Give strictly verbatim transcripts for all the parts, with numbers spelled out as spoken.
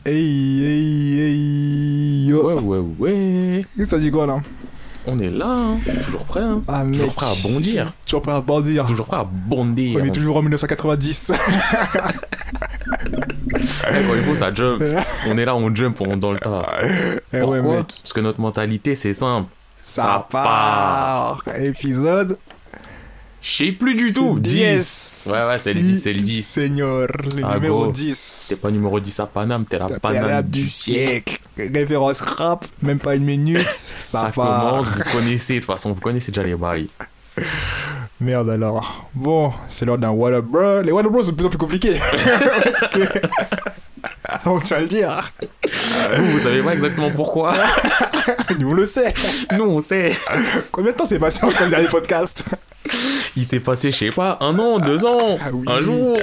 Hey, hey, hey, yo. Ouais, ouais, ouais. Ça dit quoi là? On est là, hein. Toujours prêt, hein. Ah, mec. Toujours prêt à bondir. Toujours prêt à bondir. Toujours prêt à bondir. On est toujours en dix-neuf cent quatre-vingt-dix. Eh, quand il faut, ça jump. On est là, on jump, on dans le tas. Eh Pourquoi? ouais, mec. Parce que notre mentalité, c'est simple. Ça, Ça part. Épisode Je sais plus du tout. dix. Ouais, ouais, c'est le dix, c'est le dix. Seigneur, le Ah, numéro go. dix. T'es pas numéro dix à Paname, t'es la La Paname période du du siècle. siècle. Référence rap, même pas une minute. Ça, Ça part. commence, vous connaissez, de toute façon, vous connaissez déjà les bails. Merde alors. Bon, c'est l'heure d'un What Up Bro. Les What Up Bro sont de plus en plus compliqués. Parce que... On tient à le dire. Vous, vous savez pas exactement pourquoi. Nous on le sait. Nous, on sait. Combien de temps s'est passé entre le dernier podcast? Il s'est passé, je sais pas, un an, deux ans, Ah oui. un jour.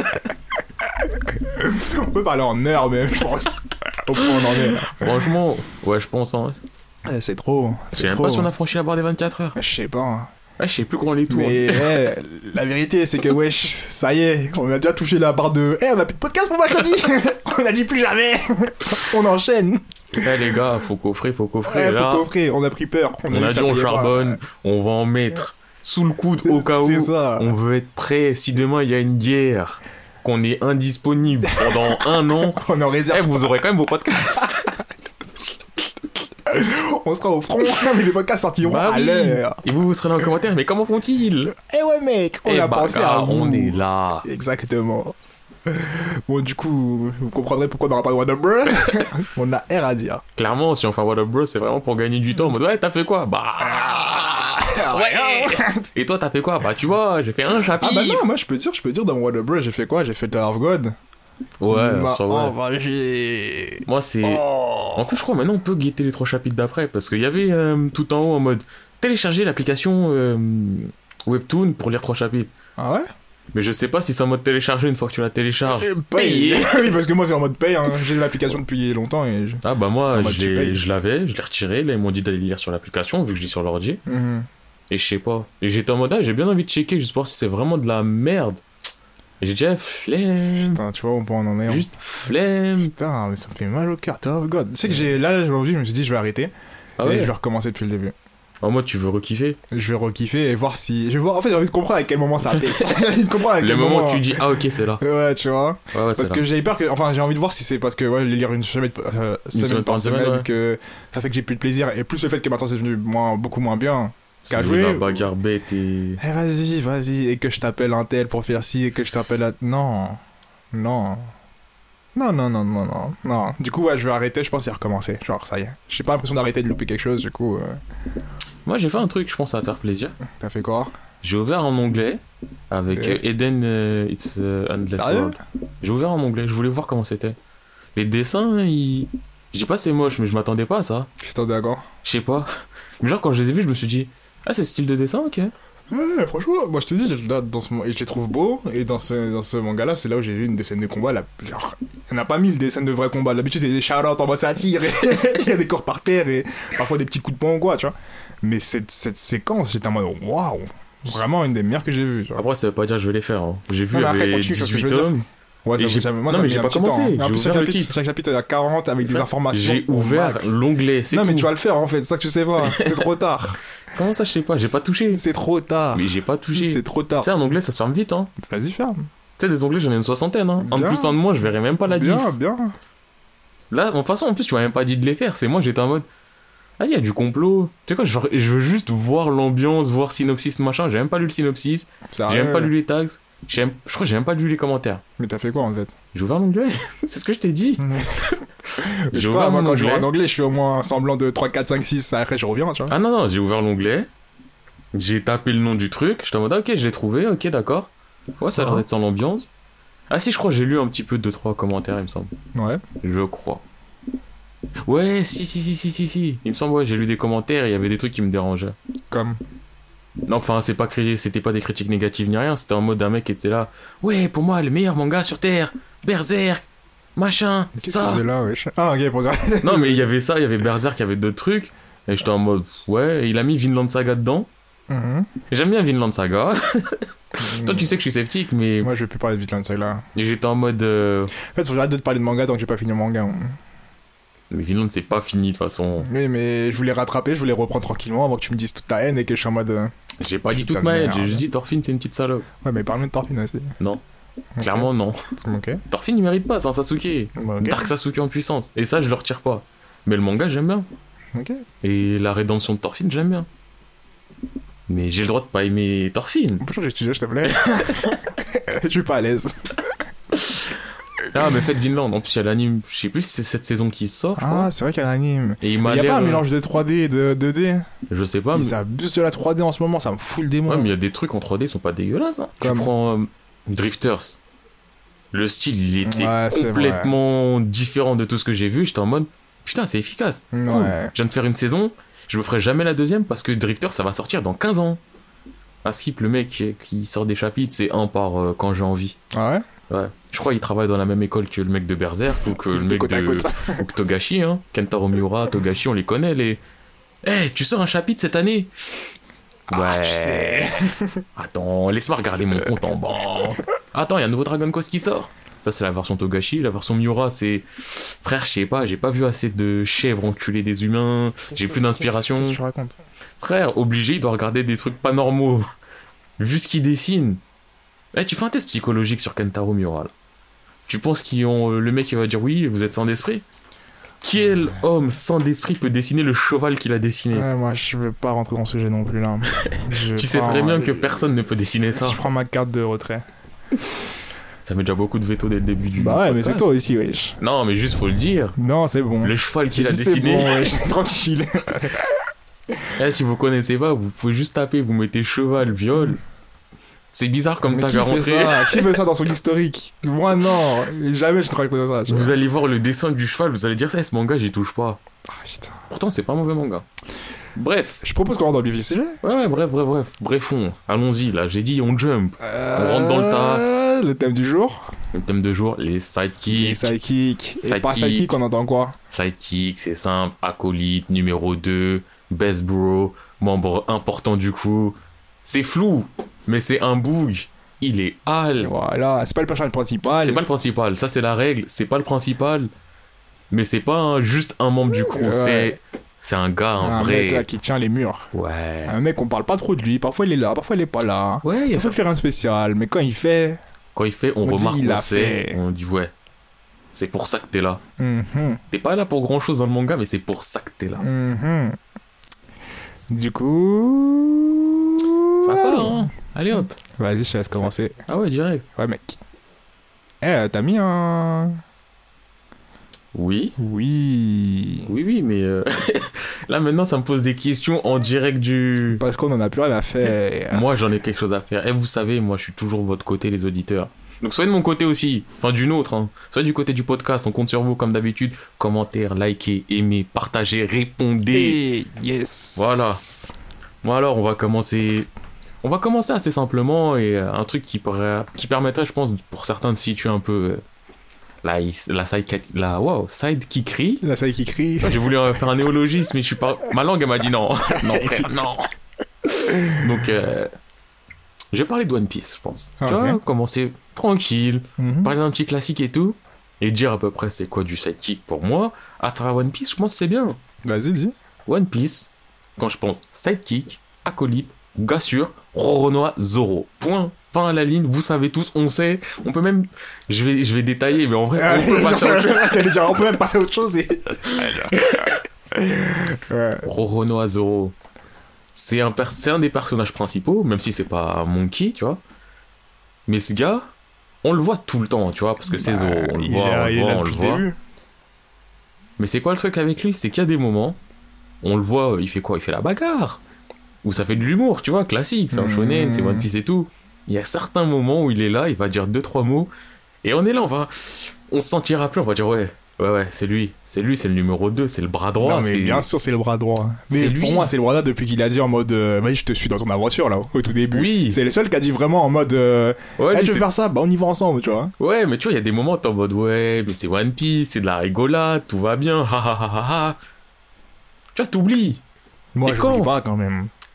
On peut parler en heures même, je pense. Au point où on en est là. Franchement, ouais, je pense, hein. Eh, c'est trop. Je C'est sais même trop. pas si on a franchi la barre des vingt-quatre heures. Je sais pas. hein. Ouais, je sais plus comment les tours. Mais eh, la vérité, c'est que wesh, ça y est, on a déjà touché la barre de. Eh, on a plus de podcast pour mercredi. On a dit plus jamais. On enchaîne. Eh les gars, faut coffrer, faut coffrer. Ouais, là, faut coffrer. On a pris peur. on vu a que ça dit on payait pas. charbonne, on va en mettre sous le coude au cas où. C'est ça. On veut être prêt si demain il y a une guerre, qu'on est indisponible pendant un an. On en Eh, réserve. vous aurez quand même vos podcasts. On sera au front, mais les podcasts sortiront Bah à oui. l'heure. Et vous, vous serez dans les commentaires, mais comment font-ils? Eh ouais, mec, on Eh a bah, pensé gars, à vous. on est là. Exactement. Bon, du coup, vous comprendrez pourquoi on n'aura pas de What Up Bro. On a R à dire. Clairement, si on fait un What Up Bro, c'est vraiment pour gagner du temps. En mode, ouais, t'as fait quoi? Bah. Ouais. Et toi, t'as fait quoi? Bah, tu vois, j'ai fait un Ah chapitre. bah non, moi je peux dire, je peux dire dans mon What Up Bro, j'ai fait quoi? J'ai fait The of God. Ouais, m'a ça, ouais. enragé. Moi, c'est. Oh. En plus, je crois maintenant on peut guetter les trois chapitres d'après parce qu'il y avait euh, tout en haut en mode télécharger l'application euh, Webtoon pour lire trois chapitres. Ah ouais? Mais je sais pas si c'est en mode télécharger une fois que tu la télécharges. Eh, Payer. Oui, parce que moi c'est en mode paye, hein. J'ai l'application depuis longtemps et... je- Ah bah C'est moi en mode je tu l'ai- payes. je l'avais, je l'ai retiré, là ils m'ont dit d'aller lire sur l'application vu que je lis sur l'ordi. Mhm. Et je sais pas. Et j'étais en mode ah j'ai bien envie de checker juste pour voir si c'est vraiment de la merde. Et j'ai dit ah, flemme. Putain, tu vois, on peut en en est. Juste flemme. Putain, mais ça me fait mal au cœur, The of God. Tu sais que j'ai... Là, aujourd'hui, je me suis dit, je vais arrêter. Ah et ouais. je vais recommencer depuis le début. En mode tu veux rekiffer. Je vais rekiffer et voir si... Je vais voir... En fait, j'ai envie de comprendre à quel moment ça pète. J'ai envie de comprendre à quel Le moment moment... où tu dis ah ok c'est là. Ouais, tu vois. Ouais ouais Parce c'est que là. j'ai peur que... Enfin, j'ai envie de voir si c'est parce que, ouais, lire une semaine, euh, semaine semaine par par semaine, semaine, ouais. que ça fait que j'ai plus de plaisir. Et plus le fait que maintenant c'est devenu moins, beaucoup moins bien. C'est qu'à de jouer, la ou- bagarre bête et. Eh, vas-y, vas-y. Et que je t'appelle un tel pour faire ci, et que je t'appelle à... Non. Non. Non, non, non, non, non. Non. Du coup, ouais, je vais arrêter, je pense, et recommencer. Genre, ça y est. J'ai pas l'impression d'arrêter de louper quelque chose, du coup... euh, Moi j'ai fait un truc, je pense que ça va te faire plaisir. T'as fait quoi? J'ai ouvert en anglais avec Ok. euh, Eden euh, It's euh, Endless Sérieux? World. J'ai ouvert en anglais, je voulais voir comment c'était. Les dessins, ils. Je dis pas c'est moche, mais je m'attendais pas à ça. Je t'en d'accord. Je sais pas. Mais genre quand je les ai vus, je me suis dit ah c'est ce style de dessin, ok. Ouais, franchement, moi je te dis, je- là, dans ce, et je les trouve beaux, et dans ce, dans ce manga-là, c'est là où j'ai vu une des scènes de combat, là, genre, il n'y en a pas mille des scènes de vrais combats, d'habitude c'est des shout-outs en mode satire, et il y a des corps par terre, et parfois des petits coups de poing ou quoi, tu vois. Mais cette, cette séquence, j'étais en mode, waouh, vraiment une des meilleures que j'ai vues, genre. Après ça veut pas dire que je vais les faire. Hein. J'ai vu Non, mais après, avec continue, parce que je dix-huit veux dire- tomes. Ouais, Et ça, j'ai- ça- moi, non, ça mais me j'ai met un pas petit commencé, temps. j'ai En plus, chaque ouvert le chapitre, titre. chaque chapitre est à quarante avec des Frère, informations. J'ai au ouvert max. l'onglet, c'est Non, mais tout. tu vas le faire en fait, c'est ça que tu sais pas, c'est trop tard. Comment ça je sais pas, j'ai pas touché. C'est trop tard. Mais j'ai pas touché. C'est trop Tu tard. sais un onglet ça se ferme vite hein. Vas-y, ferme. Tu sais des onglets j'en ai une soixantaine hein. Un de Bien. plus un de moins, je verrai même pas la diff. Bien, bien. Là, de toute façon, en plus, tu m'as même pas dit de les faire. C'est moi, j'étais en mode. Vas-y, il y a du complot. Tu sais quoi, je veux, je veux juste voir l'ambiance, voir synopsis, machin. J'ai même pas lu le synopsis. J'ai Sérieux. même pas lu les tags. J'ai même- Je crois que j'ai même pas lu les commentaires. Mais t'as fait quoi en fait? J'ai ouvert l'onglet. C'est ce que je t'ai dit. Je J'ai sais ouvert pas, moi mon quand je joue onglet. en anglais, je fais au moins un semblant de trois, quatre, cinq, six, après je reviens, tu vois. Ah non, non, j'ai ouvert l'onglet. J'ai tapé le nom du truc. J'étais en mode, ah, ok, je l'ai trouvé, ok, d'accord. Ouais, ça a l'air Ah. d'être sans l'ambiance. Ah si, je crois que j'ai lu un petit peu deux trois commentaires, il me semble. Ouais. Je crois. Ouais, si, si, si, si, si, si. Il me semble, ouais, j'ai lu des commentaires et il y avait des trucs qui me dérangeaient. Comme. Non, enfin, c'est pas cri- c'était pas des critiques négatives ni rien, c'était en mode un mec qui était là. Ouais, pour moi, le meilleur manga sur Terre, Berserk, machin, Qu'est-ce que ça. c'est là, wesh? Ah, ok, pour dire. Non, mais il y avait ça, il y avait Berserk, il y avait d'autres trucs. Et j'étais en mode, ouais, et il a mis Vinland Saga dedans. Mhm. J'aime bien Vinland Saga. Toi, tu sais que je suis sceptique, mais Moi, je vais plus parler de Vinland Saga. j'étais en mode. euh, En fait, faut que j'arrête de te parler de manga tant que j'ai pas fini le manga. Mais Vinland, c'est pas fini de toute façon. Oui, mais je voulais rattraper, je voulais reprendre tranquillement avant que tu me dises toute ta haine et que je suis en mode. euh, J'ai pas dit Putain toute de ma haine, merde. j'ai juste dit Thorfinn, c'est une petite salope. Ouais, mais parle-moi de Thorfinn aussi. Non, Ok. clairement, non. Ok. Thorfinn, il mérite pas, c'est un Sasuke. Bah, ok. Dark Sasuke en puissance. Et ça, je le retire pas. Mais le manga, j'aime bien. Ok. Et la rédemption de Thorfinn, j'aime bien. Mais j'ai le droit de pas aimer Thorfinn. On peut changer de sujet, s'il te plaît. Je suis pas à l'aise. Ah, mais faites Vinland. En plus, il y a l'anime, je sais plus si c'est cette saison qui sort, je crois. Ah, c'est vrai qu'il y a un anime. Et il Il m'a y a l'air. pas un euh, mélange de trois D et de deux D. Je sais pas, mais. Ils abusent de la trois D en ce moment, ça me fout le démon. Ouais, mais il y a des trucs en trois D qui sont pas dégueulasses. Hein. Tu Comme- prends euh, Drifters. Le style, il était Ouais, c'est complètement différent de tout ce que j'ai vu. J'étais en mode, putain, c'est efficace. Ouais. Cool. Je viens de faire une saison, je me ferai jamais la deuxième parce que Drifters, ça va sortir dans quinze ans. À Skip, le mec qui- qui sort des chapitres, c'est un par euh, quand j'ai envie. Ah ouais. Ouais. Je crois qu'il travaille dans la même école que le mec de Berserk ou que le C'était mec côte à de côte. ou que Togashi, hein. Kentaro Miura, Togashi, on les connaît les. Eh, tu sors un chapitre cette année? Ouais. Ah, tu sais. Attends, laisse-moi regarder mon compte en banque. Attends, il y a un nouveau Dragon Quest qui sort. Ça, c'est la version Togashi. La version Miura, c'est. Frère, je sais pas, j'ai pas vu assez de chèvres enculer des humains. J'ai plus d'inspiration. Qu'est-ce que tu racontes? Frère, obligé, il doit regarder des trucs pas normaux. Vu ce qu'il dessine. Eh, tu fais un test psychologique sur Kentaro Miura, là. Tu penses qu'ils ont. euh, le mec, il va dire oui, vous êtes sans d'esprit? Quel homme sans d'esprit peut dessiner le cheval qu'il a dessiné? Ouais, moi, je veux pas rentrer dans ce sujet non plus là. Je Tu sais prends- très bien que personne ne peut dessiner ça. Je prends ma carte de retrait. Ça met déjà beaucoup de veto dès le début du. Bah ouais, mais c'est podcast. toi aussi, wesh. Non, mais juste faut le dire. Non, c'est bon. Le cheval J'ai qu'il a dit c'est dessiné. bon, wesh, tranquille. Eh, si vous connaissez pas, vous pouvez juste taper, vous mettez cheval, viol. C'est bizarre comme Mais tag qui à fait rentrer. ça? Qui fait ça dans son historique? Moi, non. Jamais je ne crois que ça. tu vois. Vous allez voir le dessin du cheval, vous allez dire ça, ce manga, j'y touche pas. Ah, putain. Pourtant, c'est pas un mauvais manga. Bref. Je propose qu'on rentre dans le vif du sujet. Ouais, ouais, bref, bref, bref. Brefons. Allons-y, là. J'ai dit, on jump. On rentre dans le tas. Euh, Le thème du jour. Le thème de jour, les Les sidekicks. sidekicks. Et Sidekick. par sidekick, on entend quoi? Sidekicks, c'est simple. Acolyte, numéro deux. Best bro. Membre important du coup. C'est flou, mais c'est un bug. Il est hal. Voilà, c'est pas le personnage principal. C'est pas le principal, ça c'est la règle, c'est pas le principal, mais c'est pas un- juste un membre du crew, Ouais. c'est c'est un gars, un, un vrai. mec là qui tient les murs. Ouais. Un mec, on parle pas trop de lui. Parfois il est là, parfois il est pas là. Ouais, il y a Il ça. faut faire un spécial, mais quand il fait. Quand il fait, on, On dit, remarque, il on a sait, fait. on dit ouais. C'est pour ça que t'es là. Mhm, T'es pas là pour grand chose dans le manga, mais c'est pour ça que t'es là. mhm. Du coup. Ça va, hein. Allez hop. Vas-y, je te laisse commencer. Ah ouais, direct. Ouais, mec. Eh, t'as mis un. Oui. Oui. Oui, oui, mais euh, là maintenant ça me pose des questions en direct du. Parce qu'on en a plus rien à faire. Moi j'en ai quelque chose à faire. Et vous savez, moi je suis toujours de votre côté, les auditeurs. Donc soyez de mon côté aussi, enfin du nôtre. Hein. Soyez du côté du podcast, on compte sur vous comme d'habitude. Commentaires, likez, aimez, partagez, répondez. Et yes. Voilà. Bon alors on va commencer. On va commencer assez simplement et euh, un truc qui pourrait, qui permettrait, je pense, pour certains de situer un peu euh, la la side la wow, sidekickerie. La salle qui crie. J'ai voulu euh, faire un néologisme, mais je suis pas. Ma langue elle m'a dit non, non frère, non. Donc euh, je vais parler de One Piece, je pense. Ah, tu vois, ok. commencer tranquille, Mhm. parler d'un petit classique et tout, et dire à peu près c'est quoi du sidekick pour moi. À travers One Piece, je pense que c'est bien. Vas-y, dis. One Piece, quand je pense sidekick, acolyte, gars sûr, Roronoa, Zoro. Point. Fin à la ligne, vous savez tous, on sait. On peut même. Je vais, je vais détailler, mais en vrai, on peut passer à autre chose. T'allais dire, on peut même passer à autre chose et. Ouais. Roronoa Zoro. C'est un, per- c'est un des personnages principaux, même si c'est pas Monkey, tu vois. Mais ce gars, on le voit tout le temps, tu vois, parce que c'est Bah, Zoro. On le il voit, est- on le il est voit, là on le depuis le voit. début. Mais c'est quoi le truc avec lui? C'est qu'il y a des moments, on le voit, il fait quoi? Il fait la bagarre. Ou ça fait de l'humour, tu vois, classique, c'est un Mmh. shonen, c'est One Piece et tout. Il y a certains moments où il est là, il va dire deux, trois mots, et on est là, on va. On se sentira plus, on va dire ouais, ouais, ouais, c'est lui, c'est lui, c'est le numéro deux, c'est le bras droit. Non, mais c'est- bien sûr, c'est le bras droit. Mais C'est pour lui. moi, c'est le bras droit depuis qu'il a dit en mode euh, vas-y, je te suis dans ton aventure là, au tout début. Oui. C'est le seul qui a dit vraiment en mode euh, Ouais, Eh, lui, tu veux c'est- faire ça? Bah, on y va ensemble, tu vois. ouais, mais tu vois, il y a des moments où t'es en mode ouais, mais c'est One Piece, c'est de la rigolade, tout va bien, ha ha ha ha ha. Tu vois, t'oublies. Moi, Et je quand dis pas quand même.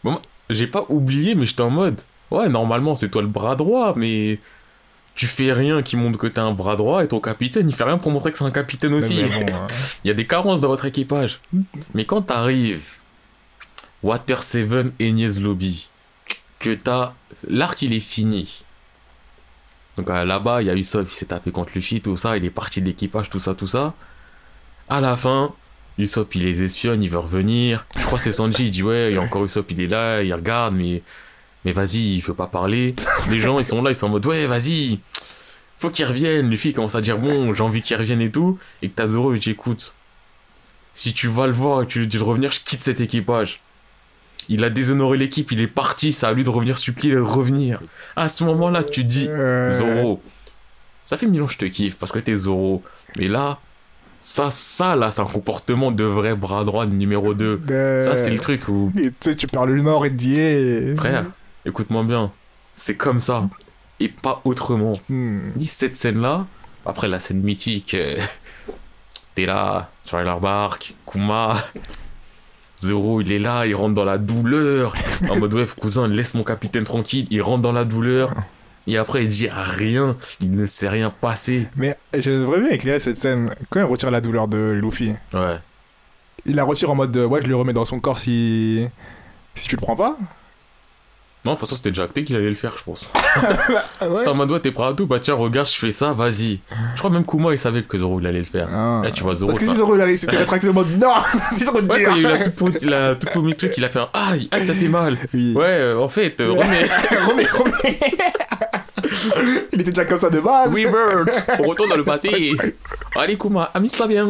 j'ai pas oublié, mais j'étais en mode, ouais, normalement, c'est toi le bras droit, mais tu fais rien qui montre que t'es un bras droit et ton capitaine, il fait rien pour montrer que c'est un capitaine aussi. Mais bon, hein. Il y a des carences dans votre équipage. Mais quand t'arrives, Water seven, Enies Lobby, que t'as. L'arc, il est fini. Donc euh, là-bas, il y a Usopp, il s'est tapé contre Luffy, tout ça, il est parti de l'équipage, tout ça, tout ça. À la fin, Usopp, il les espionne, il veut revenir. Je crois que c'est Sanji, il dit ouais, il y a encore Usopp, il est là, il regarde, mais. Mais vas-y, il veut pas parler. Les gens, ils sont là, ils sont en mode, ouais, vas-y, faut qu'il revienne. Luffy il commence à dire, bon, j'ai envie qu'il revienne et tout. Et que t'as Zoro, il dit, écoute, si tu vas le voir et que tu lui dis de revenir, je quitte cet équipage. Il a déshonoré l'équipe, il est parti, c'est à lui de revenir supplier de revenir. À ce moment-là, tu dis, Zoro, ça fait mille ans que je te kiffe parce que t'es Zoro. Mais là, ça, ça là, c'est un comportement de vrai bras droit numéro deux. Euh... Ça, c'est le truc où... Et tu sais, tu parles le Nord et te dis... Hey... Frère, écoute-moi bien, c'est comme ça, et pas autrement. Hmm. Ni cette scène-là, après la scène mythique, euh, t'es là, sur leur barque, Kuma, Zoro, il est là, il rentre dans la douleur, en mode, ouais, cousin, laisse mon capitaine tranquille, il rentre dans la douleur, et après, il dit rien, il ne s'est rien passé. Mais j'aimerais bien éclairer cette scène, quand il retire la douleur de Luffy, Ouais. il la retire en mode, ouais, je le remets dans son corps si... si tu le prends pas. Non, de toute façon, c'était déjà acté qu'il allait le faire, je pense. Ah ouais. C'était en mode, ouais, t'es prêt à tout, bah tiens, regarde, je fais ça, vas-y. Je crois même Kuma, il savait que Zoro, il allait le faire. Ah. Là, tu vois, Zoro. Parce que ça... si Zoro, il a- il s'était rétracté en mode, non, c'est trop dur. Ouais, quand il y a eu la toute, petite- la toute première truc, il a fait un aïe, aïe, ça fait mal. Oui. Ouais, euh, en fait, euh, remets. remets, remets. Il était déjà comme ça de base. Rebirth, on retourne dans le passé. Allez, Kuma, amuse-toi bien.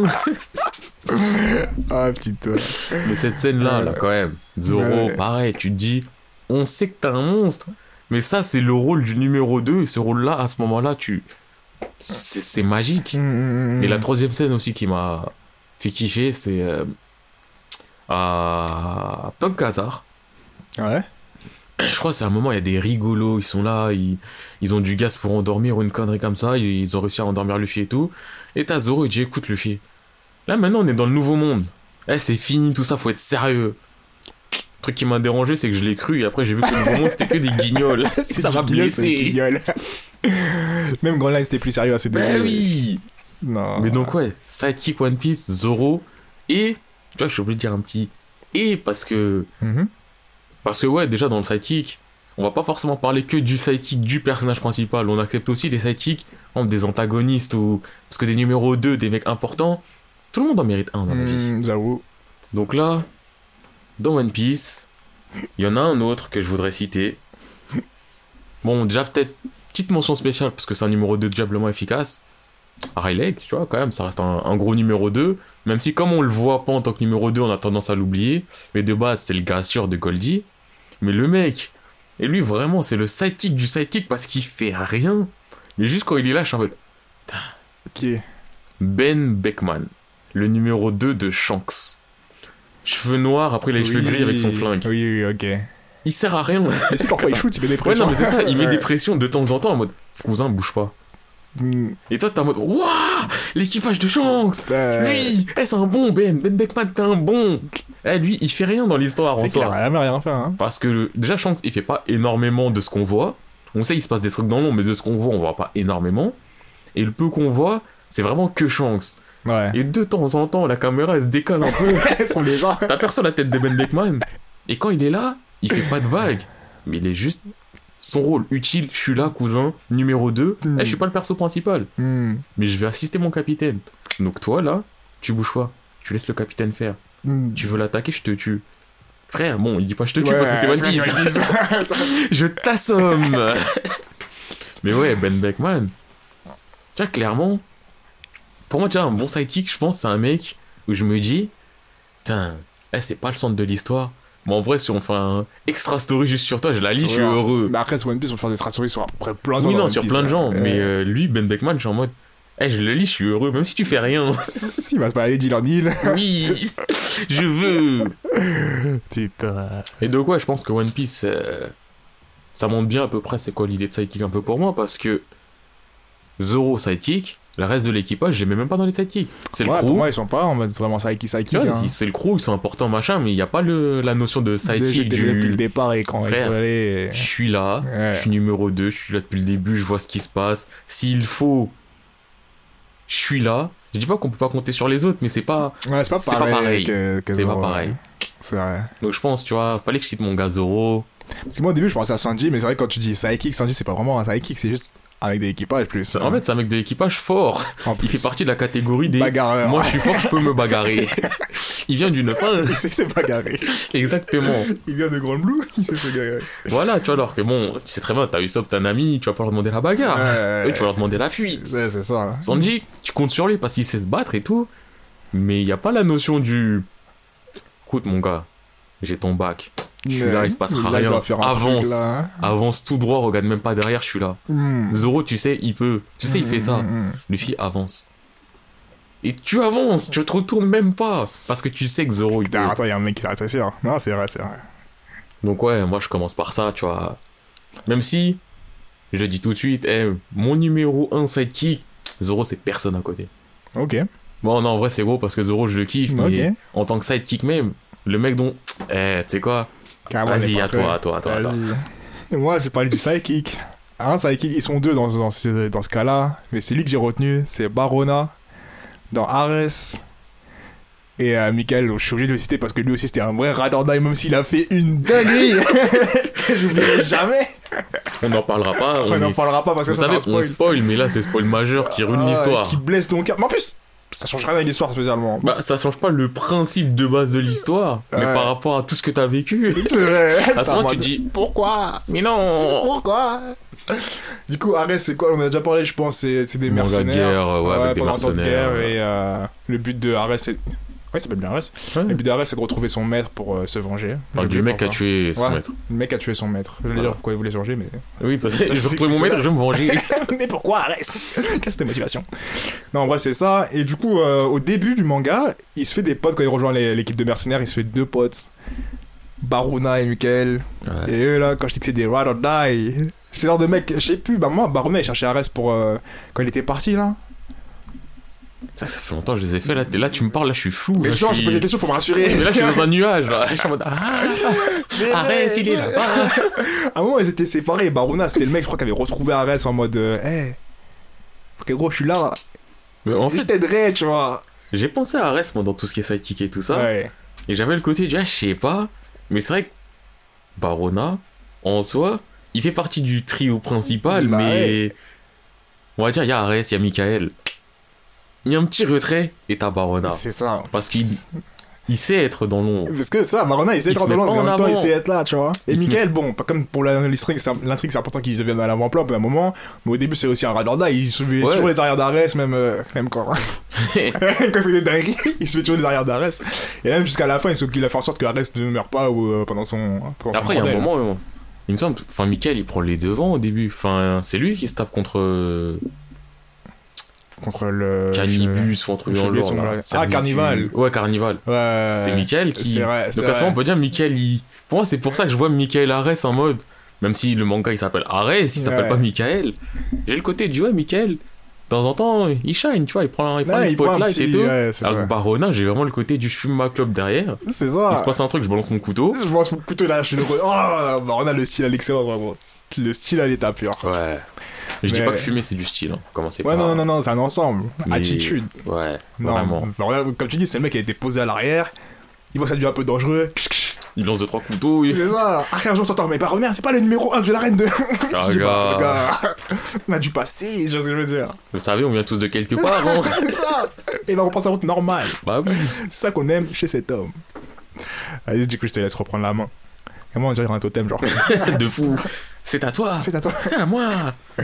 Ah putain. Mais cette scène-là, Euh, là, quand même, Zoro, ouais. pareil, tu te dis, on sait que t'es un monstre, mais ça, c'est le rôle du numéro deux, et ce rôle-là, à ce moment-là, tu. C'est, c'est magique. Mmh, Et la troisième scène aussi qui m'a fait kiffer, c'est. Euh, à Punk Hazard. Ouais. Je crois que c'est un moment, il y a des rigolos, ils sont là, ils, ils ont du gaz pour endormir ou une connerie comme ça, ils, ils ont réussi à endormir Luffy et tout. Et t'as Zoro, il dit écoute Luffy, là maintenant on est dans le nouveau monde. Eh, c'est fini tout ça, faut être sérieux. Le truc qui m'a dérangé, c'est que je l'ai cru et après j'ai vu que le nouveau monde c'était que des guignols. Ça m'a du guignol, c'est du blessé. guignol. Même Grand Line, c'était plus sérieux à ses débuts. Ben oui. Non. Mais donc ouais, Sidekick One Piece, Zoro, et, tu vois, je suis obligé de dire un petit et parce que... Mhm. Parce que ouais, déjà dans le sidekick, on va pas forcément parler que du sidekick du personnage principal, on accepte aussi des sidekicks, par exemple, des antagonistes, ou parce que des numéros deux, des mecs importants, tout le monde en mérite un dans la vie. Mmh, j'avoue. Donc là, dans One Piece, il y en a un autre que je voudrais citer. Bon, déjà peut-être, petite mention spéciale, parce que c'est un numéro deux diablement efficace. Rayleigh, tu vois, quand même, ça reste un, un gros numéro deux, même si comme on le voit pas en tant que numéro deux, on a tendance à l'oublier, mais de base, c'est le gars sûr de Goldie. Mais le mec, et lui vraiment, c'est le sidekick du sidekick parce qu'il fait rien. Mais juste quand il est là, je suis en mode... Ok. Ben Beckman, le numéro deux de Shanks. Cheveux noirs, après les cheveux Oui, gris avec son flingue. Oui, oui, ok. Il sert à rien. Mais si parfois il shoot, il met des Ouais, pressions. non, mais c'est ça, il met Ouais. des pressions de temps en temps en mode... Cousin, bouge pas. Mmh, Et toi, t'es en mode... Wouah, l'équipage de Shanks. bah, Lui, eh, c'est un bon Ben, Ben Beckman, t'es un bon. Eh, lui, il fait rien dans l'histoire en c'est qu'il a soi. rien, rien fait, hein. Parce que déjà, Shanks, il fait pas énormément de ce qu'on voit. On sait, il se passe des trucs dans l'ombre, mais de ce qu'on voit, on voit pas énormément. Et le peu qu'on voit, c'est vraiment que Shanks. Ouais. Et de temps en temps, la caméra, elle se décale un peu. Elles sont les gens. T'aperçois la tête de Ben Beckman. Et quand il est là, il fait pas de vagues. Mais il est juste son rôle utile. Je suis là, cousin, numéro deux. Mm. Eh, je suis pas le perso principal. Mmh, Mais je vais assister mon capitaine. Donc toi, là, tu bouges pas. Tu laisses le capitaine faire. mmh. Tu veux l'attaquer, je te tue. Frère, bon, il dit pas je te tue Ouais, parce que c'est One c'est Piece. One Piece. Je t'assomme. Mais ouais, Ben Beckman. Tu vois, clairement, pour moi, déjà, un bon sidekick, je pense, c'est un mec où je me dis, putain, eh, c'est pas le centre de l'histoire. Mais en vrai, si on fait un extra story juste sur toi, je la lis, je suis heureux. Mais après, sur One Piece, on fait des stratégies sur après plein de gens. Oui, dans non, One sur Piece, plein de ouais. gens. Euh, Mais euh, lui, Ben Beckman, je suis en mode, eh, je le lis, je suis heureux, même si tu fais rien. Si, il va se balader d'île en île. Oui, je veux. Putain. Et donc ouais, je pense que One Piece, euh, ça montre bien à peu près c'est quoi l'idée de sidekick un peu pour moi, parce que Zoro sidekick, le reste de l'équipage, je les mets même pas dans les sidekicks. C'est Ouais, le pour crew. moi, ils sont pas en mode vraiment sidekick, Tu sidekick. vois, Hein. c'est le crew, ils sont importants, machin, mais il n'y a pas le, la notion de sidekick Depuis le du. départ, et quand il Frère, faut aller. Je suis là, Ouais. je suis numéro deux, je suis là depuis le début, je vois ce qui se passe. S'il faut, je suis là. Je dis pas qu'on peut pas compter sur les autres, mais c'est pas. Ouais, c'est pas c'est pas pareil. pareil. que- que C'est pas Zoro, pareil. ouais. C'est vrai. Donc je pense, tu vois, fallait que je cite mon gars Zoro. Parce que moi, au début, je pensais à Sanji, mais c'est vrai que quand tu dis sidekick, Sanji, c'est pas vraiment un sidekick, c'est juste avec des équipages plus. En fait, c'est un mec de l'équipage fort. En Il plus. fait partie de la catégorie des. Bagarreur. Moi, je suis fort, je peux me bagarrer. Il vient d'une fin. Il sait c'est bagarré. Exactement. Il vient de Grand Blue, il sait se bagarrer. Voilà, tu vois, alors que bon, tu sais très bien, t'as Usopp, t'as un ami, tu vas pas leur demander la bagarre. Ouais. Eux, tu vas leur demander la fuite. Ouais, c'est ça. Sanji, tu comptes sur lui parce qu'il sait se battre et tout. Mais il n'y a pas la notion du. Écoute, mon gars, j'ai ton bac. Je suis là, il se passera Là, il rien. doit faire un Avance. truc, là, hein. Avance tout droit, regarde même pas derrière, je suis là. Hmm. Zoro, tu sais, il peut. Tu sais, il fait ça. Hmm, hmm, hmm. Luffy avance. Et tu avances, tu te retournes même pas. Parce que tu sais que Zoro, il peut. Ah, attends, il y a un mec qui s'arrête, c'est sûr. Non, c'est vrai, c'est vrai. Donc ouais, moi je commence par ça, tu vois. Même si, je le dis tout de suite, eh, mon numéro un sidekick, Zoro c'est personne à côté. Ok. Bon non, en vrai c'est gros parce que Zoro je le kiffe, mais Ok. en tant que sidekick même, le mec dont... Eh, tu sais quoi, Carrément, on est vas-y, pas à prêt. toi, à toi, à toi, à toi. Vas-y. Et moi, je vais parler du sidekick. Un sidekick, ils sont deux dans, dans, ce, dans ce cas-là, mais c'est lui que j'ai retenu, c'est Barona dans Ares. Et euh, Michael, je suis obligé de le citer parce que lui aussi c'était un vrai radardai, même s'il a fait une dinguerie que j'oublierai jamais. On n'en parlera pas, on, On n'en est- parlera pas parce que vous ça, savez, c'est un on spoil. spoil, mais là c'est spoil majeur qui ruine Ah, l'histoire. Qui blesse ton cœur. Mais en plus, ça change rien à l'histoire spécialement. Bah ça change pas le principe de base de l'histoire, mais Ouais. par rapport à tout ce que t'as vécu. C'est vrai. À ce moment tu T'as te dis, pourquoi mais non. Pourquoi Du coup, Ares, c'est quoi On en a déjà parlé, je pense. C'est c'est des Manga de mercenaires. guerre, ouais, avec des pendant un temps de mercenaires, guerre. ouais. Et euh, le but de Ares, c'est. Ouais, il s'appelle bien Ares. Ouais. Le but d'Ares, c'est de retrouver son maître pour euh, se venger. Enfin, J'ai du oublié mec qui a pourquoi. tué son Ouais. maître. Le mec a tué son maître. Je vais Voilà. dire pourquoi il voulait se venger, mais. Oui, parce que Ça, je c'est vais retrouver mon exceptionnel. maître, je vais me venger. mais pourquoi Ares Qu'est-ce que motivation Non, en vrai, c'est ça. Et du coup, euh, au début du manga, il se fait des potes quand il rejoint les- l'équipe de mercenaires. Il se fait deux potes. Baruna et Michael. Ouais. Et eux là, quand je dis que c'est des ride or die, c'est genre de mec, je sais plus, bah moi, Baruna il cherchait Ares pour. euh, quand il était parti là. Ça, ça fait longtemps que je les ai fait. Là, t'es- là tu me parles, là, je suis fou. Mais là, genre, je j'ai suis... posé des questions pour me rassurer. Mais là, je suis dans un nuage. Là. Je suis en mode, ah, Mais Arrête, ouais, il est ouais. là-bas. À un moment, ils étaient séparés. Baruna, c'était le mec, je crois, qui avait retrouvé Ares en mode. Euh, hey, ok, gros, je suis là. Mais en Je fait, t'aiderai, tu vois. j'ai pensé à Arès, moi, dans tout ce qui est sidekick et tout ça. Ouais. Et j'avais le côté du, ah, je sais pas. Mais c'est vrai que Barona, en soi, il fait partie du trio principal, Bah mais. On va dire, il y a Arès, il y a Michael. Il y a un petit retrait et t'as Barona. C'est ça. Parce qu'il il sait être dans l'ombre. Parce que ça, Barona, il sait Il être se en met dehors, pas mais en en même temps, il avant. sait être là, tu vois. Et Il se Michael, bon, pas comme pour la- l'intrigue, c'est l'intrigue, c'est important qu'il devienne à l'avant-plan à un moment, mais au début, c'est aussi un radar il se fait Ouais. toujours les arrières d'Ares, même, euh, même quand, quand il fait des dingueries, il se fait toujours les arrières d'Ares. Et même jusqu'à la fin, il, se- il a fait en sorte que Ares ne meure pas ou, euh, pendant son. Pendant son Après, il y a un bordel. moment, euh, il me semble, enfin, Michael, il prend les devants au début. Enfin, c'est lui qui se tape contre euh, Contre le. Cannibus ou un truc j'ai dans le oublié genre. son là. nom, là. Servitude. Ah, Carnival. Ouais, Carnival. Ouais. C'est Michael qui. C'est vrai, c'est Donc à ce vrai. moment, on peut dire Michael, il. Pour moi, c'est pour ça que je vois Michael Arès en mode. Même si le manga il s'appelle Arès, il s'appelle Ouais. pas Michael. J'ai le côté du ouais, Michael. De temps en temps, il shine, tu vois, il prend, il prend Ouais, le il prend un spotlight et petit- tout. ouais, c'est Alors ça. que Barona, j'ai vraiment le côté du je fume ma clope derrière. C'est ça. Il se passe un truc, je balance mon couteau. Je pense plutôt là, je suis le. Oh, bah, on a le style à l'excellence, vraiment. Le style à l'état pur. Ouais. Je dis Mais- pas que fumer c'est du style. Hein. Commencez Ouais, pas. non, non, non, c'est un ensemble. Mais- Attitude. Ouais, Non, vraiment. alors là, comme tu dis, c'est le mec qui a été posé à l'arrière. Il voit que ça devient un peu dangereux. Il lance deux trois couteaux. il- C'est ça. Après, un jour, t'entends, mais Baronner, c'est pas le numéro un de l'arène de. Ah, Je dis, bah, gars. gars, on a dû passer, je sais ce que je veux dire. Vous savez, on vient tous de quelque part. Hein. C'est ça. Et il va reprendre sa route normale. Bah oui. C'est ça qu'on aime chez cet homme. Vas-y, du coup, je te laisse reprendre la main. Et moi, on dirait un totem, genre. De fou. C'est à toi. C'est à toi. C'est à moi.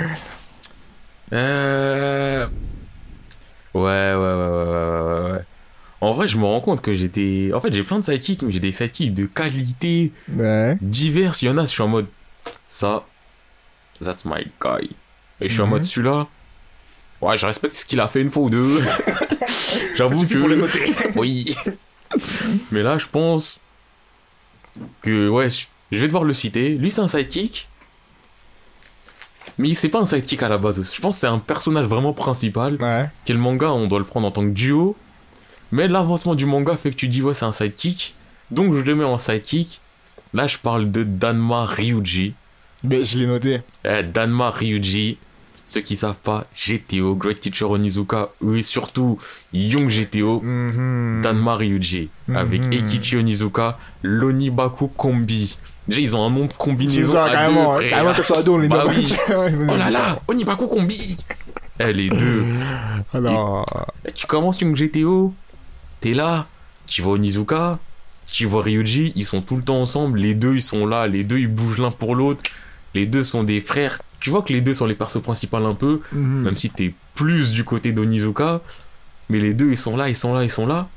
Euh... Ouais, ouais, ouais, ouais, ouais, ouais, ouais. En vrai, je me rends compte que j'ai des... En fait, j'ai plein de sidekicks, mais j'ai des sidekicks de qualité Ouais. diverses. Il y en a, je suis en mode... Ça, that's my guy. Et je suis en Mhm. mode, celui-là... Ouais, je respecte ce qu'il a fait une fois ou deux. J'avoue Suffit que... pour le noter. Oui. Mais là, je pense que, ouais, je je vais devoir le citer. Lui, c'est un sidekick. Mais c'est pas un sidekick à la base. Je pense que c'est un personnage vraiment principal. Ouais. Quel manga, on doit le prendre en tant que duo. Mais l'avancement du manga fait que tu dis, ouais, c'est un sidekick. Donc je le mets en sidekick. Là, je parle de Danma Ryuji. Mais je l'ai noté. Eh, Danma Ryuji. Ceux qui savent pas, G T O, Great Teacher Onizuka, et surtout Young G T O, Mm-hmm. Danma Ryuji, avec Mhm. Eikichi Onizuka, l'Onibaku Combi. Déjà, ils ont un nom de C'est combinaison ça, à carrément. deux, hein. frère. Carrément, que ce soit deux, on les Bah nomme. oui. Oh là là, Onibaku Combi. Eh, les deux. Alors. Eh, tu commences Young G T O, t'es là, tu vois Onizuka, tu vois Ryuji, ils sont tout le temps ensemble, les deux ils sont là, les deux ils bougent l'un pour l'autre, les deux sont des frères. Tu vois que les deux sont les persos principaux un peu, Mhm. même si t'es plus du côté d'Onizuka, mais les deux ils sont là, ils sont là, ils sont là.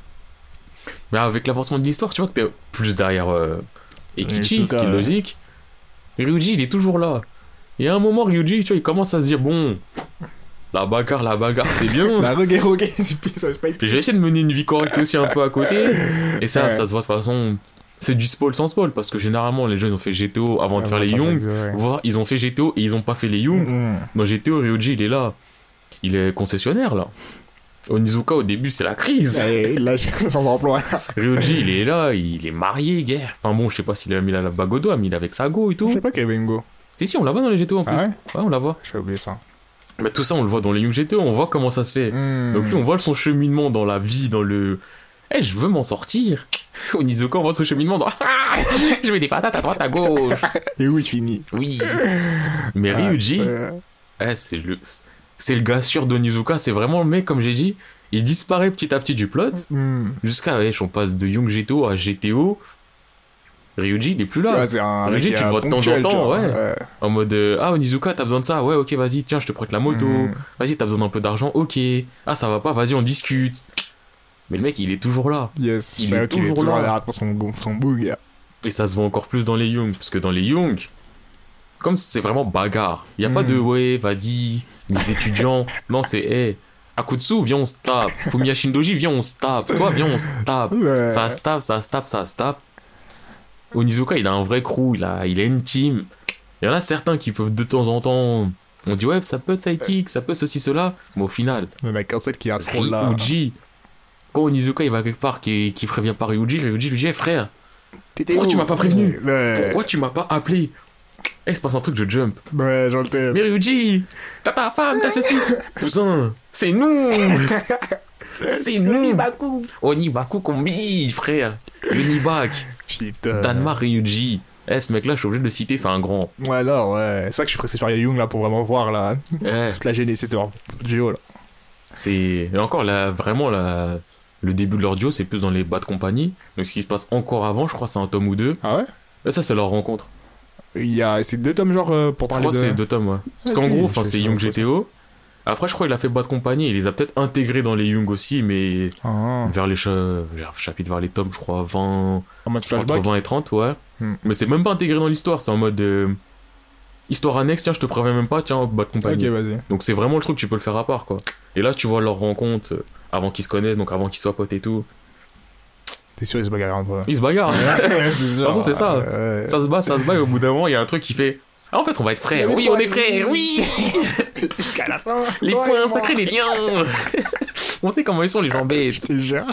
Mais avec l'avancement de l'histoire, tu vois que t'es plus derrière euh, Eikichi, Onizuka, ce qui est ouais. logique. Et Ryuji, il est toujours là. Et à un moment, Ryuji, tu vois, il commence à se dire, bon, la bagarre, la bagarre, c'est bien. La reggae, reggae, c'est plus ça, c'est pas Puis j'ai essayé de mener une vie correcte aussi un peu à côté. Et ça, Ouais. ça se voit de toute façon. C'est du spoil sans spoil, parce que généralement, les gens ils ont fait G T O avant de faire les Young. Voire ils ont fait G T O et ils ont pas fait les Young. Mhm. Dans G T O, Ryuji, il est là. Il est concessionnaire, là. Onizuka, au début, c'est la crise. Et là, je suis sans emploi. Ryuji, il est là, il est marié, guerre. Enfin bon, je sais pas s'il a mis la bague au doigt, mais il est avec sa go et Je tout. sais pas qu'il y avait une go. Si, si, on la voit dans les G T O en plus. Ah ouais Ouais, on la voit. J'ai oublié ça. Mais tout ça, on le voit dans les Young G T O, on voit comment ça se fait. Mhm. Donc lui, on voit son cheminement dans la vie, dans le... Eh, je veux m'en sortir. Onizuka, on voit son cheminement dans... je mets des patates à droite, à gauche. Et où tu finis Oui. Mais Ryuji, Euh, eh, c'est le... C'est le gars sûr d'Onizuka, c'est vraiment le mec, comme j'ai dit, il disparaît petit à petit du plot, mhm. jusqu'à, ouais, on passe de Young G T O à G T O. Ryuji, il est plus là. Ouais, c'est un Ryuji, mec qui tu est le vois de temps en ponctuel, temps, tu vois. ouais. En mode, euh, ah, Onizuka, t'as besoin de ça? Ouais, ok, vas-y, tiens, je te prête la moto. Mhm. Vas-y, t'as besoin d'un peu d'argent? Ok. Ah, ça va pas? Vas-y, on discute. Mais le mec, il est toujours là. Yes, Il je est sais qu'il toujours toujours là. derrière son, go- son boug. Et ça se voit encore plus dans les Young. Parce que dans les Young, comme c'est vraiment bagarre, il y a pas Mhm. de ouais, vas-y, les étudiants. Non, c'est hé, Akutsu, viens, on se tape. Fumiya Shindoji, viens, on se tape. Toi, viens, on se tape. Ouais. Ça se tape, ça se tape, ça se tape. Onizuka, il a un vrai crew, il a, il a une team. Il y en a certains qui peuvent de temps en temps. On dit ouais, ça peut être sidekick, ça peut ceci, cela. Mais au final, Il y en a qu'un seul qui a ce rôle-là. Ryuji, quand Onizuka il va quelque part qui, qui prévient pas Ryuji, Ryuji lui dit hey, frère, T'étais pourquoi où tu m'as pas prévenu? Ouais. pourquoi tu m'as pas appelé? Eh, il se passe un truc, je jump. Ouais, j'en le t'aime. Mais Ryuji, t'as ta femme, t'as ceci. Cousin, c'est nous. C'est nous. Onibaku Kombi, frère. Unibak. Putain. Danma Ryuji. Eh, ce mec-là, je suis obligé de le citer, c'est un grand. Ouais, alors, ouais. C'est ça que je suis pressé de faire Young là pour vraiment voir là. Eh, Toute la génésis de leur duo là. c'est. Et encore, là, vraiment, là, le début de leur duo, c'est plus dans les bas de compagnie. Donc, ce qui se passe encore avant, je crois, c'est un tome ou deux. Ah ouais Et ça, c'est leur rencontre. Il y a. C'est deux tomes genre euh, pour Je parler crois de. que c'est deux tomes, ouais. Parce Ah, qu'en si, gros, je enfin, sais c'est pas Young trop G T O. Après, je crois qu'il a fait bas de compagnie. Il les a peut-être intégrés dans les Young aussi, mais Ah. vers les cha- vers- chapitres, vers les tomes, je crois, vingt. En mode Entre flashback. vingt et trente, ouais. Hmm. Mais c'est même pas intégré dans l'histoire, c'est en mode. euh, Histoire annexe, tiens, je te préviens même pas, tiens, hop, bas de compagnie. Ok, vas-y. Donc c'est vraiment le truc, tu peux le faire à part, quoi. Et là, tu vois leur rencontre euh, avant qu'ils se connaissent, donc avant qu'ils soient potes et tout. T'es sûr, ils se bagarrent entre eux. Ils se bagarrent. hein. C'est sûr. De toute façon, c'est ça. Ouais. Ça se bat, ça se bat, et au bout d'un moment, il y a un truc qui fait. Ah, en fait, on va être frères. Oui, on est frères, oui. Jusqu'à la fin. Les Toi et points moi. sacrés, les liens. On sait comment ils sont, les gens Je bêtes. te jure.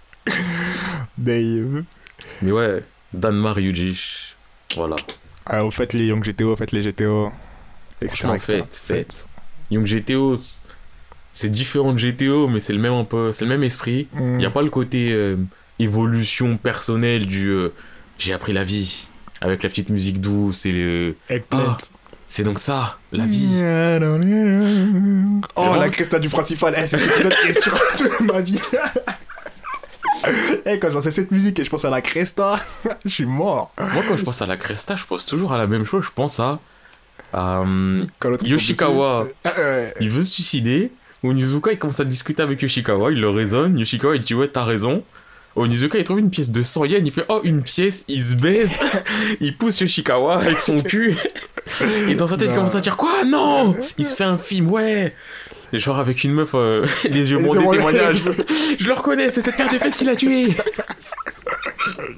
Dave. Mais ouais, Danma Ryuji. Voilà. Ah, vous faites les Young G T O, faites les G T O. Franchement, et cetera. faites, faites. Young G T O, c'est différent de G T O, mais c'est le même un peu, c'est le même esprit. Il Mm. n'y a pas le côté euh, évolution personnelle du euh, j'ai appris la vie avec la petite musique douce et le Eggplant. Ah, c'est donc ça, la vie. Oh, vraiment- la cresta du principal. Eh, cet épisode est sur toute ma vie. Eh, quand je pense à cette musique et je pense à la cresta, je suis mort. Moi, quand je pense à la Cresta, je pense toujours à la même chose. Je pense à, à, euh, Quand l'autre tombe Yoshikawa. dessus. Ah, ouais. Il veut se suicider. Onizuka, il commence à discuter avec Yoshikawa. Il le raisonne. Yoshikawa, il dit ouais, t'as raison. Onizuka, il trouve une pièce de cent yens. Il fait oh, une pièce. Il se baise. Il pousse Yoshikawa avec son cul. Et dans sa tête, il Non. commence à dire quoi? Non! Il se fait un film, ouais! Et genre avec une meuf, euh, les yeux Les bandés, yeux bandés. témoignage. Je le reconnais, c'est cette paire de fesses qui l'a tué!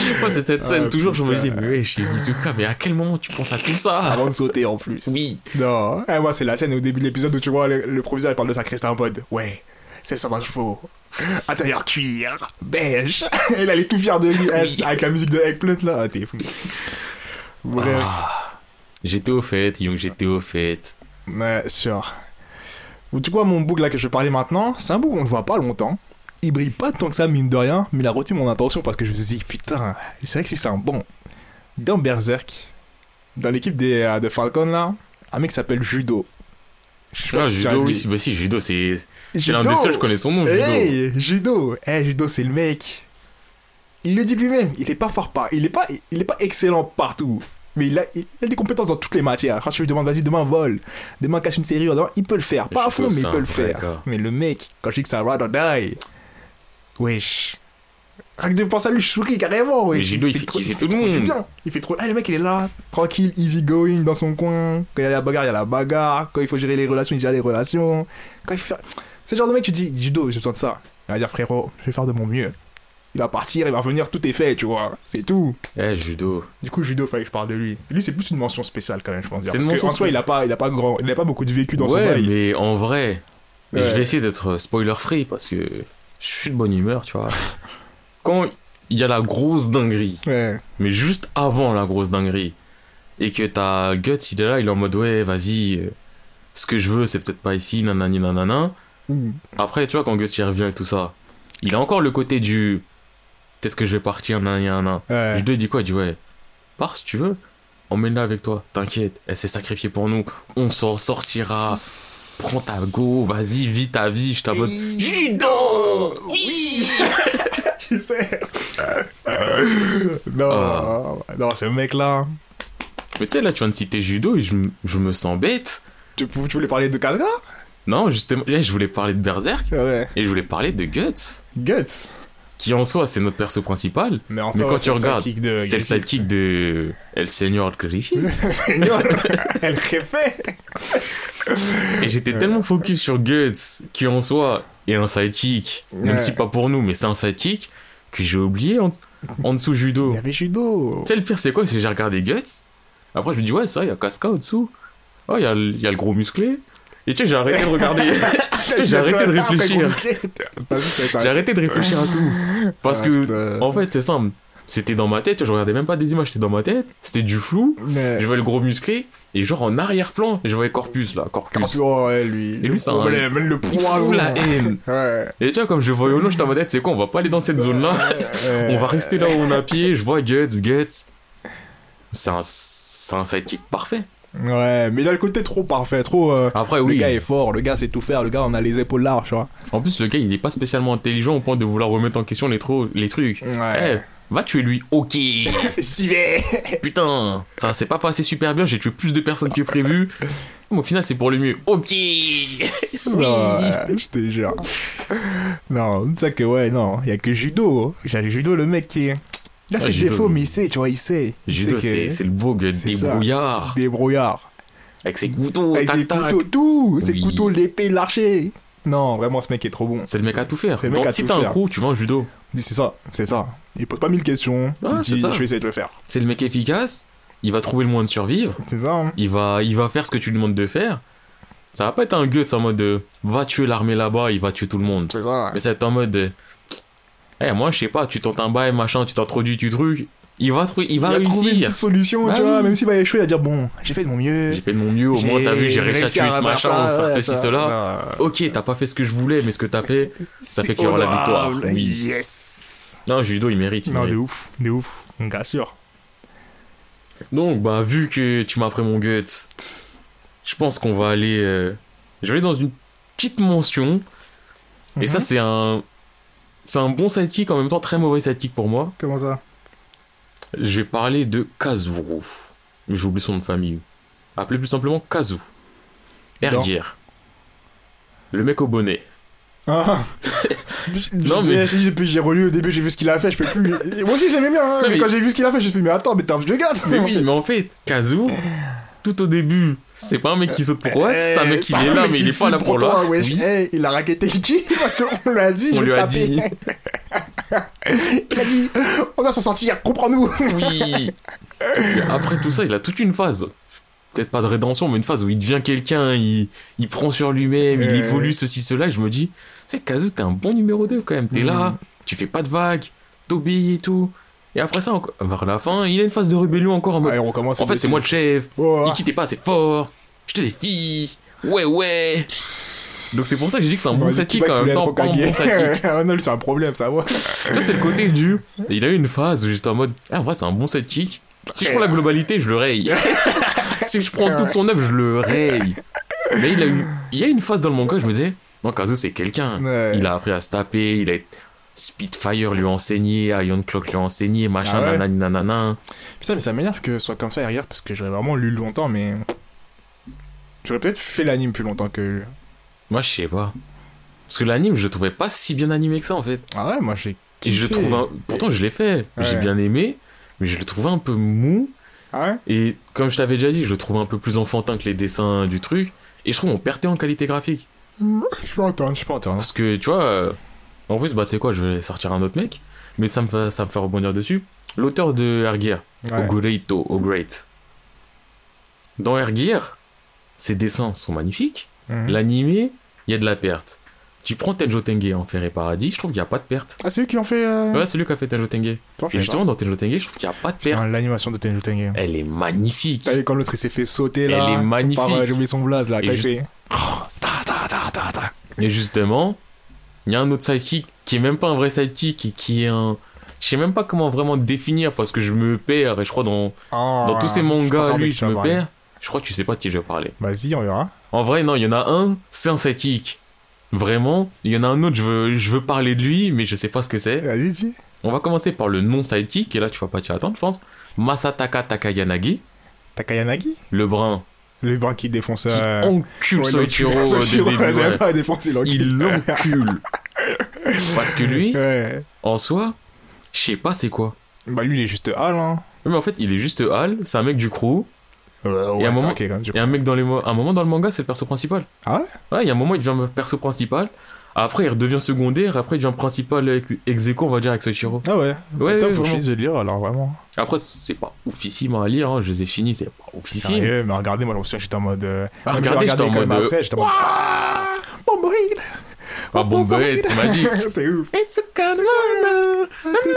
Moi, c'est cette scène, Ah, toujours, je me dis, putain. mais ouais, chez Izuka, mais à quel moment tu penses à tout ça? Avant de sauter en plus. Oui. Non, eh, moi c'est la scène au début de l'épisode où tu vois le, le proviseur il parle de sa cresta en mode ouais, c'est ça va chevaux, intérieur cuir, beige. Et là il est tout fier de lui Oui. avec la musique de Eggplant là, ah, t'es fou. Bref, Ah, j'étais au fait, Young, j'étais au fait. ouais, sûr. Tu vois mon bouc là que je parlais maintenant, c'est un bouc qu'on ne voit pas longtemps. Il brille pas tant que ça mine de rien, mais il a retenu mon attention parce que je me suis dit putain, c'est vrai que lui, c'est un bon. Dans Berserk, dans l'équipe des euh, de Falcon là, un mec s'appelle Judo. Je sais pas Ah, si tu as Judo, vu. oui, bah si, Judo, c'est c'est Judo. l'un des seuls, je connais son nom, Judo. Hey, Judo. Eh, Judo, c'est le mec. Il le dit lui-même. Il est pas fort par. Il est pas. Il est pas excellent partout. Mais il a, il a des compétences dans toutes les matières. Quand tu lui demandes, vas-y, demain vole, demain cache une série, demain, il peut le faire. Pas à Judo, fond, mais c'est il un peut le vrai faire. gars. Mais le mec, quand je dis que c'est un ride or die, wesh. Rien que de penser à lui, je souris carrément, wesh. Mais Judo, il fait trop- kiffer tout le trop du monde. bien. Il fait trop. Ah, le mec, il est là, tranquille, easy going dans son coin. Quand il y a la bagarre, il y a la bagarre. Quand il faut gérer les relations, il gère les relations. Quand il faut faire. C'est le genre de mec, tu dis, Judo, j'ai besoin de ça. Il va dire, frérot, je vais faire de mon mieux. Il va partir, il va revenir, tout est fait, tu vois. C'est tout. Eh, Judo. Du coup, Judo, fallait que je parle de lui. Lui, c'est plus une mention spéciale quand même, je pense dire. C'est Parce une qu'en mention soi, il a pas, il a pas grand, il a pas beaucoup de vécu dans son Ouais, bail. mais en vrai, et je Ouais. vais essayer d'être spoiler free parce que je suis de bonne humeur, tu vois. Quand il y a la grosse dinguerie, Ouais. mais juste avant la grosse dinguerie, et que t'as Guts, il est là, il est en mode ouais, vas-y, euh, ce que je veux, c'est peut-être pas ici, nanani nanana. Mm. Après, tu vois, quand Guts y revient et tout ça, il a encore le côté du peut-être que je vais partir, nanani nanana. Ouais. Judo, il dit quoi? Il dit ouais, pars si tu veux, emmène-la avec toi, t'inquiète, elle s'est sacrifiée pour nous, on s'en sortira. Prends ta go, vas-y, vis ta vie, je t'abonne. Judo. Oui. Tu sais. non, Ah. non, ce mec-là. Mais tu sais, là, tu viens de citer Judo et je, m- je me sens bête. Tu, tu voulais parler de Kazga? Non, justement, là, je voulais parler de Berserk Ouais. et je voulais parler de Guts, Guts. qui en soi, c'est notre perso principal. Mais, en Mais soi, quand c'est tu le regardes, sidekick de c'est le Griffith. sidekick de El Señor Griffith. Seigneur, elle refait. Et j'étais tellement focus sur Guts, qui en soi est un sidekick, même Ouais. si pas pour nous, mais c'est un sidekick, que j'ai oublié en, en dessous Judo. Il y avait Judo. Tu sais, le pire, c'est quoi? C'est que j'ai regardé Guts. Après, je me dis, ouais, c'est vrai, il y a Casca au-dessous. Oh, il y, a le- il y a le gros musclé. Et tu sais, j'ai arrêté de regarder. Tu sais, j'ai arrêté de réfléchir. J'ai arrêté de réfléchir à tout. Parce Ah, que, putain. en fait, c'est simple. C'était dans ma tête, tu vois, je regardais même pas des images, c'était dans ma tête. C'était du flou. Mais... Je voyais le gros musclé. Et genre, en arrière-plan, je voyais Corpus, là. Corpus. Oh, ouais, lui. Et lui, c'est Oh, un- mais même le Il poids. fout la haine. Ouais. Et tu vois, comme je voyais au loin, j'étais en mode, c'est quoi, on va pas aller dans cette zone-là. On va rester là où on est à pied. Je vois Guts, Guts. C'est un, c'est un sidekick parfait. Ouais, mais il a le côté trop parfait, trop. euh, Après, Le oui. gars est fort, le gars sait tout faire, le gars on a les épaules larges, tu vois. En plus, le gars, il est pas spécialement intelligent au point de vouloir remettre en question les, tro- les trucs. Ouais. Eh, va tuer lui. Ok. J'y vais. Putain, ça s'est pas passé super bien. J'ai tué plus de personnes que prévu. Mais au final, c'est pour le mieux. Ok. Oui. Non, ouais, je te jure. Non, tu sais que ouais, non, il y a que Judo. J'ai Judo, le mec qui. Il a Ah, ses Judo, défauts, oui. mais il sait, tu vois, il sait. Il Judo, sait que- c'est c'est le beau gars c'est ça. débrouillard. Débrouillard. Avec ses couteaux, Avec ses tac tac. couteaux, tout. Ses Oui. couteaux, l'épée, l'archer. Non, vraiment, ce mec est trop bon. C'est le mec à tout faire. C'est le mec Donc, à si tout t'as un faire. crew, tu vas en judo. Il dit, c'est ça, c'est ça. Il pose pas mille questions. Ah, il c'est dit, ça. je vais essayer de le faire. C'est le mec efficace. Il va trouver le moyen de survivre. C'est ça, hein. Il va, il va faire ce que tu lui demandes de faire. Ça va pas être un guts en mode de, va tuer l'armée là-bas, il va tuer tout le monde. C'est ça. Mais ça va être en mode de, eh, moi, je sais pas, tu tentes un bail, machin, tu t'introduis du truc. Il va, trouver, il va il a trouvé une réussir. petite solution, Bah tu vois. oui. Même s'il va échouer, il va dire, bon, j'ai fait de mon mieux. J'ai fait de mon mieux, au moins, t'as vu, j'ai réussi à tuer ce rabattre machin, ça, faire ouais, ceci, ça. cela. Non. Ok, t'as pas fait ce que je voulais, mais ce que t'as fait, ça C'est fait qu'il y aura la victoire. honorable. Oui. Yes. Non, Judo, il mérite. il Non, mérite. de ouf, de ouf. On assure. Donc, bah, vu que tu m'as pris mon guts, je pense qu'on va aller. euh, Je vais aller dans une petite mention. Et ça, c'est un. C'est un bon sidekick, en même temps très mauvais sidekick pour moi. Comment ça? Je vais parler de Kazuro. J'ai oublié son nom de famille. Appelé plus simplement Kazu. Ergir. Le mec au bonnet. Ah. Non, Je- mais- je- Depuis j'ai relu au début, j'ai vu ce qu'il a fait, je peux plus. Moi aussi j'aimais bien, hein, Non, mais mais- quand j'ai vu ce qu'il a fait, j'ai fait mais attends, mais t'es un vieux gars. Mais en oui, fait. mais en fait, Kazu, tout au début, c'est pas un mec qui saute pour Watt, c'est un mec qui Eh, est là, mec mais qui il est pas fout là pour toi, là. wesh. Oui. Eh, il a raquetté qui? Parce qu'on lui a dit, On je lui vais a taper. dit. Il a dit, on va s'en sortir, comprends-nous. Oui. Et après tout ça, il a toute une phase. Peut-être pas de rédemption, mais une phase où il devient quelqu'un, il, il prend sur lui-même, il Euh. évolue, ceci, cela. Et je me dis, tu sais, Kazu, t'es un bon numéro deux quand même. T'es Mhm. là, tu fais pas de vagues, t'obéis et tout. Et après ça, encore- vers la fin, il a une phase de rébellion encore en mode. Ouais, on recommence. En fait, c'est moi le chef. Oh, Iki, t'es pas assez fort. Je te défie. Ouais, ouais. Donc c'est pour ça que j'ai dit que c'est un bon sidekick en même temps, pas un bon sidekick. Ah non, lui, c'est un problème, ça va. Ça, c'est le côté du. Il a eu une phase où j'étais en mode. Ah, en vrai, c'est un bon sidekick. Si je prends la globalité, je le raye. Si je prends toute son œuvre, je le raye. Mais il a eu. Il y a une phase dans le manga, je me disais. Non, Kazu, c'est quelqu'un. Ouais. Il a appris à se taper, il a. Spitfire lui a enseigné, Iron Clock lui a enseigné, machin, Ah ouais nanani, nanana. Putain, mais ça m'énerve que ce soit comme ça derrière parce que j'aurais vraiment lu longtemps, mais. J'aurais peut-être fait l'anime plus longtemps que. Moi, je sais pas. Parce que l'anime, je le trouvais pas si bien animé que ça, en fait. Ah ouais, moi j'ai. Et je le kiffé. trouve un... Pourtant, je l'ai fait. J'ai Ouais. bien aimé, mais je le trouvais un peu mou. Ah ouais Et comme je t'avais déjà dit, je le trouvais un peu plus enfantin que les dessins du truc. Et je trouve qu'on perdait en qualité graphique. Je peux entendre, je peux entendre. Parce que, tu vois, euh, en plus, bah, tu sais quoi, je vais sortir un autre mec, mais ça me fait, ça me fait rebondir dessus. L'auteur de Air Gear, Ouais. Ogureito, Great. Dans Air Gear, ses dessins sont magnifiques. Mhm. L'animé, il y a de la perte. Tu prends Tenjo Tenge en Fer et Paradis, je trouve qu'il n'y a pas de perte. Ah, c'est eux qui l'ont fait. Euh... Ouais, c'est lui qui a fait Tenjo Tenge. Attends, je Et savais justement, dans Tenjo Tenge, je trouve qu'il n'y a pas de pas. perte. Putain, l'animation de Tenjo Tenge. Elle est magnifique. T'as vu quand l'autre il s'est fait sauter là. Elle est magnifique. Par, euh, j'ai oublié son blaze là, Et quand il juste- fait. Oh, ta ta ta ta ta. Et justement, il y a un autre sidekick qui est même pas un vrai sidekick et qui est un. Je sais même pas comment vraiment le définir parce que je me perds et je crois dans, Oh, dans tous ces je pense mangas, savoir de lui, qui je tu vas me parler. perds. Je crois que tu sais pas de qui je vais parler. Vas-y, on verra. En vrai, non, il y en a un, c'est un sidekick. Vraiment. Il y en a un autre, je veux, je veux parler de lui, mais je sais pas ce que c'est. Vas-y, dis. On va commencer par le non-sidekick, et là, tu vas pas t'y attendre, je pense. Masataka Takayanagi, Takayanagi le brun, Le bras qui défonce. qui euh, encule ouais, Soichiro l'encule. au Soichiro, début. ouais, c'est ouais. même pas défoncé, l'encule. Il l'encule. Parce que lui, Ouais. en soi, je sais pas c'est quoi. Bah, lui, il est juste Hal, hein. Mais en fait, il est juste Hal, c'est un mec du crew, Euh, ouais, Et à un c'est moment- ok, quand même. je et un mec dans les mo- un moment dans le manga, c'est le perso principal. Ah ouais Ouais, il y a un moment, il devient le perso principal. Après, il redevient secondaire. Après, il devient principal ex ex aequo, on va dire, avec Soichiro. Ah ouais. Ouais, Putain, ouais, faut que je vraiment. finisse de lire, alors vraiment. Après, c'est pas oufissime à lire, hein. Je les ai finis, c'est pas oufissime. Sérieux, mais regardez, moi, je me souviens, j'étais en mode. euh, Ah, même regardez, j'ai j'étais en quand même mode, Après, j'étais en mode. Ah Bomboid Ah, Bomboid, c'est magique. C'est ouf. It's a kind of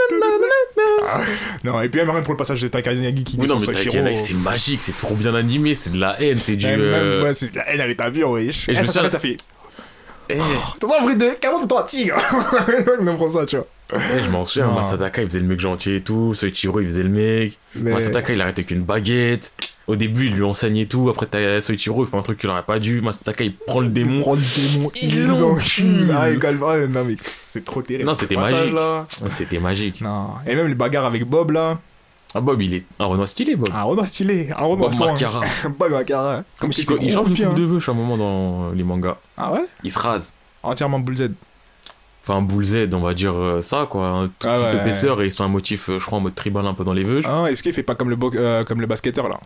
honor. Non, et puis même rien pour le passage de Takayanagi qui Oui, non, mais défonce Soichiro. Takayanagi, c'est magique, c'est trop bien animé, c'est de la haine, c'est du. Eh, euh, Même, ouais, c'est la haine, elle est à vue, wesh. Et Eh, je me ça souviens- s'arrête, ça fait. eh, T'entends un vrai de. Carrément, t'entends un tigre. Non, prends ça, tu vois. eh, je m'en souviens, Non. Masataka, il faisait le mec gentil et tout. Soichiro, il faisait le mec. Mais- Masataka, il arrêtait qu'une baguette. Au début, il lui enseignait tout. Après, t'as Soichiro, il fait un truc qu'il aurait pas dû. Masataka, il prend le Il démon. prend le démon, Il il l'encule. l'encule. Ah, également, ah, non, mais c'est trop terrible. Non, ce c'était passage, magique. là. C'était magique. Non. Et même les bagarres avec Bob, là. Ah, Bob, il est un Renoir stylé, Bob. Un Renoir stylé. Un Renoir Bob soin. Marcara. Bob Marcara. Comme si si il change de coupe de veuche à un moment dans les mangas. Ah ouais Il se rase. Entièrement Bull Z. Enfin, Bull Z, on va dire euh, ça, quoi. Un tout Ah petit ouais. épaisseur et ils sont un motif, euh, je crois, en mode tribal un peu dans les veuches. Ah, est-ce qu'il fait pas comme le, bo- euh, comme le basketteur, là?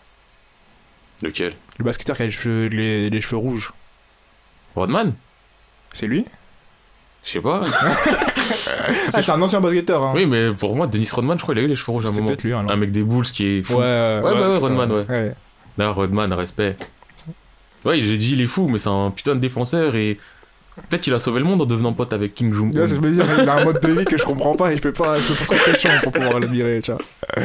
Lequel Le basketteur qui a les cheveux, les, les cheveux rouges. Rodman C'est lui? Je sais pas. Ah, c'est un ancien basketteur, hein. Oui, mais pour moi, Dennis Rodman, je crois, il a eu les cheveux rouges à un C'est moment. peut-être lui, alors. Un mec des Bulls qui est fou. Ouais, ouais, ouais, ouais, c'est ça. Rodman, ouais. ouais. Là, Rodman, respect. Ouais, j'ai dit, il est fou, mais c'est un putain de défenseur et. Peut-être il a sauvé le monde en devenant pote avec King Jong. Ouais, ça, je me dis, il a un mode de vie que je comprends pas et je peux pas, je peux pas se question pour pouvoir l'admirer, tu vois.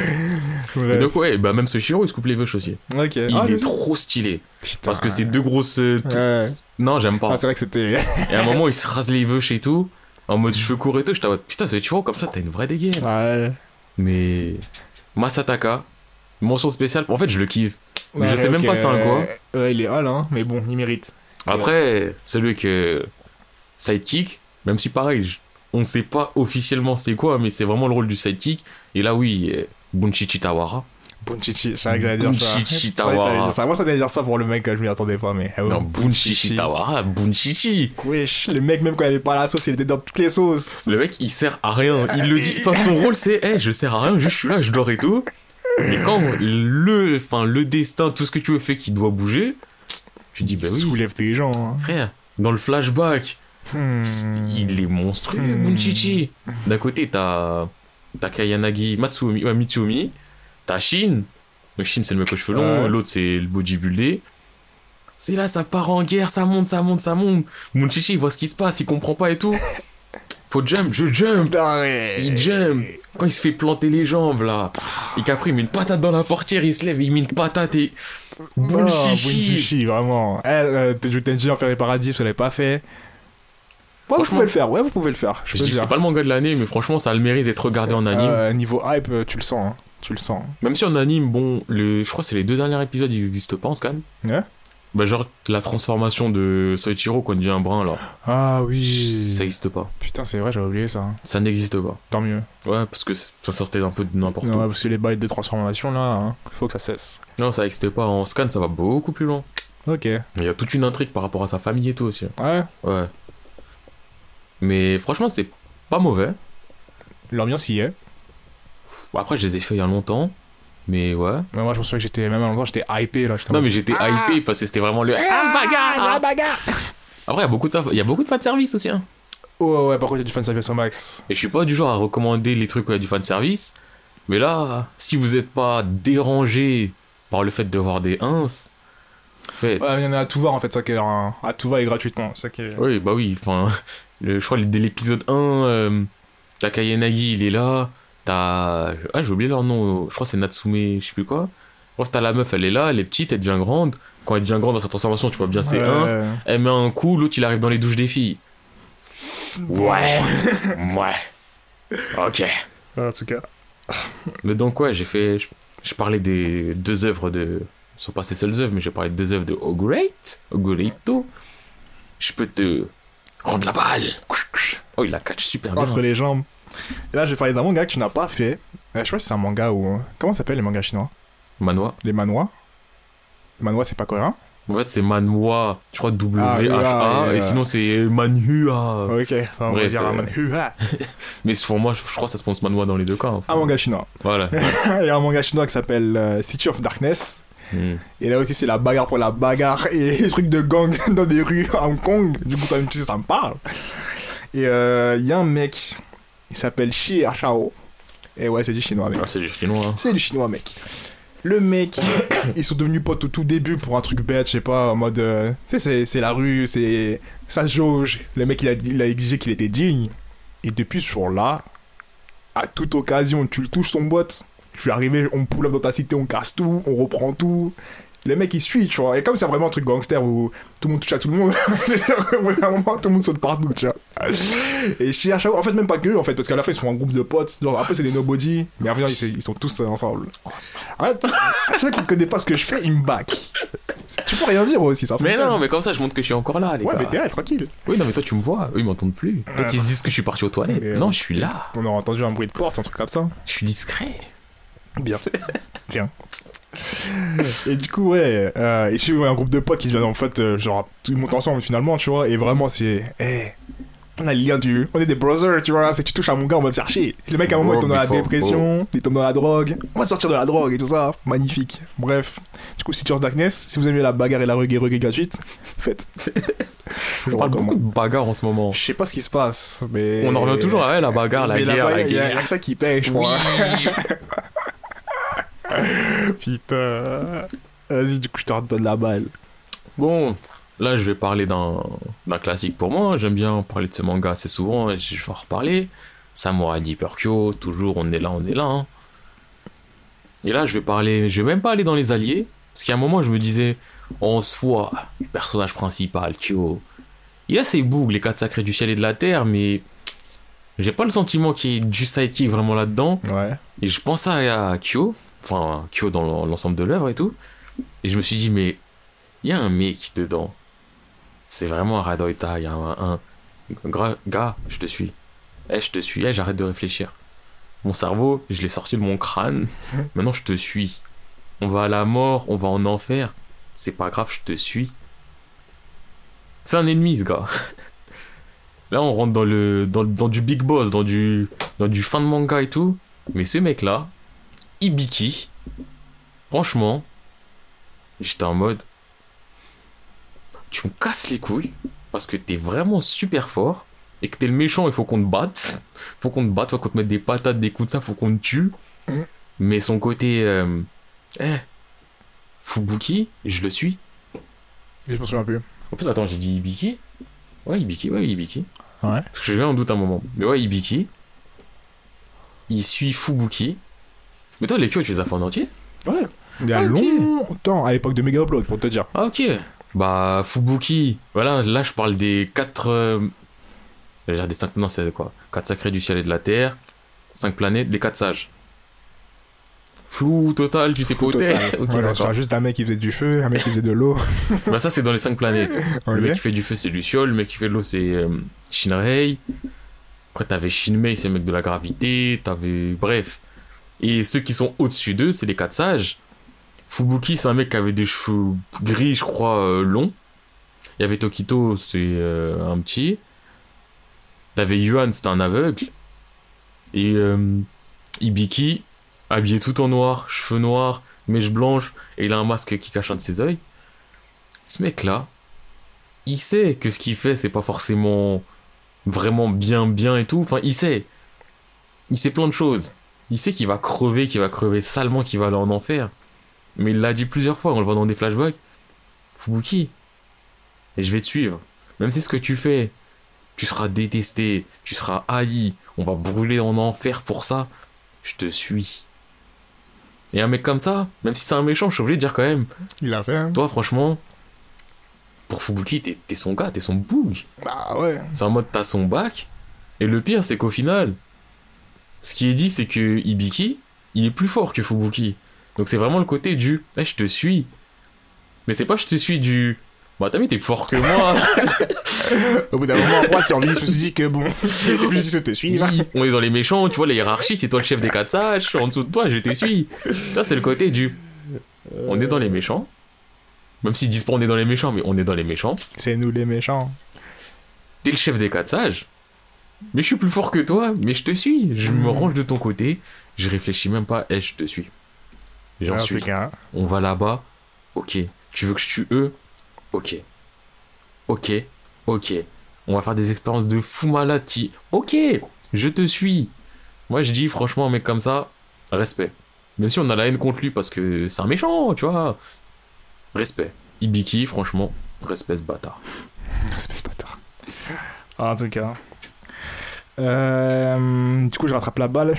Et Ouais. donc, ouais, bah même ce Shiro, il se coupe les veuches aussi. Ok. Il Ah, est je- trop stylé. Putain. Parce que c'est deux grosses. euh, tout- Ouais. Non, j'aime pas. Ah, c'est vrai que c'était. Et à un moment, il se rase les veuches et tout. En mode cheveux courts et tout. J'étais en mode putain, ce Shiro, comme ça, t'as une vraie dégaine. Ouais. Mais. Masataka, mention spéciale. En fait, je le kiffe. Mais je Ouais, sais même ok. pas c'est un quoi. Ouais, il est hall, hein, mais bon, il mérite. Après, celui que. Sidekick, même si pareil, je- on sait pas officiellement c'est quoi, mais c'est vraiment le rôle du sidekick. Et là, oui, euh, Bunchichi Tawara. Bunchichi, c'est vrai que j'allais dire ça. Bunchichi C'est vrai que t'allais Tawara. dire ça. Moi, je t'allais dire ça pour le mec, je m'y attendais pas, mais. ah ouais, Non, Bunchichi Tawara, Bunchichi. Wesh, le mec, même quand il avait pas la sauce, il était dans toutes les sauces. Le mec, il sert à rien. Il le dit. Enfin, son rôle, c'est, hey, je sers à rien, juste je suis là, je dors et tout. Mais quand le, enfin, le destin, tout ce que tu veux fait qui doit bouger, tu dis, bah oui, Soulève des gens. Hein. frère, dans le flashback, Hmm. Il est monstrueux, Hmm. Bunchichi. D'un côté, t'as, t'as Kayanagi, Matsumi, ouais, Mitsumi, t'as Shin. Le Shin, c'est le mec aux cheveux longs, Ouais. l'autre, c'est le bodybuildé. C'est là, ça part en guerre, ça monte, ça monte, ça monte. Bunchichi, il voit ce qui se passe, il comprend pas et tout. Faut jump, je jump. Non, mais- Il jump. Quand il se fait planter les jambes, là. Et qu'après, il met une patate dans la portière, il se lève, il met une patate et. Non, Bunchichi. Bunchichi, vraiment. Eh, euh, Teju Tenji en Fairy Paradis, vous l'avez pas fait. Ouais, vous Franchement- pouvez le faire, ouais, vous pouvez le faire. Je, Je peux dis le que c'est dire. pas le manga de l'année, mais franchement, ça a le mérite d'être regardé en anime. Euh, niveau hype, euh, tu le sens, hein. Tu le sens. Même si en anime, bon, le, je crois que c'est les deux derniers épisodes, ils existent pas en scan. Ouais. Bah, genre, la transformation de Soichiro quand il devient brun, là. Ah oui. Ça n'existe pas. Putain, c'est vrai, j'avais oublié ça. Ça n'existe pas. Tant mieux. Ouais, parce que ça sortait un peu de n'importe Ouais, où. parce que les bails de transformation là, hein, faut que ça cesse. Non, ça n'existait pas. En scan, ça va beaucoup plus loin. Ok. Il y a toute une intrigue par rapport à sa famille et tout aussi. Ouais. Ouais. Mais franchement, c'est pas mauvais. L'ambiance y est. Après, je les ai fait il y a longtemps. Mais ouais. Mais moi, je me souviens que j'étais, même à longtemps, j'étais hypé là. Non, mais j'étais hypé parce que c'était vraiment le. Ah, bagarre la bagarre. Après, il y a beaucoup de, il y a beaucoup de fanservice aussi. Hein. Oh ouais, par contre, il y a du fanservice au max. Et je suis pas du genre à recommander les trucs où il y a du fanservice. Mais là, si vous êtes pas dérangé par le fait de voir des ins, faites. Ouais, il y en a à tout voir en fait, ça qui est un... à tout voir et gratuitement. Ça qui est... Oui, bah oui, enfin, le- je crois que dès l'épisode un, euh, t'as Kayanagi, il est là, t'as... Ah, j'ai oublié leur nom, je crois que c'est Natsume, je sais plus quoi. Bref, t'as la meuf, elle est là, elle est petite, elle devient grande. Quand elle devient grande dans sa transformation, tu vois bien ses ins. Ouais. Elle met un coup, l'autre il arrive dans les douches des filles. Ouais, ouais, ok. En tout cas. Mais donc, ouais, j'ai fait... Je, je parlais des deux œuvres de... Ce sont pas ses seules œuvres, mais j'ai parlé de deux œuvres de Ogurate, Ogurito. Je peux te rendre la balle. Oh, il la catch super bien. Entre les jambes. Et là, je vais parler d'un manga que tu n'as pas fait. Euh, je sais pas si c'est un manga ou. Comment ça s'appelle les mangas chinois? Manhwa. Les manhwa. Les manhwa, c'est pas coréen? En fait, c'est Manhwa, je crois W Ah, oui, H A, ah, et oui, sinon c'est Manhua. Ok, enfin, on va Bref, dire un euh, manhwa. Mais pour moi, je, je crois que ça se prononce Manhwa dans les deux cas. Enfin. Un manga chinois. Voilà. Il y a un manga chinois qui s'appelle euh, City of Darkness. Hmm. Et là aussi, c'est la bagarre pour la bagarre et les trucs de gang dans des rues à Hong Kong. Du coup, toi-même, tu sais, ça me parle. Et euh, il y a un mec, il s'appelle Shi Chao. Et ouais, c'est du chinois, mec. Ah, c'est du chinois. Hein. C'est du chinois, mec. Le mec, ils sont devenus potes au tout début pour un truc bête, je sais pas, en mode. euh, tu sais, c'est- c'est la rue, c'est. Ça se jauge. Le mec, il a, il a exigé qu'il était digne. Et depuis ce jour-là, à toute occasion, tu le touches son boîte. Je suis arrivé, on pull up dans ta cité, on casse tout, on reprend tout. Le mec, il suit, tu vois. Et comme c'est vraiment un truc gangster où tout le monde touche à tout le monde, au bout d'un moment, tout le monde saute partout, tu vois. Et chez H A O, en fait, même pas que eux, en fait, parce qu'à la fin, ils sont un groupe de potes. Genre, après, c'est des nobody, mais à vrai dire, ils, ils sont tous euh, ensemble. En fait, à chaque fois qu'il ne connaît pas ce que je fais, il me back. Tu peux rien dire aussi, ça Mais fonctionne. non, mais comme ça, je montre que je suis encore là, les Ouais, gars. mais t'es là, tranquille. Oui, non, mais toi, tu me vois. Eux, ils m'entendent plus. Peut-être ils se disent que je suis parti aux toilettes. Mais, euh, Non, je suis là. On aurait entendu un bruit de porte, un truc comme ça. Je suis discret. Bien. Bien. Et du coup, ouais, euh, et je suis ouais, un groupe de potes qui viennent en fait, euh, genre, tout le monde ensemble finalement, tu vois, et vraiment, c'est. Eh, on a le lien du. On est des brothers, tu vois, c'est que tu touches à mon gars, on va te chercher. Le mec, à un moment, il tombe dans la Before, dépression, il tombe dans la drogue, on va te sortir de la drogue et tout ça, magnifique. Bref, du coup, City of Darkness, si vous aimez la bagarre et la reggae reggae gratuite, faites. On parle beaucoup de bagarre en ce moment. Je sais pas ce qui se passe, mais. On en revient toujours à elle, la bagarre, la Mais guerre, la bagarre, il y a- il y a guerre. que ça qui paye, je Oui. crois. Putain. Vas-y, du coup, je te redonne la balle. Bon, là, je vais parler d'un d'un classique pour moi. J'aime bien parler de ce manga assez souvent et je vais en reparler. Samurai Deeper Kyo, toujours, on est là, on est là. Hein. Et là, je vais parler. Je vais même pas aller dans les alliés. Parce qu'à un moment, je me disais, en soi, le personnage principal, Kyo, il a ses bougs, les quatre sacrés du ciel et de la terre, mais j'ai pas le sentiment qu'il y ait du sidekick vraiment là-dedans. Ouais. Et je pensais à Kyo, enfin Kyo dans l'ensemble de l'œuvre et tout, et je me suis dit, mais il y a un mec dedans. C'est vraiment un Radoita, il y a un, un... Gra- gars, je te suis. Eh, je te suis, eh, j'arrête de réfléchir. Mon cerveau, je l'ai sorti de mon crâne. Maintenant, je te suis. On va à la mort, on va en enfer. C'est pas grave, je te suis. C'est un ennemi, ce gars. Là, on rentre dans, le, dans, dans du big boss, dans du, dans du fin de manga et tout. Mais ce mec-là, Ibiki, franchement, j'étais en mode, tu me casses les couilles, parce que t'es vraiment super fort et que t'es le méchant, il faut qu'on te batte. Faut qu'on te batte, faut qu'on te mette des patates, des coups de ça, faut qu'on te tue. Mm. Mais son côté. Euh, eh, Fubuki, je le suis. Je me souviens plus. En plus, attends, j'ai dit Ibiki. Ouais, Ibiki, ouais, Ibiki. Ouais. Parce que je viens en doute un moment. Mais ouais, Ibiki. Il suit Fubuki. Mais toi, les Kyo, tu les as fait en entier? Ouais. Il y a Ah, ok. longtemps, à l'époque de Mega Upload, pour te dire. Ah, ok. Bah, Fubuki. Voilà, là, je parle des quatre. Euh... J'allais dire des cinq. Non, c'est quoi? Quatre sacrés du ciel et de la terre. Cinq planètes, les quatre sages. Flou total, tu sais pas où t'es. Total. Ok, Ouais, d'accord. genre juste un mec qui faisait du feu, un mec qui faisait de l'eau. Bah, ça, c'est dans les cinq planètes. Le Ok. mec qui fait du feu, c'est Luciole. Le mec qui fait de l'eau, c'est euh, Shinrei. Après, t'avais Shinmei, c'est le mec de la gravité. T'avais. Bref. Et ceux qui sont au-dessus d'eux, c'est les quatre sages. Fubuki, c'est un mec qui avait des cheveux gris, je crois, euh, longs. Il y avait Tokito, c'est euh, un petit. T'avais Yuan, c'était un aveugle. Et euh, Ibiki, habillé tout en noir, cheveux noirs, mèche blanche, et il a un masque qui cache un de ses yeux. Ce mec-là, il sait que ce qu'il fait, c'est pas forcément vraiment bien, bien et tout. Enfin, il sait. Il sait plein de choses. Il sait qu'il va crever, qu'il va crever salement, qu'il va aller en enfer. Mais il l'a dit plusieurs fois, on le voit dans des flashbacks. Fubuki, et je vais te suivre. Même si ce que tu fais, tu seras détesté, tu seras haï, on va brûler en enfer pour ça, je te suis. Et un mec comme ça, même si c'est un méchant, je suis obligé de dire quand même, Il a fait, hein. toi franchement, pour Fubuki, t'es, t'es son gars, t'es son boug. Bah ouais. C'est en mode t'as son bac. Et le pire, c'est qu'au final, ce qui est dit, c'est que Ibiki, il est plus fort que Fubuki. Donc c'est vraiment le côté du eh, je te suis. Mais c'est pas je te suis du bah t'as vu, t'es plus fort que moi. Au bout d'un moment, moi, sur envie, je me suis dit que bon, j'étais plus juste de te suivre. Oui, on est dans les méchants, tu vois, la hiérarchie, c'est toi le chef des quatre sages, je suis en dessous de toi, je te suis. Ça, c'est le côté du on est dans les méchants. Même s'ils disent pas on est dans les méchants, mais on est dans les méchants. C'est nous les méchants. T'es le chef des quatre sages. Mais je suis plus fort que toi, mais je te suis. Je me range de ton côté, je réfléchis même pas, et je te suis. J'en Ah, suis. c'est qu'un- On va là-bas. Ok. Tu veux que je tue eux? Ok. Ok. Ok. On va faire des expériences de fou malade qui... Ok. Je te suis. Moi, je dis, franchement, un mec comme ça, respect. Même si on a la haine contre lui parce que c'est un méchant, tu vois. Respect. Ibiki, franchement, respect ce bâtard. Espèce de bâtard. Ah, en tout cas. Euh, du coup, je rattrape la balle.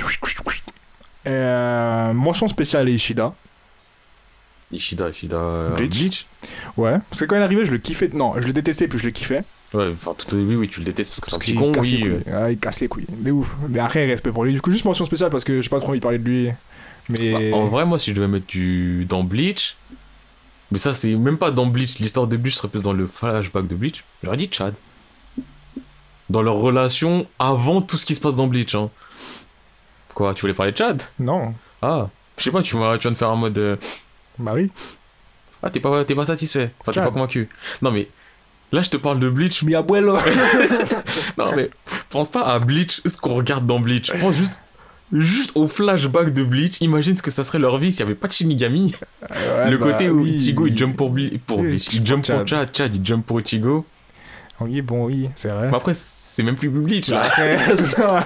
Euh, mention spéciale à Ishida. Ishida, Ishida... euh, Bleach. Bleach. Ouais. Parce que quand il est arrivé, je le kiffais. Non, je le détestais, puis je le kiffais. Ouais, enfin, tout au début, oui, tu le détestes parce que c'est un Parce petit qu'il con, casse les oui. couilles. euh. Ah, il casse les couilles. De ouf. Mais après, respect pour lui. Du coup, juste mention spéciale parce que j'ai pas trop envie de parler de lui. Mais. Bah, en vrai, moi, si je devais mettre du... dans Bleach... Mais ça, c'est même pas dans Bleach. L'histoire de Bleach serait plus dans le flashback de Bleach. J'aurais dit Chad. Dans leur relation avant tout ce qui se passe dans Bleach. Hein. Quoi, tu voulais parler de Chad? Non. Ah, je sais pas, tu vas, tu vas me faire un mode... euh, Bah oui. Ah, t'es pas, t'es pas satisfait. Enfin, t'es Chad. pas convaincu. Non, mais... Là, je te parle de Bleach. Mi abuelo. Non, mais... Pense pas à Bleach, ce qu'on regarde dans Bleach. Pense juste... Juste au flashback de Bleach, imagine ce que ça serait leur vie s'il n'y avait pas de Shinigami. Ouais, le bah côté où oui, Ichigo oui. il jump pour, Ble- pour Oui, Bleach, il il jump pour pour Chad, Chad il jump pour Ichigo. Oui, bon, oui, c'est vrai. Mais après, c'est même plus Bleach là. Après, c'est ça.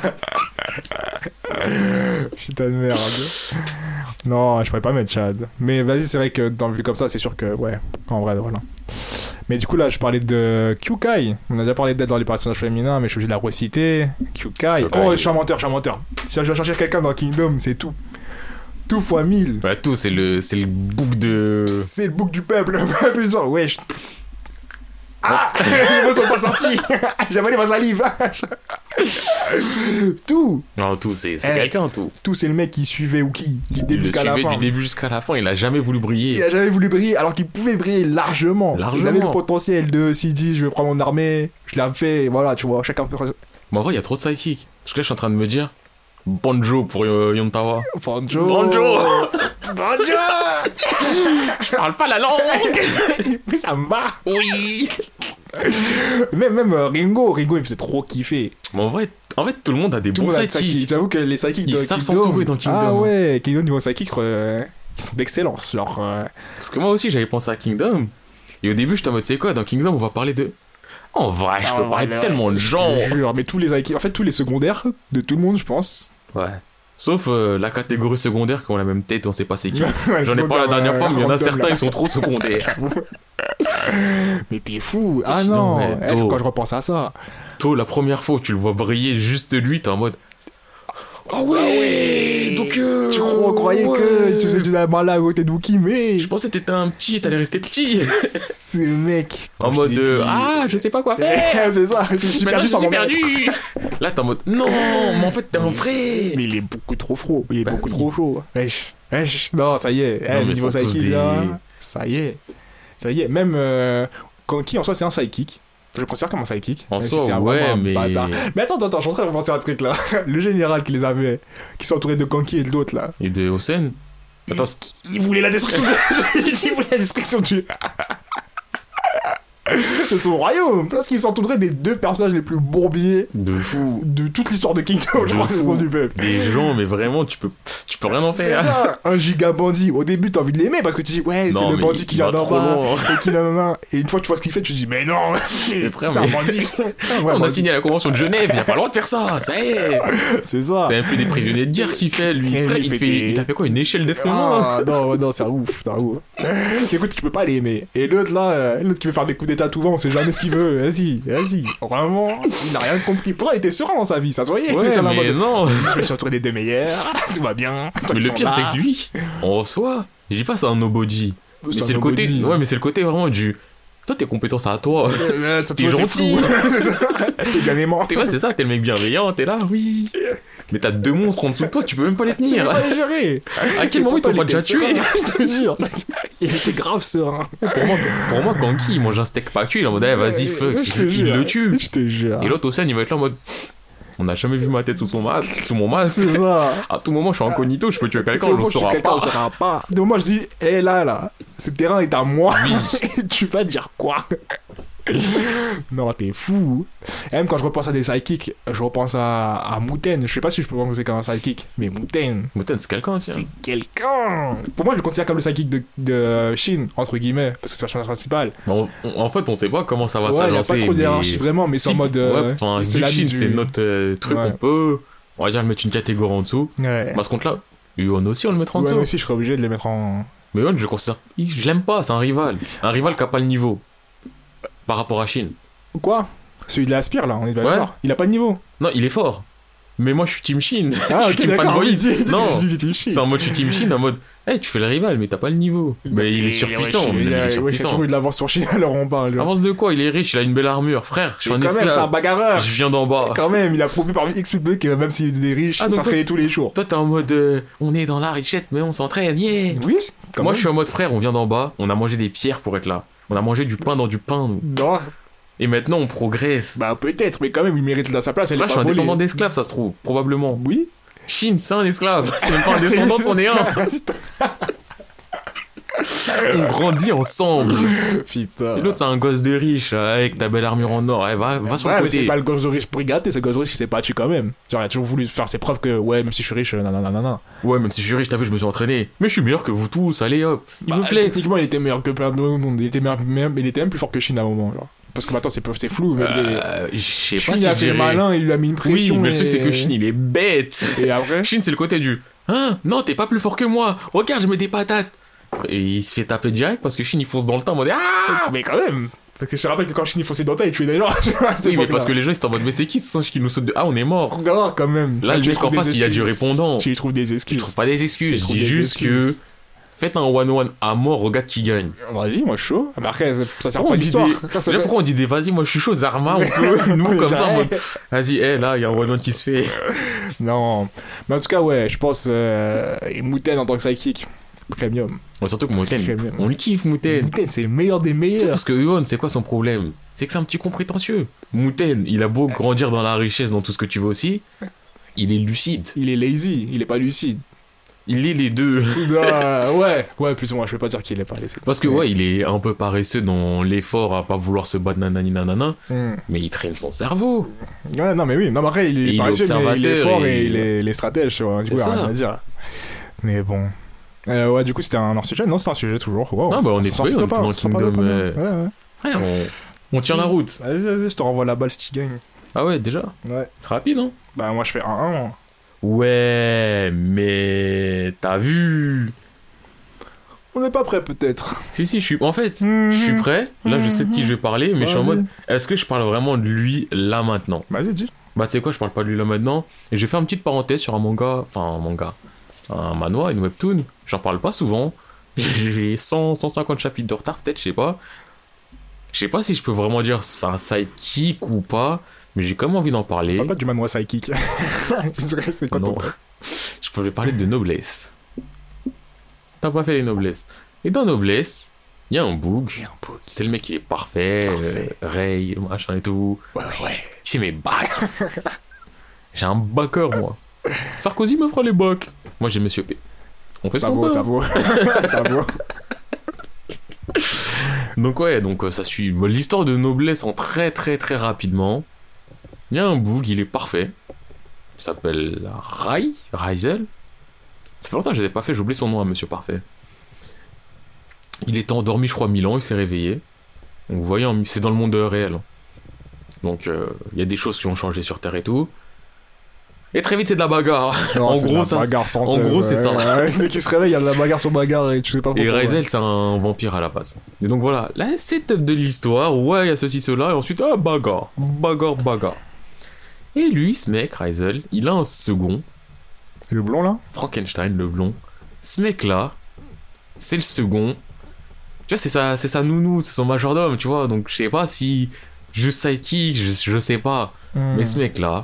Putain de merde. Non, je pourrais pas mettre Chad. Mais vas-y, c'est vrai que dans le vu comme ça, c'est sûr que, ouais, en vrai, voilà. Mais du coup, là, je parlais de Kyukai. On a déjà parlé d'elle dans les personnages féminins, mais je suis obligé de la reciter. Kyukai. Kyukai. Oh, je suis un menteur, je suis un menteur. Si je dois chercher quelqu'un dans Kingdom, c'est tout. Tout fois mille. Bah, tout, c'est le, c'est le bouc de. C'est le bouc du peuple. Puis genre, wesh. Ah, les mots sont pas sortis. J'ai avalé ma salive. Tout. Non, tout, c'est, c'est Eh. quelqu'un, tout. Tout, c'est le mec qui suivait Uki du Il début le jusqu'à la suivait fin. du début jusqu'à la fin, il a jamais voulu Il briller. a jamais voulu briller alors qu'il pouvait briller largement. Largement. Il avait le potentiel de s'il dit je vais prendre mon armée, je l'ai fait, et voilà, tu vois, chacun fait. Mais en vrai, il y a trop de sidekicks. Parce que là, je suis en train de me dire. Banjo pour euh, Yontawa. Banjo. Banjo. Banjo. Je parle pas la langue. Mais ça me va. Oui. Même, même euh, Ringo, Ringo il me faisait trop kiffer. Mais en vrai, en fait, tout le monde a des Tout le bons monde a de sidekicks. sidekicks. J'avoue que les sidekicks Ils de savent Kingdom. s'entourer dans Kingdom. Ah ouais, Kingdom niveau sidekick, euh, ils sont d'excellence. Genre. euh, Parce que moi aussi, j'avais pensé à Kingdom. Et au début, j'étais en mode, c'est quoi, dans Kingdom, on va parler de. En vrai, je Ah, peux ouais, parler de ouais, tellement de je gens. te jure, mais tous les Aiki- en fait tous les secondaires de tout le monde, je pense. Ouais. Sauf euh, la catégorie secondaire qui ont la même tête, on sait pas c'est qui. Ouais, J'en ai parlé la secondaire, dernière fois, euh, mais il y en a random, certains, là. ils sont trop secondaires. Mais t'es fou. Ah Sinon, non. mais Eh, tôt. quand je repense à ça. Toi, la première fois où tu le vois briller, juste lui, t'es en mode. Ah ouais, ouais. Donc euh, Tu crois, croyais ouais. que tu faisais du mal à côté de Wookie, mais Je pensais que t'étais un petit et t'allais rester petit. ce mec. En quand je mode dis euh, qu'il- ah, je sais pas quoi faire. c'est ça. Je suis Maintenant, perdu je sans suis mon maître. perdu. Là, t'es en mode non, mais en fait, t'es un vrai. Mais il est beaucoup trop chaud. Il est Bah beaucoup oui. trop chaud. Wesh. Wesh. Non, ça y est. Eh, Non, mais niveau ils sont tous psychique, des- là, ça y est. Ça y est. Même euh, Kanki en soi, c'est un psychic. Je le considère comme un psychic. En même si soi, c'est un- ouais, vraiment un mais- bâtard. Mais attends, attends, je suis en train de penser à un truc là. Le général qui les avait, qui s'entourait de Kanki et de l'autre là. Et de Osen. Attends, Il, il voulait la destruction de... il voulait la destruction du... de son royaume. Parce qu'il s'entourait des deux personnages les plus bourbiers de fou. de toute l'histoire de Kingdom, De je crois, fou. du peuple. Des gens, mais vraiment, tu peux, tu peux rien en C'est faire. ça, un giga bandit. Au début, t'as envie de l'aimer parce que tu dis, ouais, c'est Non, le mais bandit il- qui il vient va d'en trop bas. loin. Et qui nanana. Et une fois que tu vois ce qu'il fait, tu te dis, mais non, c'est Mais frère, c'est un mais- bandit. Un vrai On a bandit. signé la convention de Genève, il a pas le droit de faire ça, ça y est. C'est ça. C'est un peu des prisonniers de guerre qu'il fait, lui. Eh, Frère, il il, fait fait, des- il a fait quoi, une échelle d'être humain? Ah non, non, c'est un ouf, c'est un ouf. Écoute, tu peux pas l'aimer. Et l'autre là, euh, l'autre qui veut faire des coups d'état tout vent, on sait jamais ce qu'il veut. Vas-y, vas-y. Vraiment, il n'a rien compris. Pourtant, il était serein dans sa vie, ça se voyait. Il Ouais, était là en mais mode, non. je me suis entouré des deux meilleurs, tout va bien. Toi Mais qui le s'en pire, vas. c'est que lui, en soi, je dis pas c'est un nobody. Mais C'est c'est un le côté, nobody. ouais, mais c'est le côté vraiment du. Toi, tes compétences à toi. Euh, ça te T'es fait gentil. flou. C'est ça. T'es bien aimant. T'es ouais, c'est ça, t'es le mec bienveillant, t'es là, oui. Mais t'as deux monstres en dessous de toi, tu peux même pas les Tu peux tenir. pas les gérer. À quel Et moment ils pourtant, t'ont pas il déjà était tué? serein, Je te jure. Il était grave serein. Pour moi, pour moi, Kanki, il mange un steak pas cuit, il est en mode, eh, vas-y, fuck, Je te il jure. le tue. Je te jure. Et l'autre, Osen, il va être là en mode, on n'a jamais vu ma tête sous son masque, sous mon masque. C'est ça. À tout moment, je suis incognito, je peux tuer quelqu'un, on le Moi, je suis saura quelqu'un, pas. on saura pas. De moi, je dis, hé là, là, ce terrain est à moi. Oui. Et tu vas dire quoi? Non, t'es fou. Et même quand je repense à des sidekicks, je repense à, à Muten. Je sais pas si je peux penser comme un sidekick, mais Muten, Muten, c'est quelqu'un aussi. hein. c'est quelqu'un. Pour moi, je le considère comme le sidekick de, de Shin, entre guillemets, parce que c'est le personnage principal. Mais on- on- en fait, on sait pas comment ça va Ouais, il y a s'agencer. pas trop de hiérarchie mais- vraiment, mais c'est en Si, mode. euh, ouais, enfin, il se vu que lame Shin, du- c'est notre euh, truc, Ouais. on peut, on va dire, le mettre une catégorie en dessous. Ouais. Parce contre là, Uon aussi, on le mettra en Ouais, dessous. moi aussi, je serais obligé de les mettre en. Mais Uon, je le considère. il- Je l'aime pas, c'est un rival. Un rival qui a pas le niveau. Par rapport à Shin. Quoi? Celui de l'Aspire, là, on est d'accord. Ouais. Il a pas de niveau. Non, il est fort. Mais moi, je suis Team Shin. Ah, je ok, suis Team d'accord. Fanboy. oui, dis- dis- Non. dis- dis- dis- dis- C'est en mode, je suis Team Shin, en mode, hey, tu fais le rival, mais t'as pas le niveau. Mais il est surpuissant. Ouais, mais il il a, est ouais, il a surpuissant. toujours eu de l'avance sur Chine, alors on parle. genre. Avance de quoi? Il est riche, il a une belle armure. Frère, je suis Et un quand même, c'est un esclave. bagarreur. Je viens d'en bas. Quand même, il a prouvé par X P que même s'il est riche, Ah, il donc s'entraînait tous les jours. Toi, t'es en mode, euh, on est dans la richesse, mais on s'entraîne, yeah. Oui, quand Moi, même. je suis en mode frère, on vient d'en bas, on a mangé des pierres pour être là. On a mangé du pain dans du pain, nous. Non, Et maintenant, on progresse. bah peut-être, mais quand même, il mérite de sa place. Elle Là, est je suis pas un descendant volée. d'esclaves, ça se trouve, probablement. Oui. Shin, c'est un esclave. C'est même pas un descendant, c'en est un. On grandit ensemble. Putain. Et l'autre, c'est un gosse de riche, euh, avec ta belle armure en or. Eh, va, va sur Ouais, le mais c'est côté. pas le gosse de riche pour y gâter, c'est le gosse de riche qui s'est battu quand même. Genre, il a toujours voulu faire ses preuves que, ouais, même si je suis riche, euh, nanana, nanana. Ouais, même si je suis riche, t'as vu, je me suis entraîné. Mais je suis meilleur que vous tous, allez hop. Il Bah, me flex. Techniquement, il était meilleur que plein de monde. Il était, meilleur, meilleur- il était même plus fort que Shin à un moment, genre. Parce que maintenant, c'est c'est flou, mais il est- Euh, je sais Shin, pas si il a je fait le dirais- malin, il lui a mis une Oui, pression. mais le truc, et- c'est que Shin, il est bête. Et après Shin, c'est le côté du hein, non, t'es pas plus fort que moi. Regarde, je mets des patates. Et il se fait taper direct parce que Shin, il fonce dans le temps en mode ah. Mais quand même. Parce que je te rappelle que quand Shin il fonçait dans ta, il tuait des gens. tu vois, à cette Oui, mais époque-là. parce que les gens, ils sont en mode mais c'est qui ce singe qui nous saute de ah, on est mort. Non, quand même. Là, le tu mec trouves en face, des il a du excuses. répondant. Tu lui trouves des Je excuses. trouve pas des excuses, Je je trouve dis des juste excuses. que faites un one-one à mort, regarde qui gagne. Vas-y, moi je suis chaud. Mais après, ça- ça sert Pourquoi pas on dit d'histoire. des- Ça Là, fait- pourquoi on dit des vas-y, moi je suis chaud, Zarma, on peut, nous, comme ça, en mode vas-y, hé, là, il y a un one-one qui se fait. Non. Mais en tout cas, ouais, je pense. Euh... et Muten en tant que sidekick, premium. Bon, surtout que Mouten, J'aime bien. on le kiffe, Mouten. Muten, c'est le meilleur des meilleurs. Parce que Uon, c'est quoi son problème? C'est que c'est un petit con prétentieux. Mouten, il a beau grandir dans la richesse, dans tout ce que tu veux aussi, il est lucide. Il est lazy, il est pas lucide. Il est les deux. Ah, ouais, ouais, plus ou moins, je vais pas dire qu'il est pas laissé. Parce que ouais, il est un peu paresseux dans l'effort à pas vouloir se battre nanani nanana, Hmm. mais il traîne son cerveau. Ouais, non, mais oui, non, mais après, il Et est il est paresseux, mais il est observateur fort et, et- il est, il est stratège, tu vois. Du C'est coup, il y a ça. rien à dire. Mais bon. Euh, ouais, du coup, c'était un hors-sujet. Non, c'est un sujet toujours. Wow. Ah, bah, on est s'en sort tombé plutôt dans- pas, dans on s'en sort pas Kingdom, pas mal. euh, Ouais, ouais. Ouais, on, On tient la route. Vas-y, vas-y, je te renvoie la balle si tu gagnes. Ah ouais, déjà. Ouais. C'est rapide, hein. Bah, moi, je fais un un. Moi. Ouais, mais t'as vu. On n'est pas prêt, peut-être. Si, si, je suis. En fait, je suis prêt. Là, je sais de qui je vais parler, mais je suis en Vas-y. mode. Est-ce que je parle vraiment de lui là maintenant? Vas-y, dis. Bah, tu sais quoi, je parle pas de lui là maintenant. Et je vais faire une petite parenthèse sur un manga. Enfin, un manga. Un manhwa, une webtoon. J'en parle pas souvent. J'ai cent, cent cinquante chapitres de retard, peut-être, je sais pas. Je sais pas si je peux vraiment dire c'est un sidekick ou pas. Mais j'ai quand même envie d'en parler. Parle pas du manoir psychic. C'est quoi ton Non. truc? Je peux parler de noblesse. T'as pas fait les noblesses. Et dans noblesse, il y a un boug. J'ai un bug. C'est le mec qui est parfait, Parfait. euh, Ray, machin et tout. Ouais, ouais. Il fait mes bacs. J'ai un backer, moi. Sarkozy me fera les bacs. Moi, j'ai Monsieur P. On fait ce Ça qu'on vaut, peut. ça vaut. Ça vaut. Donc ouais, donc euh, ça suit bon, l'histoire de noblesse en très très très rapidement. Il y a un boug, il est parfait. Il s'appelle Rai, Raizel. Ça fait longtemps que je l'ai pas fait, j'ai oublié son nom à Monsieur Parfait. Il était endormi, je crois, mille ans, il s'est réveillé. Donc vous voyez, en- c'est dans le monde réel. Donc euh, il y a des choses qui ont changé sur Terre et tout. Et très vite, c'est de la bagarre. Non, En c'est de gros, la ça- bagarre sans en cesse, gros, c'est ouais, ça. ouais. Le mec qui se réveille, il y a de la bagarre sur bagarre et tu sais pas pourquoi. Et Raizel, c'est un vampire à la base. Et donc voilà, la setup de l'histoire, ouais, il y a ceci, cela, et ensuite, ah, bagarre, bagarre, bagarre. Et lui, ce mec, Raizel, il a un second, Et le blond là? Frankenstein, le blond. Ce mec-là, c'est le second. Tu vois, c'est sa, c'est sa nounou, c'est son majordome, tu vois, donc je sais pas si. Juste sidekick, je, je sais pas. Mais ce mec-là,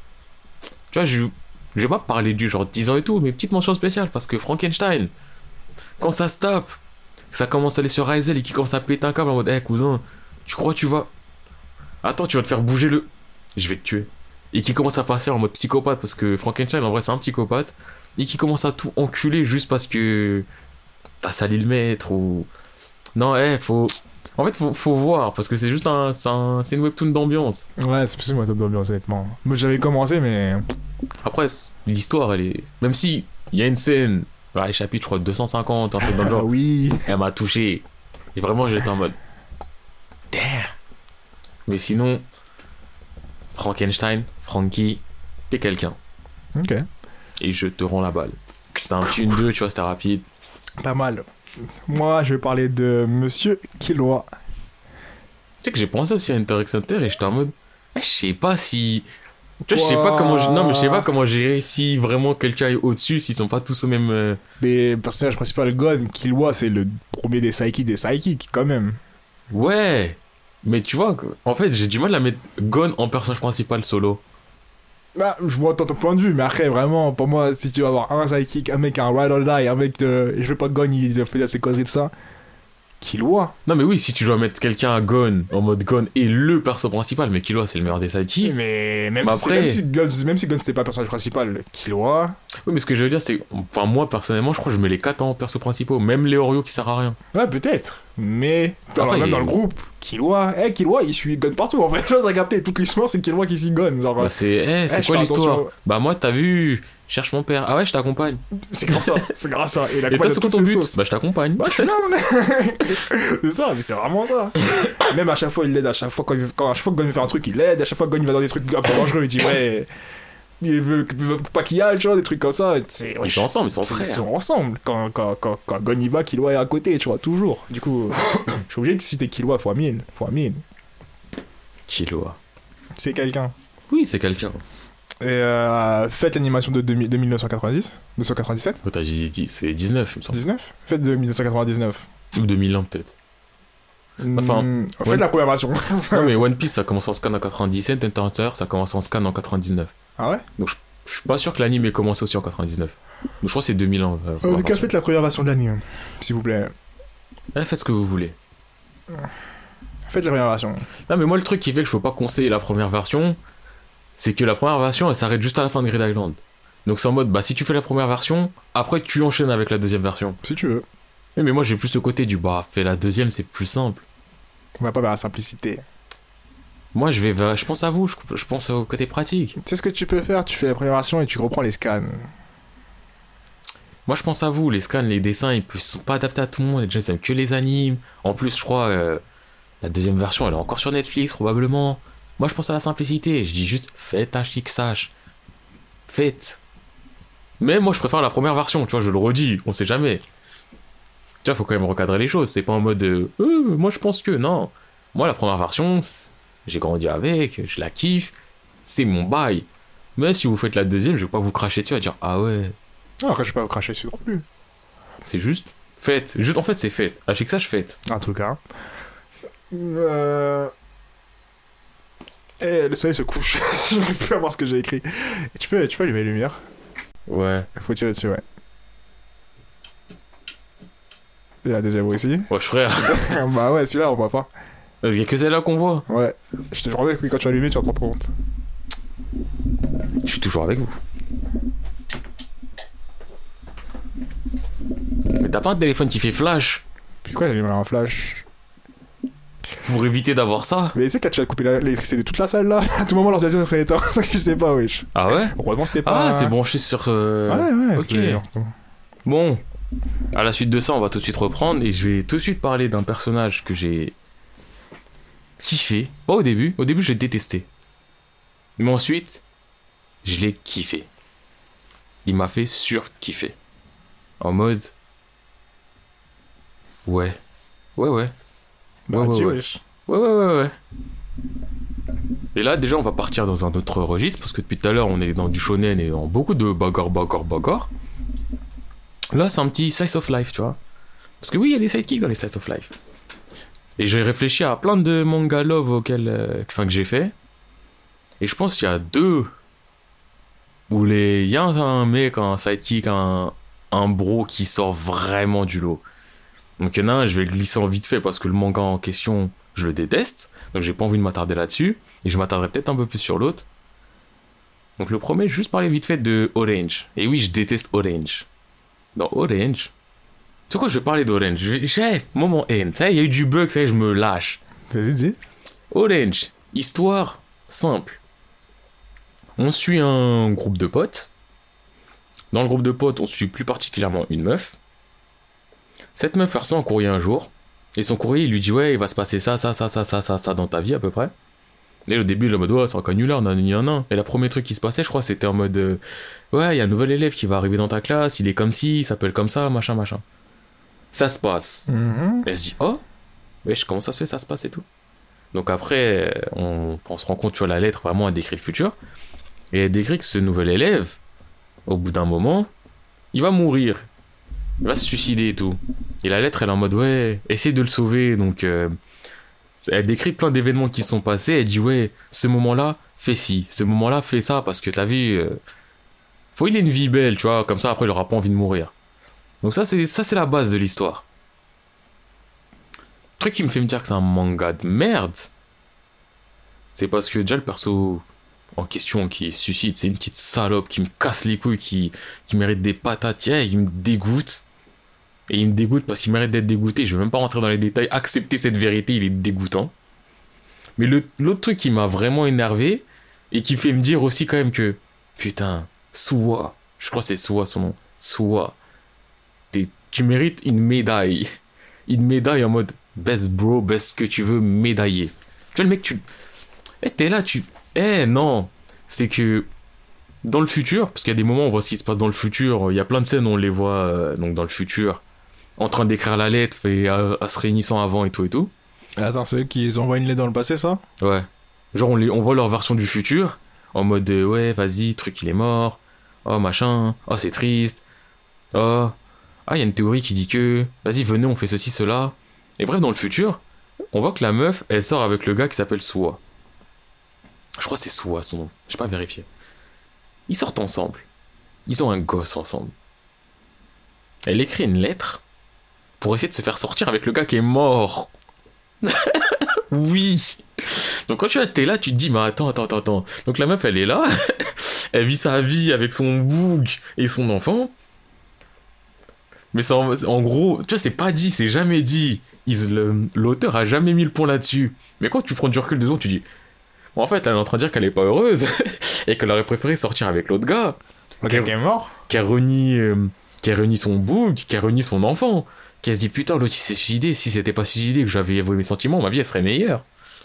tu vois, je, je vais pas parler du genre dix ans et tout, mais petite mention spéciale, parce que Frankenstein, quand ça se tape, ça commence à aller sur Raizel et qui commence à péter un câble en mode, hé cousin, tu crois que tu vas. Attends, tu vas te faire bouger le. Je vais te tuer. Et qui commence à passer en mode psychopathe, parce que Frankenstein, en vrai, c'est un psychopathe, et qui commence à tout enculer juste parce que t'as sali le maître ou. Non, eh, faut. En fait, faut, faut voir, parce que c'est juste un. C'est un- c'est une webtoon d'ambiance. Ouais, c'est plus moi top d'ambiance, honnêtement. Moi j'avais commencé, mais. Après, c- l'histoire, elle est. Même si il y a une scène, bah, les chapitres, je crois, deux cent cinquante, un truc dans le Ah genre, oui. elle m'a touché. Et vraiment, j'étais en mode. Damn! Mais sinon, Frankenstein, Frankie, t'es quelqu'un. Ok. Et je te rends la balle. C'était un petit une deux, tu vois, c'était rapide. Pas mal. Moi, je vais parler de Monsieur Killua. Tu sais que j'ai pensé aussi à Hunter x Hunter et j'étais en mode. eh, Je sais pas si. Tu vois, je sais pas comment. j'ai- Non, mais je sais pas comment gérer si vraiment quelqu'un est au-dessus, s'ils sont pas tous au même. euh, Mais personnage principal, Gon, Killua, c'est le premier des psychics des psychics, quand même. Ouais! Mais tu vois, en fait, j'ai du mal à mettre Gon en personnage principal solo. Bah, je vois ton, ton point de vue, mais après, vraiment, pour moi, si tu veux avoir un psychic, un mec, un ride or die, un mec de. Je veux pas que Gon, il fait ses conneries de ça. Killua. Non, mais oui, si tu dois mettre quelqu'un à Gon, en mode Gon et le perso principal, mais Killua c'est le meilleur des sidekicks. Mais même, Bah si, après- même, si Gon, même si Gon c'était pas le personnage principal, Killua. Oui, mais ce que je veux dire, c'est. Enfin, moi personnellement, je crois que je mets les quatre en perso principaux, même Léorio qui sert à rien. Ouais, peut-être. Mais, dans, Après, même il- dans le groupe, Killua, eh, Killua, il suit Gon partout. En fait, je pense à capter toute l'histoire, c'est Killua qui suit Gon. Genre, Bah, c'est. Eh, c'est je quoi fais l'histoire? attention. Bah, moi, t'as vu, cherche mon père. Ah ouais, je t'accompagne. c'est grâce à ça, c'est grâce à ça. Et la Et toi, c'est quoi ton but? Bah, Bah, je t'accompagne. bah, je suis là, mon C'est ça, mais c'est vraiment ça. Même à chaque fois, il l'aide. À chaque fois, quand, il, quand à chaque fois que Gon veut faire un truc, il l'aide. À chaque fois que Gon il va dans des trucs un peu dangereux, il dit ouais. Il veut, il veut pas qu'il y aille, tu vois, des trucs comme ça. C'est, Ils sont ensemble, ils sont Ils frères. sont ensemble. Quand, quand, quand, quand Gon y va, Killua est à côté, tu vois, toujours. Du coup, je suis obligé de citer Killua fois mille. Fois mille. Killua. C'est quelqu'un. Oui, c'est quelqu'un. Et euh, faites l'animation de, deux mille de mille neuf cent quatre-vingt-dix, neuf cent quatre-vingt-dix-sept, Oh, t'as dit, dit- c'est dix-neuf, il me semble. dix-neuf. Faites de mille neuf cent quatre-vingt-dix-neuf. Ou deux mille un, peut-être. Enfin, Hmm, faites ouais. la première version. Non, mais One Piece, ça commence en scan en quatre-vingt-dix-sept, Hunter x Hunter, ça commence en scan en quatre-vingt-dix-neuf. Ah ouais. Je suis pas sûr que l'anime ait commencé aussi en quatre-vingt-dix-neuf. Donc, je crois que c'est deux mille un. euh, En tout cas, version. faites la première version de l'anime, s'il vous plaît. Eh, faites ce que vous voulez. Faites la première version. Non, mais moi, le truc qui fait que je peux pas conseiller la première version, c'est que la première version, elle s'arrête juste à la fin de Grid Island. Donc c'est en mode, bah si tu fais la première version, après tu enchaînes avec la deuxième version. Si tu veux. Oui, mais moi j'ai plus ce côté du, bah fais la deuxième, c'est plus simple. On va pas vers la simplicité. Moi je vais, vers- je pense à vous, je, je pense au côté pratique. Tu sais ce que tu peux faire? Tu fais la première version et tu reprends les scans. Moi je pense à vous, les scans, les dessins, ils sont pas adaptés à tout le monde. Les gens ils aiment que les animes. En plus, je crois, euh, La deuxième version, elle est encore sur Netflix, probablement. Moi, je pense à la simplicité. Je dis juste, faites un fixage. Faites. Mais moi, je préfère la première version, tu vois, je le redis, on sait jamais. Tu vois, faut quand même recadrer les choses. C'est pas en mode, euh, euh, moi, je pense que, non. Moi, la première version, j'ai grandi avec, je la kiffe, c'est mon bail. Mais si vous faites la deuxième, je vais pas vous cracher dessus à dire, ah ouais. Non, après, je vais pas vous cracher dessus non plus. C'est juste, faites. Juste, en fait, c'est faites. À chaque ça, je faites. En tout cas. Euh... Eh, le soleil se couche. J'arrive plus à voir ce que j'ai écrit. Et tu peux, tu peux allumer les lumières. Ouais. Faut tirer dessus, ouais. Et la deuxième aussi. Wesh, frère. Bah ouais, celui-là, on voit pas. Il y a que celle-là qu'on voit. Ouais. Je te jure que oui, quand tu as allumé, tu vas te rendre compte. Je suis toujours avec vous. Mais t'as pas un téléphone qui fait flash Puis quoi, il allume un flash? pour éviter d'avoir ça? Mais tu sais que là, tu as coupé la- l'électricité de toute la salle, là. À tout moment, l'ordinateur s'est éteint. Ça, je sais pas, wesh. Ah ouais? Heureusement, c'était pas... Ah, c'est branché sur... euh, Ouais, ouais, ok. c'était- Bon, à la suite de ça, on va tout de suite reprendre et je vais tout de suite parler d'un personnage que j'ai kiffé. Pas au début, au début j'ai détesté. Mais ensuite, je l'ai kiffé. Il m'a fait surkiffer. En mode... Ouais. Ouais, ouais. Bah, Ouais, ouais, dis, ouais. wesh. Ouais, ouais, ouais, ouais. Et là, déjà, on va partir dans un autre registre, parce que depuis tout à l'heure, on est dans du shonen et dans beaucoup de bagarre, bagarre, bagarre. Là, c'est un petit slice of life, tu vois. Parce que oui, il y a des sidekicks dans les slice of life. Et j'ai réfléchi à plein de manga love auxquels, euh, enfin, que j'ai fait. Et je pense qu'il y a deux où les... il y a un mec, un sidekick, un, un bro qui sort vraiment du lot. Donc il y en a un, je vais le glisser en vite fait parce que le manga en question, je le déteste. Donc j'ai pas envie de m'attarder là-dessus. Et je m'attarderai peut-être un peu plus sur l'autre. Donc le premier, juste parler vite fait de Orange. Et oui, je déteste Orange. Dans Orange... Tu sais quoi, je vais parler d'Orange. J'ai... j'ai- Moment haine. Tu sais, il y a eu du bug, ça y est, je me lâche. Vas-y, dis. Orange. Histoire simple. On suit un groupe de potes. Dans le groupe de potes, on suit plus particulièrement une meuf. Cette meuf, elle reçoit un courrier un jour. Et son courrier, il lui dit, ouais, il va se passer ça, ça, ça, ça, ça, ça, ça dans ta vie à peu près. Et au début, il est en mode, ouais, c'est un canular, nan, nan, nan, nan. Et le premier truc qui se passait, je crois, c'était en mode, euh, ouais, il y a un nouvel élève qui va arriver dans ta classe, il est comme ci, il s'appelle comme ça, machin, machin. Ça se passe. Mhm. Elle se dit, oh, wesh, comment ça se fait, ça se passe et tout. Donc après, on, on se rend compte, tu vois, la lettre, vraiment, elle décrit le futur. Et elle décrit que ce nouvel élève, au bout d'un moment, il va mourir. Il va se suicider et tout. Et la lettre, elle est en mode, ouais, essaye de le sauver. Donc, euh, elle décrit plein d'événements qui se sont passés. Elle dit, ouais, ce moment-là, fais ci. Ce moment-là, fais ça. Parce que t'as vu, euh, faut il ait une vie belle, tu vois. Comme ça, après, il aura pas envie de mourir. Donc ça, c'est, ça, c'est la base de l'histoire. Le truc qui me fait me dire que c'est un manga de merde, c'est parce que déjà, le perso en question qui suscite, c'est une petite salope qui me casse les couilles, qui, qui mérite des patates. Yeah, il me dégoûte. Et il me dégoûte parce qu'il mérite d'être dégoûté. Je vais même pas rentrer dans les détails. Accepter cette vérité, il est dégoûtant. Mais le, l'autre truc qui m'a vraiment énervé, et qui fait me dire aussi quand même que, putain, Suwa, je crois que c'est Suwa son nom, Suwa, t'es, tu mérites une médaille. Une médaille en mode best bro, best ce que tu veux, médaillé. Tu vois le mec, tu... Eh, t'es là, tu... Eh, non. C'est que... Dans le futur, parce qu'il y a des moments où on voit ce qui se passe dans le futur, il y a plein de scènes où on les voit euh, donc dans le futur, en train d'écrire la lettre et à, à se réunissant avant et tout et tout. Attends, c'est eux qui envoient une lettre dans le passé, ça? Ouais. Genre on, les, on voit leur version du futur, en mode euh, ouais, vas-y, truc il est mort, oh machin, oh c'est triste, oh, ah il y a une théorie qui dit que, vas-y venez on fait ceci, cela. Et bref, dans le futur, on voit que la meuf, elle sort avec le gars qui s'appelle Suwa. Je crois que c'est Suwa son nom, j'ai pas vérifié. Ils sortent ensemble. Ils ont un gosse ensemble. Elle écrit une lettre pour essayer de se faire sortir avec le gars qui est mort. Oui. Donc quand tu es t'es là, tu te dis, mais attends, attends, attends, attends. Donc la meuf, elle est là. Elle vit sa vie avec son boug et son enfant. Mais c'est en, en gros, tu vois, c'est pas dit, c'est jamais dit. Ils, le, l'auteur a jamais mis le point là-dessus. Mais quand tu prends du recul deux secondes, tu dis... En fait, elle est en train de dire qu'elle est pas heureuse et qu'elle aurait préféré sortir avec l'autre gars. Le gars qui est mort? Qui a renié, euh, qui a réuni son bouc, qui a réuni son enfant, qui a se dit putain, l'autre il s'est suicidé, si c'était pas suicidé, que j'avais avoué mes sentiments, ma vie elle serait meilleure.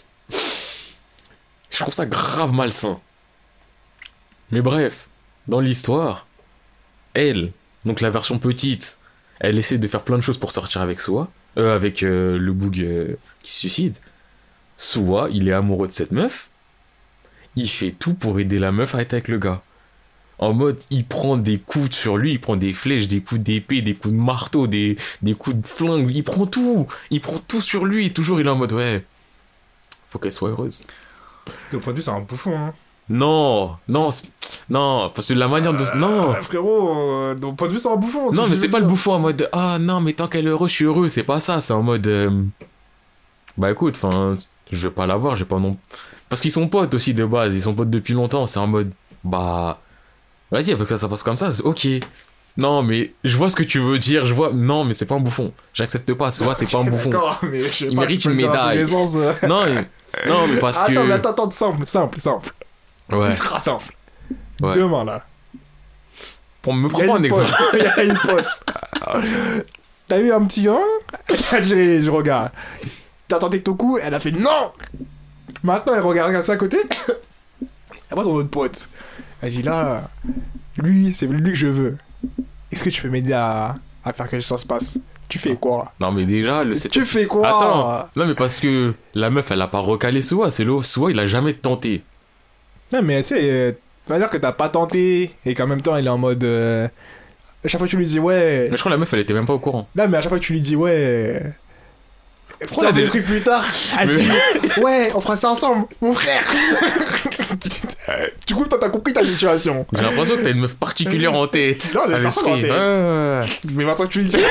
Je trouve ça grave malsain. Mais bref, dans l'histoire, elle, donc la version petite, elle essaie de faire plein de choses pour sortir avec Soi, euh, avec euh, le boug euh, qui se suicide. Soi, il est amoureux de cette meuf, il fait tout pour aider la meuf à être avec le gars. En mode, il prend des coups sur lui, il prend des flèches, des coups d'épée, des coups de marteau, des, des coups de flingue, il prend tout, il prend tout sur lui, et toujours il est en mode, ouais, faut qu'elle soit heureuse. De point de vue, c'est un bouffon, hein. Non, non, non, parce que la manière de... Non, Euh, frérot, euh, de point de vue, c'est un bouffon. non, tu mais sais c'est ce pas que le je veux bouffon en mode, ah non, mais tant qu'elle est heureuse, je suis heureux, c'est pas ça, c'est en mode... euh, Bah écoute, enfin, je vais pas l'avoir, j'ai pas non... Parce qu'ils sont potes aussi de base, ils sont potes depuis longtemps, c'est en mode, bah... Vas-y, avec ça, ça passe comme ça, c'est ok. Non, mais je vois ce que tu veux dire, je vois... Non, mais c'est pas un bouffon. J'accepte pas, soit c'est pas un dire. bouffon. D'accord, mais je sais Il pas, mérite je peux une le dire dans tous médaille. les sens, euh. Non, mais... non, mais parce que... Attends, mais attends, attends, simple, simple, simple. Ouais, Ultra simple. ouais. Demain, là. Pour me Il y a prendre un une exemple. pote. Il y a une pote. T'as eu un petit un, elle a dit, je regarde. T'as tenté ton coup, elle a fait non. Maintenant, elle regarde comme ça à côté. Elle voit son autre pote. Elle dit là, lui, c'est lui que je veux. Est-ce que tu peux m'aider à, à faire que ça se passe? Tu fais quoi? Non, mais déjà, le... c'est... Tu fais quoi? Attends, non, mais parce que la meuf, elle a pas recalé Soi, c'est l'eau, Soi, il a jamais tenté. Non, mais tu sais, euh, ça veut dire que t'as pas tenté et qu'en même temps, il est en mode. Euh, à chaque fois que tu lui dis ouais. Mais je crois que la meuf, elle était même pas au courant. Non, mais à chaque fois que tu lui dis ouais. Pourquoi Putain, des des- trucs plus tard? Elle Mais- dit ouais, on fera ça ensemble, mon frère. Du coup, toi, t'as compris ta situation. J'ai l'impression que t'as une meuf particulière en tête. Non, il y a à personne l'esprit. en tête. Ouais, ouais, Mais maintenant que tu lui dis.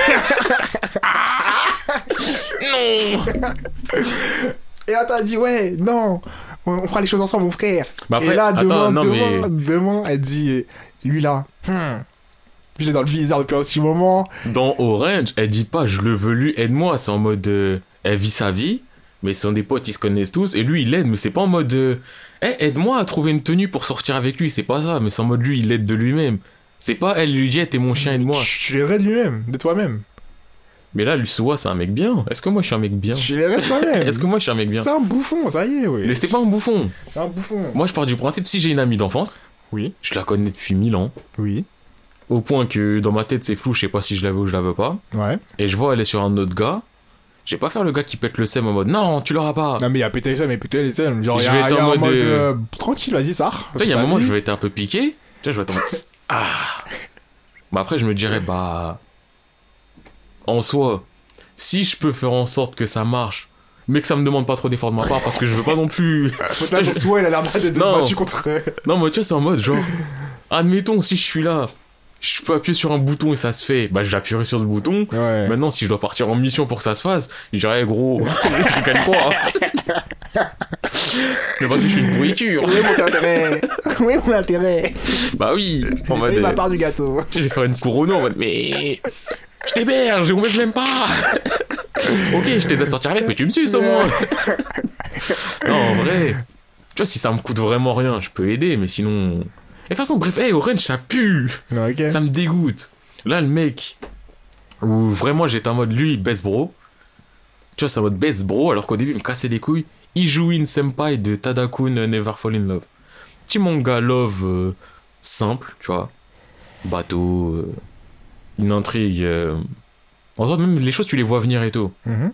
ouais. Non. Et là, t'as dit ouais, non, on, on fera les choses ensemble, mon frère. Bah après, et là, attends, demain, non, demain, mais demain, elle dit lui là. Hmm. Je l'ai dans le viseur depuis un petit moment. dans Orange, elle dit pas je le veux lui, aide-moi. C'est en mode euh, elle vit sa vie, mais ce sont des potes, ils se connaissent tous, et lui il l'aide, mais c'est pas en mode euh, Eh, aide-moi à trouver une tenue pour sortir avec lui, c'est pas ça, mais c'est en mode lui il l'aide de lui-même. C'est pas elle lui dit eh, t'es mon chien, aide-moi. Tu, tu l'aiderais de lui-même, de toi-même. Mais là, lui Soi, c'est un mec bien. Est-ce que moi je suis un mec bien? Tu l'aiderais de toi-même. Est-ce que moi je suis un mec bien? C'est un bouffon, ça y est, oui. Mais c'est pas un bouffon. C'est un bouffon. Moi je pars du principe, si j'ai une amie d'enfance, Oui, je la connais depuis mille ans, oui, au point que dans ma tête c'est flou, je sais pas si je la veux ou je la veux pas. ouais. Et je vois elle est sur un autre gars. Je vais pas faire le gars qui pète le seum en mode non, tu l'auras pas. Non, mais il y a pété ça, mais pété les scènes. Genre, il y Je a, vais être y a en un mode, mode. euh, euh, tranquille, vas-y, ça. Tu vois, il y a un moment où je vais être un peu piqué. Tu vois, je vais être en mode ah. Bah après, je me dirais, bah. En soi, si je peux faire en sorte que ça marche, mais que ça me demande pas trop d'efforts de ma part, parce que je veux pas non plus. Peut-être que soit il a l'air d'être Non. battu contre. Non, mais tu vois, c'est en mode genre. Admettons, si je suis là, je peux appuyer sur un bouton et ça se fait, bah j'appuierai sur ce bouton. Ouais. Maintenant, si je dois partir en mission pour que ça se fasse, je dirais, gros, je gagne quoi hein. Mais parce que je suis une pourriture. Oui, mon intérêt. Oui, mon intérêt. Bah oui, en mode. Et ma euh, part du gâteau. Tu sais, je vais faire une couronne en mode, mais. Je t'héberge, on m'aime même pas. Ok, je t'aide à sortir avec, mais tu me suces au moins. Non, en vrai. Tu vois, si ça me coûte vraiment rien, je peux aider, mais sinon. Et de toute façon, bref, hey, Orange, ça pue. Non, ok. Ça me dégoûte. Là, le mec, où vraiment j'étais en mode, lui, best bro. Tu vois, c'est en mode best bro, alors qu'au début, il me cassait les couilles. Ijuin Senpai de Tadakun Never Fall in Love. Petit manga love euh, simple, tu vois. Bateau, euh, une intrigue. Euh... En fait, même les choses, tu les vois venir et tout. Mhm.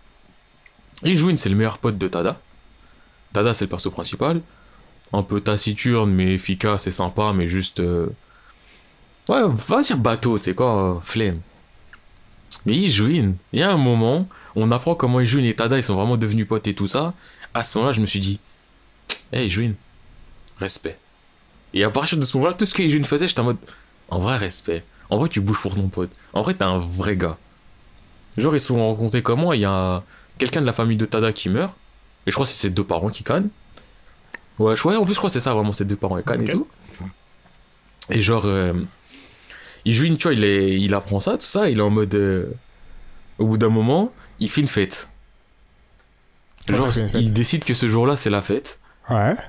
Ijuin, c'est le meilleur pote de Tada. Tada, c'est le perso principal. Un peu taciturne, mais efficace et sympa, mais juste. Euh... Ouais, va dire bateau, tu sais quoi, euh, flemme. Mais Ijuin, il y a un moment, on apprend comment Ijuin et Tada ils sont vraiment devenus potes et tout ça. À ce moment-là, je me suis dit, hey Ijuin, respect. Et à partir de ce moment-là, tout ce que Ijuin faisait, j'étais en mode, en vrai, respect. En vrai, tu bouges pour ton pote. En vrai, t'es un vrai gars. Genre, ils se sont rencontrés comment? Il y a quelqu'un de la famille de Tada qui meurt. Et je crois que c'est ses deux parents qui cannent. Ouais, je, ouais, en plus, je crois que c'est ça, vraiment, ses deux parents qui cannent Ok. et tout. Et genre, euh, Ijuin, tu vois, il, est, il apprend ça, tout ça, il est en mode. Euh, au bout d'un moment, il fait une fête. Comment Genre, ça, il fait une fête il décide que ce jour-là, c'est la fête. Ouais.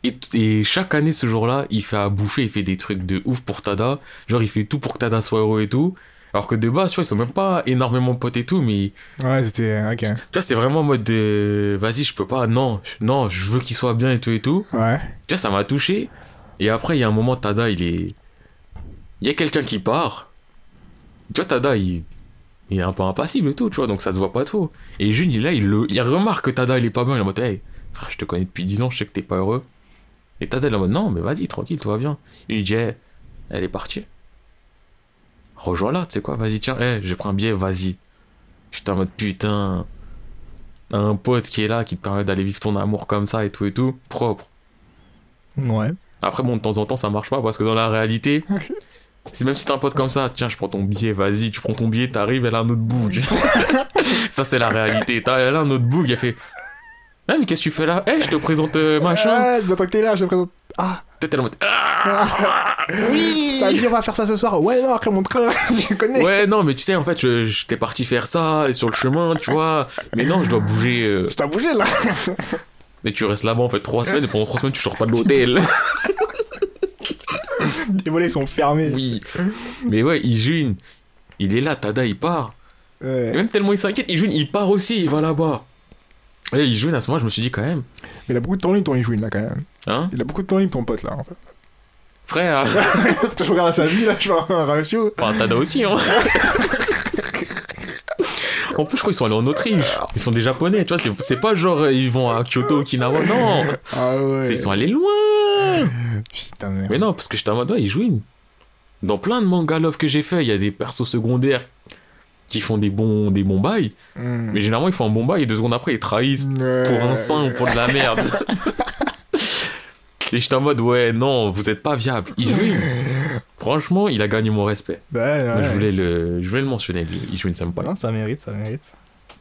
Et, et chaque année, ce jour-là, il fait à bouffer, il fait des trucs de ouf pour Tada. Genre, il fait tout pour que Tada soit heureux et tout. Alors que de base, tu vois, ils sont même pas énormément potes et tout, mais... Ouais, c'était... Ok. Tu vois, c'est vraiment en mode de... Vas-y, je peux pas, non, non, je veux qu'il soit bien et tout et tout. Ouais. Tu vois, ça m'a touché. Et après, il y a un moment, Tada, il est... Il y a quelqu'un qui part. Tu vois, Tada, il... Il est un peu impassible et tout, tu vois, donc ça se voit pas trop. Et Jun, il, là, il, le... il remarque que Tada, il est pas bien. Il est en mode, hey, frère, je te connais depuis dix ans, je sais que t'es pas heureux. Et Tada, il est en mode, non, mais vas-y, tranquille, tout va bien. Il lui dit, hey, elle est partie. Rejoins-la, tu sais quoi, vas-y, tiens, hey, je prends un billet, vas-y. J'étais en mode, putain, un pote qui est là, qui te permet d'aller vivre ton amour comme ça et tout et tout, propre. Ouais. Après, bon, de temps en temps, ça marche pas parce que dans la réalité, c'est même si t'as un pote comme ça, tiens, je prends ton billet, vas-y, tu prends ton billet, t'arrives, elle a un autre boug. Ça, c'est la réalité. T'as, elle a un autre boug, elle fait, ah, mais qu'est-ce que tu fais là? Eh, hey, je te présente euh, machin. Ah, maintenant que t'es là, je te présente. Ah. Peut-être elle en mode, ah, oui. Ça dit, on va faire ça ce soir. Ouais, non, après mon train, je connais. Ouais, non, mais tu sais, en fait, je, je t'ai parti faire ça, et sur le chemin, tu vois. Mais non, je dois bouger. Euh... Je dois bouger là. Et tu restes là-bas, en fait, trois semaines, et pendant trois semaines, tu sors pas de l'hôtel. Les volets sont fermés. Oui. Mais ouais, il joue. Il est là, Tada, il part. Ouais. Et même tellement il s'inquiète, il joue, il part aussi, il va là-bas. Et il joue, à ce moment, je me suis dit quand même. Mais il a beaucoup de temps libre, ton Ijouin, là, quand même. Hein? Il a beaucoup de temps libre, ton pote, là. En fait. Frère. Parce que je regarde sa vie, là, je vois un ratio. Enfin, Tada aussi, hein. En plus, je crois qu'ils sont allés en Autriche. Ils sont des Japonais, tu vois. C'est, c'est pas genre ils vont à Kyoto, Okinawa. Non. Ah ouais. C'est, ils sont allés loin. Putain de merde. Mais non, parce que j'étais en mode, ouais, ils jouent. Dans plein de manga love que j'ai fait, il y a des persos secondaires qui font des bons, des bons bails. Mm. Mais généralement, ils font un bon bail et deux secondes après, ils trahissent Ouais. pour un sein ou pour de la merde. Et j'étais en mode, ouais, non, vous êtes pas viable. Il joue. Franchement, il a gagné mon respect. Ouais, ouais. Moi, je voulais le, je voulais le mentionner. Il joue une senpai. Non, ça mérite, ça mérite.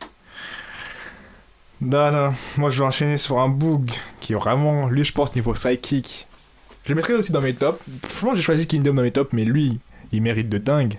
Non, non, moi je vais enchaîner sur un boog qui est vraiment, lui je pense, niveau psychic. Je le mettrai aussi dans mes tops. Franchement, j'ai choisi Kingdom dans mes tops, mais lui, il mérite de dingue.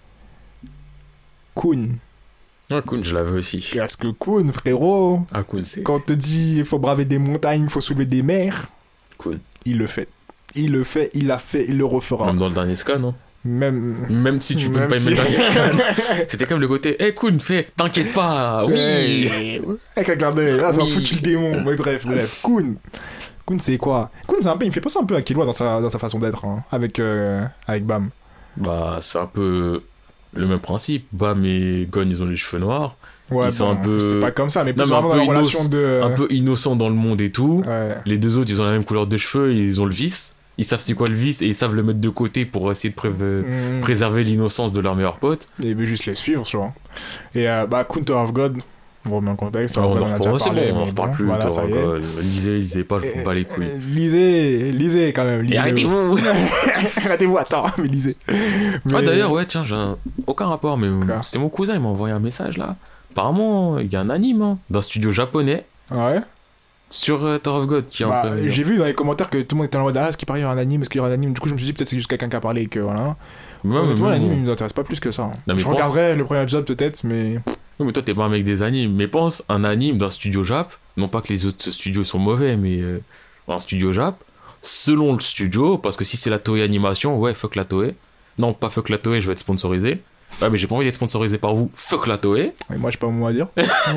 Kun. Ah, Kun, je l'avais aussi. Parce que Kun, frérot, Ah, Kun, c'est. quand on te dit il faut braver des montagnes, il faut soulever des mers, Kun. il le fait. Il le fait, il l'a fait, il le refera. Même dans le dernier scan, non? Même. Même si tu peux Même pas aimer si- le dernier scan. C'était comme le côté, hé, hey, Kun, fais, t'inquiète pas, oui. Ouais. Avec un clin d'œil, là, ça m'a Oui. foutu le démon. Ouais, bref, bref. Kun. Kun, c'est quoi? Kun, c'est un peu, il me fait penser un peu à Killua dans sa, dans sa façon d'être, hein, avec, euh, avec Bam. Bah, c'est un peu le même principe. Bam et Gon, ils ont les cheveux noirs. Ouais, Ils sont un peu- C'est pas comme ça, mais plus Non, mais un vraiment dans peu la relation innoc- de. Un peu innocents dans le monde et tout. Ouais. Les deux autres, ils ont la même couleur de cheveux et ils ont le vice. Ils savent c'est quoi le vice et ils savent le mettre de côté pour essayer de pré- Mm. préserver l'innocence de leur meilleur pote. Et il veut juste les suivre, tu vois. Et euh, bah, Kun Tower of God, on remet en contexte. Ah, on Tower en of God, reprend, a déjà c'est parlé, bon, on en mais reparle bon, plus. Voilà, ça y est. Torah, lisez, lisez pas, je vous bats les couilles. Euh, Lisez, lisez quand même. Et Lisez arrêtez-vous. Arrêtez-vous, attends, mais lisez. Ah, Mais- d'ailleurs, ouais, tiens, j'ai un- aucun rapport, mais euh, Quoi c'était mon cousin, il m'a envoyé un message là. Apparemment, il y a un anime hein, d'un studio japonais Ouais. sur euh, Tower of God qui est Bah, un peu. j'ai vu dans les commentaires que tout le monde était en mode ah, est-ce qu'il paraît y aura un anime, est-ce qu'il y aura un anime. Du coup, je me suis dit peut-être c'est juste quelqu'un qui a parlé et que voilà. Ouais, mais Honnêtement, même, l'anime euh, il nous intéresse pas plus que ça. hein. Non, mais je pense- regarderai le premier épisode peut-être, mais. Oui, mais toi, t'es pas un mec des animes. Mais pense, un anime d'un studio Jap, non pas que les autres studios sont mauvais, mais euh, un studio Jap, selon le studio, parce que si c'est la Toei Animation, ouais, fuck la Toei. Non, pas fuck la Toei, je vais être sponsorisé. Ouais, mais j'ai pas envie d'être sponsorisé par vous, fuck la Toei. Et moi, j'ai pas mon mot à dire.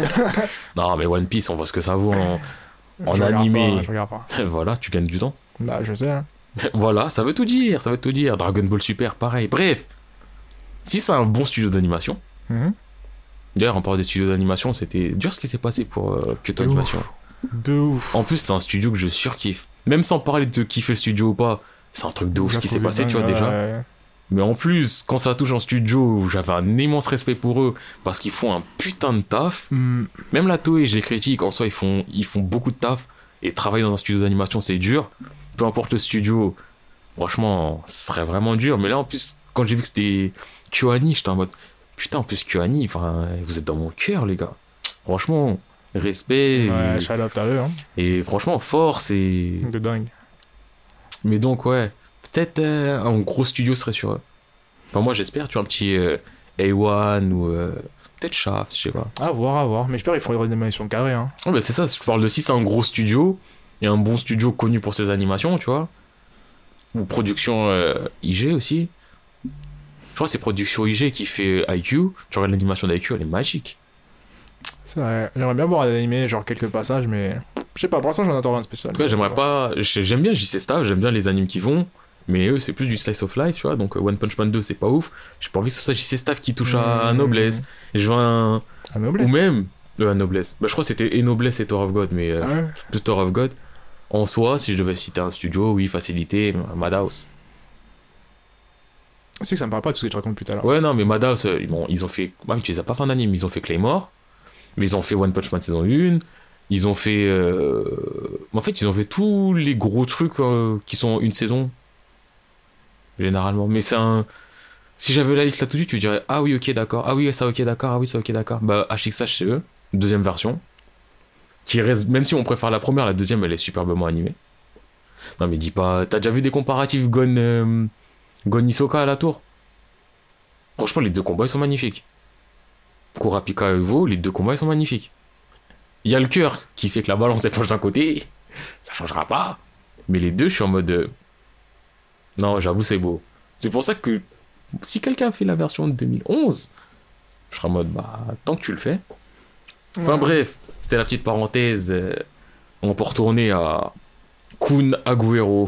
Non, mais One Piece, on voit ce que ça vaut en, en Je regarde animé. pas, je regarde pas. Voilà, tu gagnes du temps. Bah, je sais. Hein. Voilà, ça veut tout dire, ça veut tout dire. Dragon Ball Super, pareil. Bref, si c'est un bon studio d'animation, Mhm. d'ailleurs, en parlant des studios d'animation, c'était dur ce qui s'est passé pour euh, Kyoto De Animation. ouf. De ouf. En plus, c'est un studio que je surkiffe. Même sans parler de kiffer le studio ou pas, c'est un truc de ouf ce qui s'est passé, tu vois, déjà. Ouais. Mais en plus, quand ça touche un studio, j'avais un immense respect pour eux parce qu'ils font un putain de taf. Hmm. Même la Toei, je les critique, en soi, ils font, ils font beaucoup de taf. Et travailler dans un studio d'animation, c'est dur. Peu importe le studio, franchement, ce serait vraiment dur. Mais là, en plus, quand j'ai vu que c'était KyoAni, j'étais en mode putain, en plus, KyoAni, enfin, vous êtes dans mon cœur, les gars. Franchement, respect. Ouais, et, shout out à eux, hein. et franchement, force. Et... De dingue. Mais donc, ouais, peut-être euh, un gros studio serait sur eux. Enfin, moi, j'espère, tu vois, un petit euh, A un ou euh, peut-être Shaft, je sais pas. À voir, à voir. Mais j'espère qu'ils feront une animation carrée, hein. Ouais, bah, c'est ça, je parle de si c'est un gros studio, et un bon studio connu pour ses animations, tu vois. Ou production euh, I G aussi. Je crois que c'est production I G qui fait I Q. Tu regardes l'animation d'I Q, elle est magique. C'est vrai. J'aimerais bien voir un animé, genre quelques passages, mais je sais pas, pour l'instant j'en attends rien de spécial. En tout cas, j'aimerais pas. J'aime bien J C Staff, j'aime bien les animes qui vont. Mais eux, c'est plus du slice of life, tu vois. Donc One Punch Man deux, c'est pas ouf. J'ai pas envie que ce soit J C Staff qui touche à, à Mmh. Noblesse. Et je veux un. Un noblesse. Ou même. Euh, à Noblesse. Bah, je crois que c'était et Noblesse et Tower of God, mais euh, Ah ouais. plus Tower of God. En soi, si je devais citer un studio, oui, facilité, Madhouse. C'est que ça me parle pas de tout ce que tu racontes plus tard. Ouais, non, mais Madhouse, euh, bon, ils ont fait. Ouais, mais tu les as pas fait en anime, ils ont fait Claymore. Mais ils ont fait One Punch Man saison un. Ils ont fait. Euh... En fait, ils ont fait tous les gros trucs euh, qui sont une saison. Généralement. Mais c'est un. Si j'avais la liste là tout de suite, tu dirais ah oui, ok, d'accord. Ah oui, ça, ok, d'accord. Ah oui, ça, ok, d'accord. Bah, H X H, c'est eux. Deuxième version. Qui reste. Même si on préfère la première, la deuxième, elle est superbement animée. Non, mais dis pas. T'as déjà vu des comparatifs Gon. Euh... Gon Hisoka à la tour? Franchement, les deux combats, ils sont magnifiques. Kurapika et Evo, les deux combats, ils sont magnifiques. Il y a le cœur qui fait que la balance, elle penche d'un côté. Ça changera pas. Mais les deux, je suis en mode. Euh... Non, j'avoue, c'est beau. C'est pour ça que si quelqu'un fait la version de deux mille onze, je serai en mode, bah, tant que tu le fais. Enfin Ouais. bref, c'était la petite parenthèse. Euh, on peut retourner à Kun Agüero.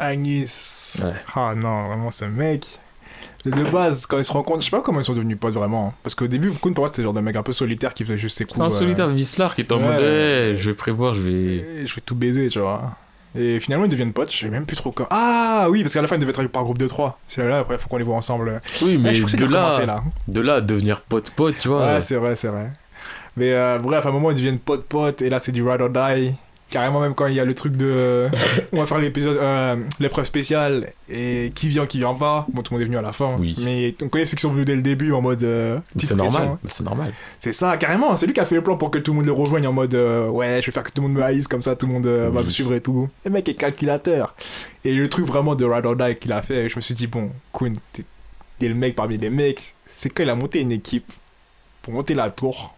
Agnès. Ouais. Ah non, vraiment, ce mec. De base, quand ils se rencontrent, je sais pas comment ils sont devenus potes vraiment. Parce qu'au début, Kun, pour moi, c'était le genre de mec un peu solitaire qui faisait juste ses coups. Un euh, solitaire Vislar qui est en ouais. mode, eh, je vais prévoir, je vais. euh, Je vais tout baiser, tu vois. Et finalement, ils deviennent potes, je sais même plus trop quand. Ah oui, parce qu'à la fin, ils devaient travailler par groupe de trois. C'est là, après, faut qu'on les voit ensemble. Oui, mais Ouais, je pensais de qu'ils recommençaient, là, là. de là à devenir pote-pote, tu vois. Ouais, c'est vrai, c'est vrai. Mais euh, bref, à un moment, ils deviennent potes-potes, et là, c'est du ride or die. Carrément, même quand il y a le truc de. On va faire l'épisode, euh, l'épreuve spéciale, et qui vient, qui vient pas. Bon, tout le monde est venu à la fin. Oui. Mais on connaît ceux qui sont venus dès le début en mode. Euh, petite c'est normal, pression. mais c'est normal. C'est ça, carrément. C'est lui qui a fait le plan pour que tout le monde le rejoigne en mode euh, ouais, je vais faire que tout le monde me haïsse, comme ça tout le monde euh, va Oui. me suivre et tout. Le mec est calculateur. Et le truc vraiment de Ride or Die qu'il a fait, je me suis dit, bon, Kun, t'es, t'es le mec parmi les mecs. C'est quand il a monté une équipe pour monter la tour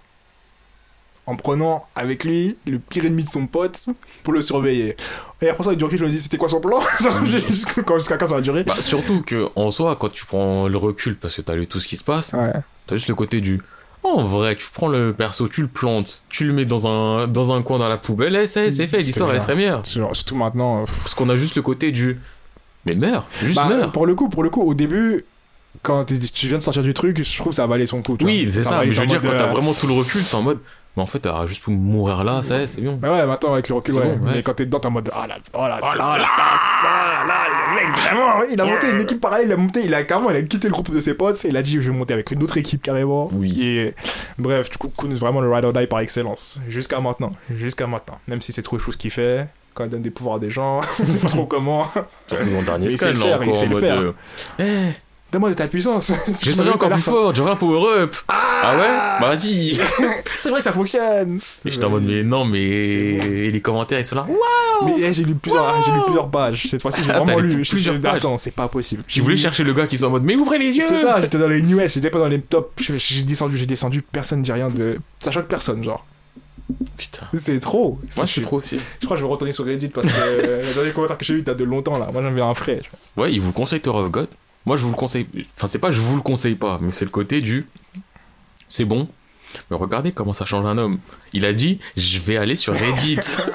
en prenant avec lui le pire ennemi de son pote pour le surveiller. Et après ça, du recul, je me dis, c'était quoi son plan? Jusqu'à quand jusqu'à quand ça va durer? Bah, surtout que, en soi, quand tu prends le recul, parce que t'as lu tout ce qui se passe, Ouais. t'as juste le côté du. Oh, en vrai, tu prends le perso, tu le plantes, tu le mets dans un, dans un coin dans la poubelle, et c'est, c'est fait, C'est l'histoire elle bien. serait meilleure. Genre, surtout maintenant. euh, pff. Parce qu'on a juste le côté du. Mais meurs, juste Bah, meurs. pour le coup, pour le coup, au début, quand t'es- tu viens de sortir du truc, je trouve que ça valait son coup. tu Oui, vois. c'est ça, valait mais je veux en dire, mode, quand t'as euh, vraiment tout le recul, t'es en mode. Mais en fait, t'as juste pour mourir là, ça y est, c'est bon. Bah ouais, maintenant avec le recul, C'est ouais. bon, ouais. Mais quand t'es dedans, t'es en mode ah la, oh la, Oh oh là la tasse, oh là là, le mec vraiment, il a monté une équipe pareille, il a monté, il a carrément, il a quitté le groupe de ses potes, et il a dit je vais monter avec une autre équipe carrément. Oui. Et bref, du coup, Kun est vraiment le ride or die par excellence, jusqu'à maintenant, jusqu'à maintenant. Même si c'est trop fou ce qu'il fait, quand il donne des pouvoirs à des gens, on sait pas trop comment. Surtout dans le dernier Mais il sait scan, le là, faire, il encore sait en le mode. faire. euh, Eh, Donne-moi de ta puissance. je serai encore plus fort, j'aurai un power-up. Ah ouais? Bah vas-y. C'est vrai que ça fonctionne. Et j'étais en mode, mais non, mais. Et les commentaires, ils sont là. Waouh! Mais eh, j'ai lu plusieurs, Wow. j'ai lu plusieurs pages. Cette fois-ci, j'ai Ah, vraiment t'as lu lu. Je plusieurs suis- pages. Attends, c'est pas possible. Je voulais chercher le gars qui soit en mode, mais ouvrez les yeux! C'est ça, j'étais dans les news, j'étais pas dans les top. J'ai j'ai descendu, j'ai descendu, personne dit rien de. Ça choque personne, genre. Putain. C'est trop. Moi, je suis trop aussi. Je crois que je vais retourner sur Reddit parce que le dernier commentaire que j'ai eu date de longtemps là. Moi, j'avais un frais. tu vois. Ouais, il vous conseille Tower of God. Moi, je vous le conseille. Enfin, c'est pas je vous le conseille pas, mais c'est le côté du. C'est bon. Mais regardez comment ça change un homme. Il a dit, je vais aller sur Reddit.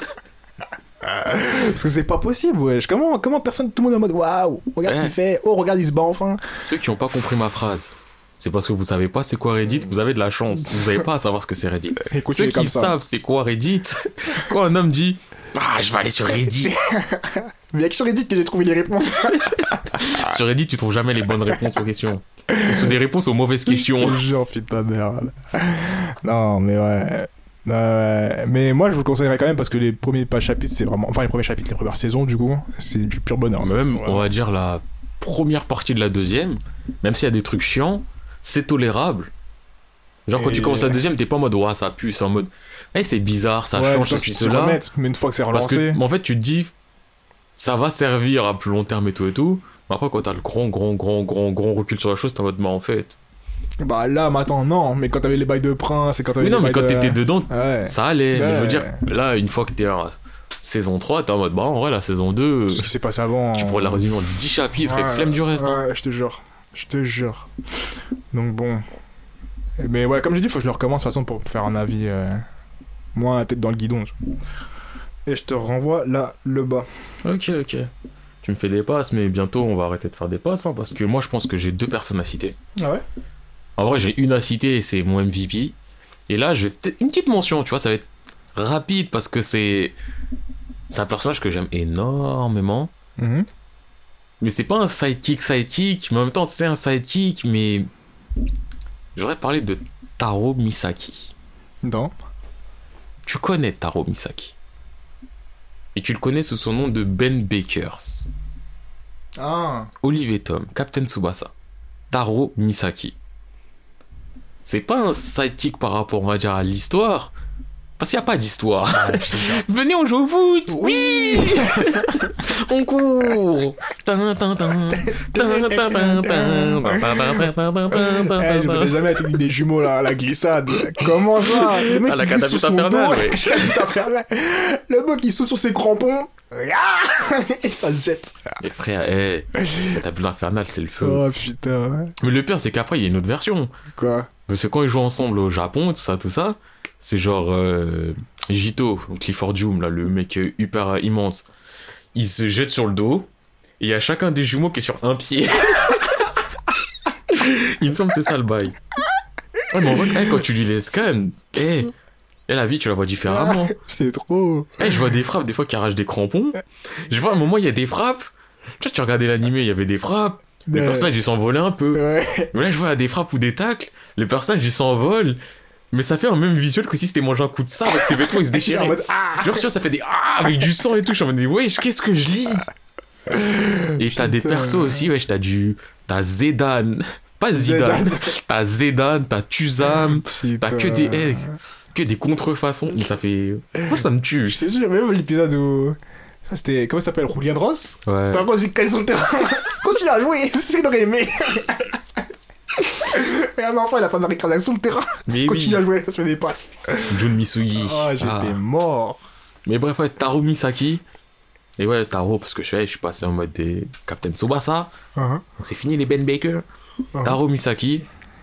Parce que c'est pas possible, wesh. Comment, comment personne, tout le monde est en mode waouh, regarde ce Ouais. qu'il fait. Oh, regarde, il se bat enfin. Ceux qui ont pas compris ma phrase, c'est parce que vous savez pas c'est quoi Reddit, vous avez de la chance. Vous avez pas à savoir ce que c'est Reddit. Écoute, Ceux il est comme qui ça. savent c'est quoi Reddit, quand un homme dit, ah, je vais aller sur Reddit. Mais il y a que sur Reddit que j'ai trouvé les réponses. Sur Reddit, tu trouves jamais les bonnes réponses aux questions. C'est des réponses aux mauvaises questions. Je te jure, putain de merde. Non, mais ouais. Euh, mais moi, je vous le conseillerais quand même parce que les premiers pas chapitres, c'est vraiment. Enfin, les premiers chapitres, les premières saisons, du coup, c'est du pur bonheur. Mais même, Ouais. on va dire la première partie de la deuxième, même s'il y a des trucs chiants, c'est tolérable. Genre, quand Et- tu commences la deuxième, t'es pas en mode, ouah, ça pue, c'est en mode, eh, c'est bizarre, ça Ouais, change le temps ceci, qu'ils se cela. remettent, mais une fois que c'est Parce relancé. que, en fait, tu te dis, ça va servir à plus long terme et tout et tout. Mais après, quand t'as le grand, grand, grand, grand, grand recul sur la chose, t'es en mode, mais en fait. Bah là, maintenant, non. Mais quand t'avais les bails de prince et quand t'avais Oui, les non, mais bails quand de... t'étais dedans, Ouais. ça allait. Mais je veux Ouais. dire, là, une fois que t'es un Saison trois, t'es en mode, bah en vrai, la saison deux, Ce qui s'est passé avant. tu pourrais la résumer en dix chapitres Ouais, et flemme du reste. Ouais, hein. je te jure. Je te jure. Donc bon. Mais ouais, comme j'ai dit, faut que je le recommence de toute façon pour faire un avis. Euh... Moi, la tête dans le guidon. Et je te renvoie là, le bas. Ok, ok. Tu me fais des passes, mais bientôt on va arrêter de faire des passes, hein, parce que moi je pense que j'ai deux personnes à citer. Ah ouais? En vrai, j'ai une à citer et c'est mon M V P. Et là, je vais peut-être une petite mention, tu vois, ça va être rapide parce que c'est. C'est un personnage que j'aime énormément. Mm-hmm. Mais c'est pas un sidekick sidekick, mais en même temps c'est un sidekick, mais. J'aurais parlé de Taro Misaki. Non. Tu connais Taro Misaki. Et tu le connais sous son nom de Ben Bakers. Ah. Olivier Tom, Captain Tsubasa. Taro Misaki. C'est pas un sidekick par rapport, on va dire, à l'histoire. Parce qu'il n'y a pas d'histoire. Ah, je sais pas. Venez, on joue au foot. Oui. On court. Tin, tin, tin. Tin, tin, tin, tin. Eh, je connais jamais la technique des jumeaux là, la glissade. Comment ça? Le mec Ah, la qui glisse sur catapulte son infernale, dos, ouais. catapulte infernale. Le mec qui saute sur ses crampons. Ah et ça se jette. Mais frère, eh, t'as vu l'infernal, c'est le feu. Oh putain. Mais le pire, c'est qu'après, il y a une autre version. Quoi? Parce que quand ils jouent ensemble au Japon, tout ça, tout ça, c'est genre euh, Jito, Clifford Hume, là, le mec euh, hyper euh, immense. Il se jette sur le dos, et il y a chacun des jumeaux qui est sur un pied. Il me semble que c'est ça le bail. Ouais, mais en vrai, eh, quand tu lis les scans, eh, eh, la vie, tu la vois différemment. C'est trop. Eh, je vois des frappes, des fois, qui arrachent des crampons. Je vois à un moment, il y a des frappes. Tu vois, tu regardais l'animé, il y avait des frappes. Les Ouais. personnages, ils s'envolaient un peu. Ouais. Mais là, je vois des frappes ou des tacles, les personnages, ils s'envolent. Mais ça fait un même visuel que si c'était mangé un coup de sabre avec ses vêtements, ils se En déchiraient. mode, ah. Genre, tu vois, ça fait des ah avec du sang et tout. Je suis en mode, mais wesh, qu'est-ce que je lis? Et t'as des Putain. persos aussi, wesh, t'as du. T'as Zedane. Pas Zidane. T'as Zedane, t'as Tuzam. T'as que des. eh, que des contrefaçons. Mais ça fait. Moi, ça me tue. Je te jure, même l'épisode où. Ça, c'était. Comment ça s'appelle? Julian Ross? Ouais. Par contre, il casse sur le terrain. Continue à jouer, c'est ce qu'il aurait aimé. Et un enfant, il a fait un écrasage sur le terrain. Mais Continue oui. à jouer, ça se fait des passes. Jun Misugi. Oh, j'étais Ah. mort. Mais bref, ouais, Taro Misaki. Et ouais, Taro, parce que je suis, je suis passé en mode des Captain Tsubasa. Uh-huh. Donc c'est fini les Ben Baker. Uh-huh. Taro Misaki.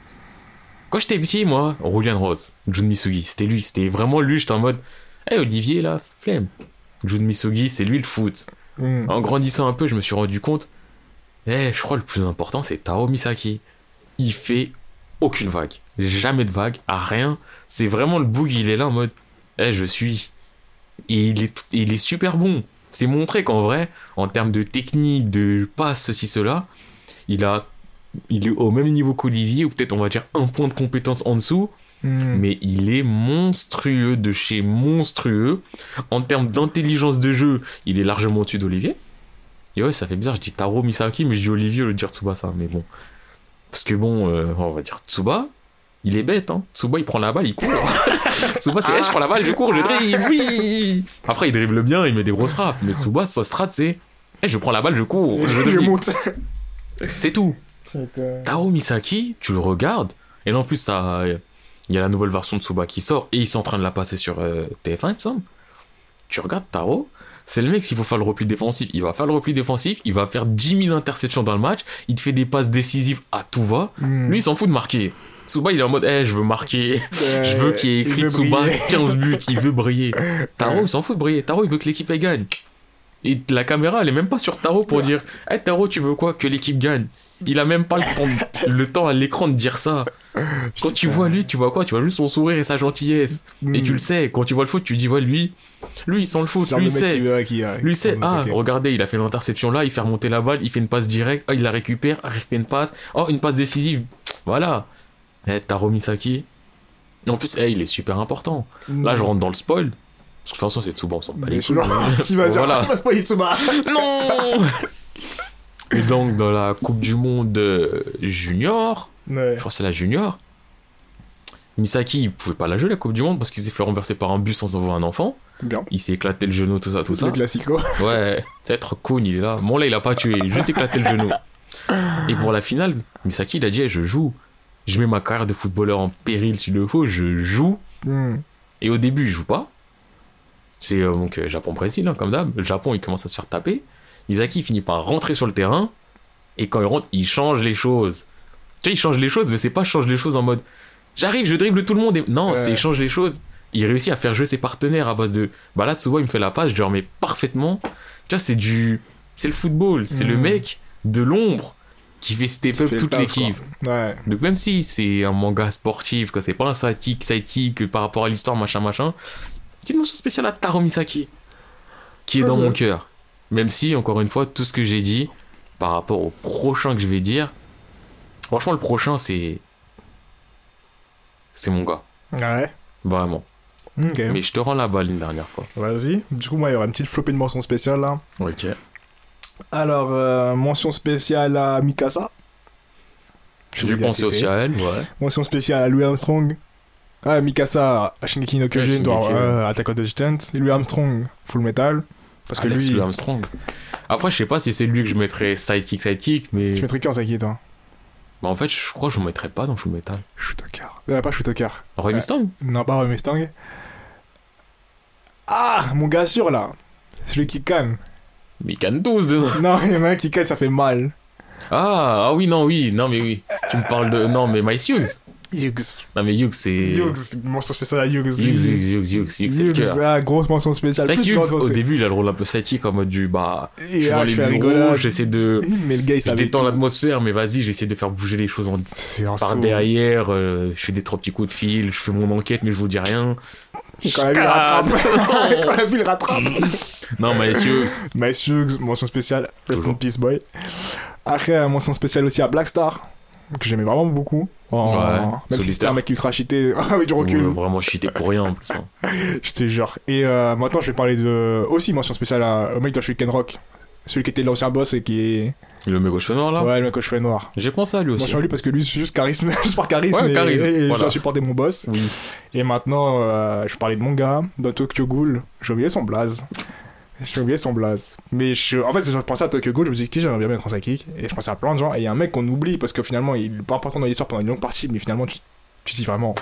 Quand j'étais petit, moi, Julian Rose, Jun Misugi, c'était lui, c'était vraiment lui. J'étais en mode, hé Olivier là, flemme. Jun Misugi, c'est lui le foot. Mm. En grandissant un peu, je me suis rendu compte, eh, je crois le plus important, c'est Taro Misaki. Il fait aucune vague. Jamais de vague, à rien. C'est vraiment le boug, il est là en mode, eh, je suis. Et il est, il est super bon. C'est montré qu'en vrai, en termes de technique, de passe, ceci, cela, il a. Il est au même niveau qu'Olivier, ou peut-être on va dire un point de compétence en dessous, Mm. mais il est monstrueux de chez monstrueux. En termes d'intelligence de jeu, il est largement au-dessus d'Olivier. Et ouais, ça fait bizarre, je dis Taro Misaki, mais je dis Olivier au lieu de dire Tsubasa, mais bon. Parce que bon, euh, on va dire Tsuba, il est bête, hein. Tsuba, il prend la balle, il court. Tsuba, c'est, hey, je prends la balle, je cours, je dribble, oui. Après, il dribble bien, il met des grosses frappes. Mais Tsuba, sa strat, c'est, hey, je prends la balle, je cours, je Je dribble. monte. C'est tout. Taro Misaki, tu le regardes, et là en plus, ça, il y a la nouvelle version de Tsuba qui sort, et ils sont en train de la passer sur euh, T F un, il me semble. Tu regardes Taro, c'est le mec, s'il faut faire le repli défensif, il va faire le repli défensif, il va faire dix mille interceptions dans le match, il te fait des passes décisives à tout va. Mm. Lui, il s'en fout de marquer. Tsuba, il est en mode, eh, je veux marquer, Euh, je veux qu'il y ait il écrit veut Tsuba briller. quinze buts, il veut briller. Taro, il s'en fout de briller. Taro, il veut que l'équipe elle gagne. Et la caméra, elle est même pas sur Taro pour dire, eh, Taro, tu veux quoi? Que l'équipe gagne. Il a même pas le temps, le temps à l'écran de dire ça. Quand tu vois lui, tu vois quoi? Tu vois juste son sourire et sa gentillesse. Mm. Et tu le sais, quand tu vois le foot, tu dis, ouais, lui, lui, il sent le foot, C'est lui, le il mec sait. qui veut- qui, euh, Lui, qui c'est, veut ah, attaquer. regardez, il a fait une interception là, il fait remonter la balle, il fait une passe directe, ah, il la récupère, ah, il fait une passe, oh, une passe décisive. Voilà. Eh, Taro Misaki. Et en plus, eh, il est super important. Mm. Là, je rentre dans le spoil. Parce que de toute façon, c'est Tsuba, on s'en bat Mais les couilles. sinon, qui va dire, Voilà. tu vas spoiler Tsuba. Non. Et donc, dans la Coupe du Monde euh, Junior, Ouais. je crois que c'est la Junior, Misaki, il pouvait pas la jouer, la Coupe du Monde, parce qu'il s'est fait renverser par un bus sans avoir un enfant. Bien. Il s'est éclaté le genou, tout ça, tout Tout ça. les classico. Ouais, c'est être cool, il est là. Bon, là, il a pas tué, il a juste éclaté le genou. Et pour la finale, Misaki, il a dit, hey, je joue. Je mets ma carrière de footballeur en péril s'il le faut, je joue. Mm. Et au début, il joue pas. C'est euh, donc euh, Japon-Brésil, hein, comme d'hab. Le Japon, il commence à se faire taper. Misaki finit par rentrer sur le terrain. Et quand il rentre, il change les choses. Tu vois, il change les choses, mais c'est pas change les choses en mode j'arrive, je dribble tout le monde. Et... Non, Ouais. c'est il change les choses. Il réussit à faire jouer ses partenaires à base de. Bah là, Tsubo, il me fait la passe, je le remets parfaitement. Tu vois, c'est du. C'est le football. C'est Mm. le mec de l'ombre qui fait step up Fait le toute taf, l'équipe. quoi. Ouais. Donc même si c'est un manga sportif, que c'est pas un sidekick, sidekick par rapport à l'histoire, machin, machin, petite mention spéciale à Taro Misaki, qui est dans Mhm. mon cœur. Même si, encore une fois, tout ce que j'ai dit, par rapport au prochain que je vais dire, franchement, le prochain, c'est... C'est mon gars. Ouais. Vraiment. Ok. Mais je te rends la balle une dernière fois. Vas-y. Du coup, moi, il y aura une petite flopée de mentions spéciales, là. Ok. Alors, euh, mention spéciale à Mikasa. J'ai oublié de la pensé aussi citer. à elle, ouais. Mention spéciale à Louis Armstrong. Ah, Mikasa, à Shingeki no Kyojin, Shingeki, dans ouais. euh, Attack on Titan. Et Louis Armstrong, Full Metal. Parce que Alex lui, Louis Armstrong. Après, je sais pas si c'est lui que je mettrais sidekick, sidekick, mais... tu mettrais qui en Saki, toi? Bah, en fait, je crois que je ne mettrais pas dans Full Metal. Shutoker. Euh, pas Shutoker. Roy Ouais. Mustang. Non, pas Roy Mustang. Ah, mon gars sûr, là. Celui qui canne. Mais il canne douze dedans. Non, il y en a un qui canne, ça fait mal. Ah, ah oui, non, oui, non, mais oui. Tu me parles de. Non, mais Mice Hughes. Hughes. Non, mais Hughes, c'est. Hughes, mention spéciale à Hughes. Hughes, Hughes, Hughes, Hughes, Hughes, c'est le Hughes, cœur. ah, grosse mention spéciale. C'est vrai Plus qu'Hughes, grosse au mention- début, il a le rôle un peu sadique en mode du. Bah. Je Et suis là, dans je les fais la bureaux, rigolade. j'essaie de. Mais le gars, il Je savait détends tout. l'atmosphère, mais vas-y, j'essaie de faire bouger les choses en... C'est un par saut. derrière. euh, je fais des trois petits coups de fil, je fais mon enquête, mais je vous dis rien. Et quand la ville rattrape. Quand la ville rattrape. Non, Mice Hughes. Mice Hughes, mention spéciale. Rest Toujours. in peace, boy. Après, mention spéciale aussi à Blackstar, que j'aimais vraiment beaucoup. En- Ouais, Même si c'était solitaire. un mec ultra cheaté, avec du recul, Ouais, vraiment cheaté pour rien en plus. hein. je te jure. Et euh, maintenant, je vais parler de. Aussi, mention spéciale à... au mec de Shuriken Rock. Celui qui était l'ancien boss et qui est. Le mec aux cheveux noirs là. Ouais, le mec aux cheveux noirs. J'ai pensé à lui aussi. Mention à lui parce que lui, c'est juste charisme, juste par charisme. Ouais, et, charisme, et je voilà. dois supporter mon boss. Oui. Et maintenant, euh, je parlais de mon gars, dans Tokyo Ghoul. J'ai oublié son blaze. J'ai oublié son blaze. Mais je, en fait, je pensais à Tokyo Ghoul, je me suis dit, qui j'aimerais bien mettre en sidekick. Et je pensais à plein de gens. Et il y a un mec qu'on oublie parce que finalement, il est pas important dans l'histoire pendant une longue partie. Mais finalement, tu, tu dis vraiment.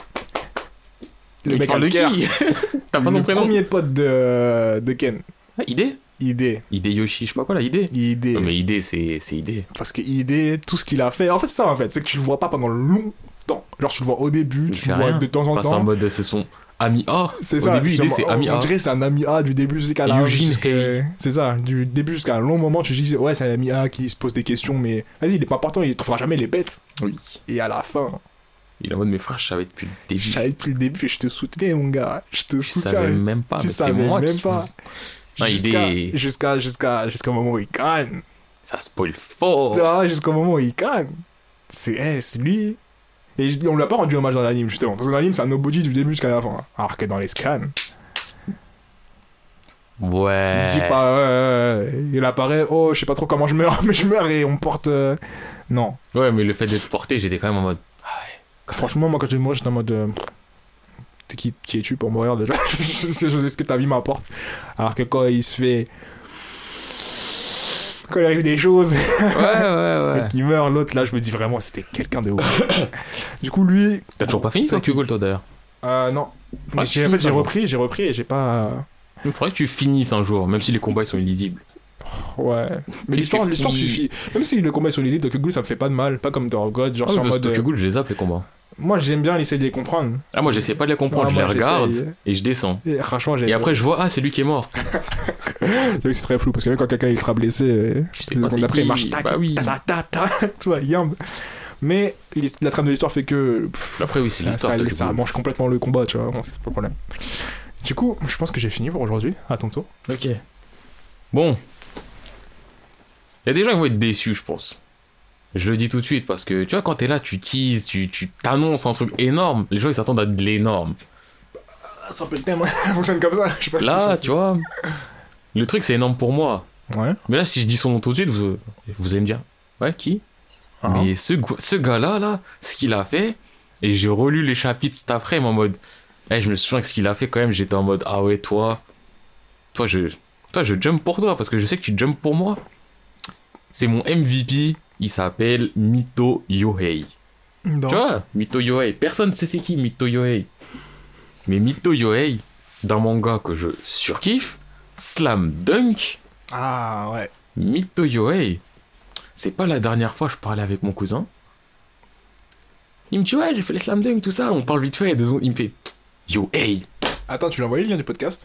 Le Mais mec tu parles a de le cœur. qui T'as pas son Le prénom premier pote de, de Ken. Ah, Idée Idée. Idée Yoshi, je sais pas quoi là, Idée. Idée. Non mais Idée, c'est c'est Idée. Parce que Idée, tout ce qu'il a fait. En fait, c'est ça, en fait. C'est que tu le vois pas pendant longtemps. Genre, tu le vois au début, Il tu fait le vois rien. de temps en Enfin, c'est en temps. mode c'est son ami A. C'est Au ça. début, Idée, sûrement- c'est on- ami On A. dirait que c'est un ami A du début jusqu'à la Eugene jusqu'à- Hay. C'est ça. Du début jusqu'à un long moment, tu te dis, ouais, c'est un ami A qui se pose des questions, mais vas-y, il est pas important, il te fera jamais les bêtes. Oui. Et à la fin, Il est en mode mes frères, je savais depuis le début. j'avais depuis le début, je te soutenais, mon gars. Je te Je soutiens. savais même pas, Tu mais c'est savais moi même qui pas. vous- Non, Jusqu'à, Idée- jusqu'à, jusqu'à, jusqu'au moment où il gagne. Ça spoil fort. Ah, jusqu'au moment où il gagne. C'est, eh, c'est lui. Et je- on lui a pas rendu hommage dans l'anime, justement. Parce que dans l'anime, c'est un nobody du début jusqu'à la fin. Alors que dans les scans, Ouais. il dit pas, ouais, ouais, ouais. Il apparaît, oh, je sais pas trop comment je meurs, mais je meurs et on me porte. euh, Non. Ouais, mais le fait d'être porté, j'étais quand même en mode. Ah ouais. Franchement, moi, quand j'ai mouru, j'étais en mode. euh, T'es qui, qui es-tu pour mourir déjà? C'est ce que ta vie m'apporte. Alors que quand il se fait. Quand il arrive des choses Ouais, ouais, et ouais. qu'il meurt, l'autre, là, je me dis vraiment, c'était quelqu'un de ouf. Du coup, lui. T'as toujours pas fini ça Tokyo Ghoul toi d'ailleurs. Euh, non. Mais Ah, j'ai, tu en fait, finis j'ai ça, repris, j'ai repris et j'ai pas. Il faudrait que tu finisses un jour, même si les combats ils sont illisibles. Ouais. Mais Et l'histoire, c'est l'histoire fini. suffit. Même si le combat est sur lisible, Tokyo Ghoul, ça me fait pas de mal. Pas comme dans God, genre Ah, c'est en parce que mode. Tokyo euh, Ghoul, je les zappe les combats. Moi, j'aime bien essayer de les comprendre. Ah, moi j'essaie pas de les comprendre, Ah, je moi, les regarde j'essaye. et je descends. Et franchement, j'ai. Et après je vois, ah, c'est lui qui est mort. J'avoue que c'est très flou parce que même quand quelqu'un il sera blessé, euh, Tu sais une pas seconde c'est après il qui. marche tac, Bah oui. ta, ta, ta, ta, tu vois, yam. Mais l'his- la trame de l'histoire fait que pff, Après, oui, c'est ça, l'histoire. ça, Tokyo ça Ghoul. mange complètement le combat, tu vois, bon, c'est pas le problème. Du coup, je pense que j'ai fini pour aujourd'hui. À ton tour. Ok. Bon. Il y a des gens qui vont être déçus, je pense. Je le dis tout de suite parce que tu vois, quand t'es là, tu teases, tu tu t'annonces un truc énorme. Les gens ils s'attendent à de l'énorme. Ah, ça peut le thème, ça fonctionne comme ça. Je sais pas Là, si- tu vois, le truc c'est énorme pour moi. Ouais. Mais là, si je dis son nom tout de suite, vous, vous allez me dire, ouais, qui Ah. Mais ce, go- ce gars-là, là, ce qu'il a fait, et j'ai relu les chapitres cet après, mais en mode, eh, je me souviens que ce qu'il a fait quand même, j'étais en mode, ah ouais, toi, toi, je, toi, je jump pour toi, parce que je sais que tu jump pour moi. C'est mon M V P, il s'appelle Mito Yohei. Non. Tu vois, Mito Yohei, personne ne sait c'est qui Mito Yohei. Mais Mito Yohei, d'un manga que je surkiffe, Slam Dunk, Ah, ouais. Mito Yohei. C'est pas la dernière fois que je parlais avec mon cousin. Il me dit, ouais, j'ai fait les Slam Dunk, tout ça. On parle vite fait, il y a deux secondes. Il me fait, Yohei. Attends, tu l'as envoyé le lien du podcast?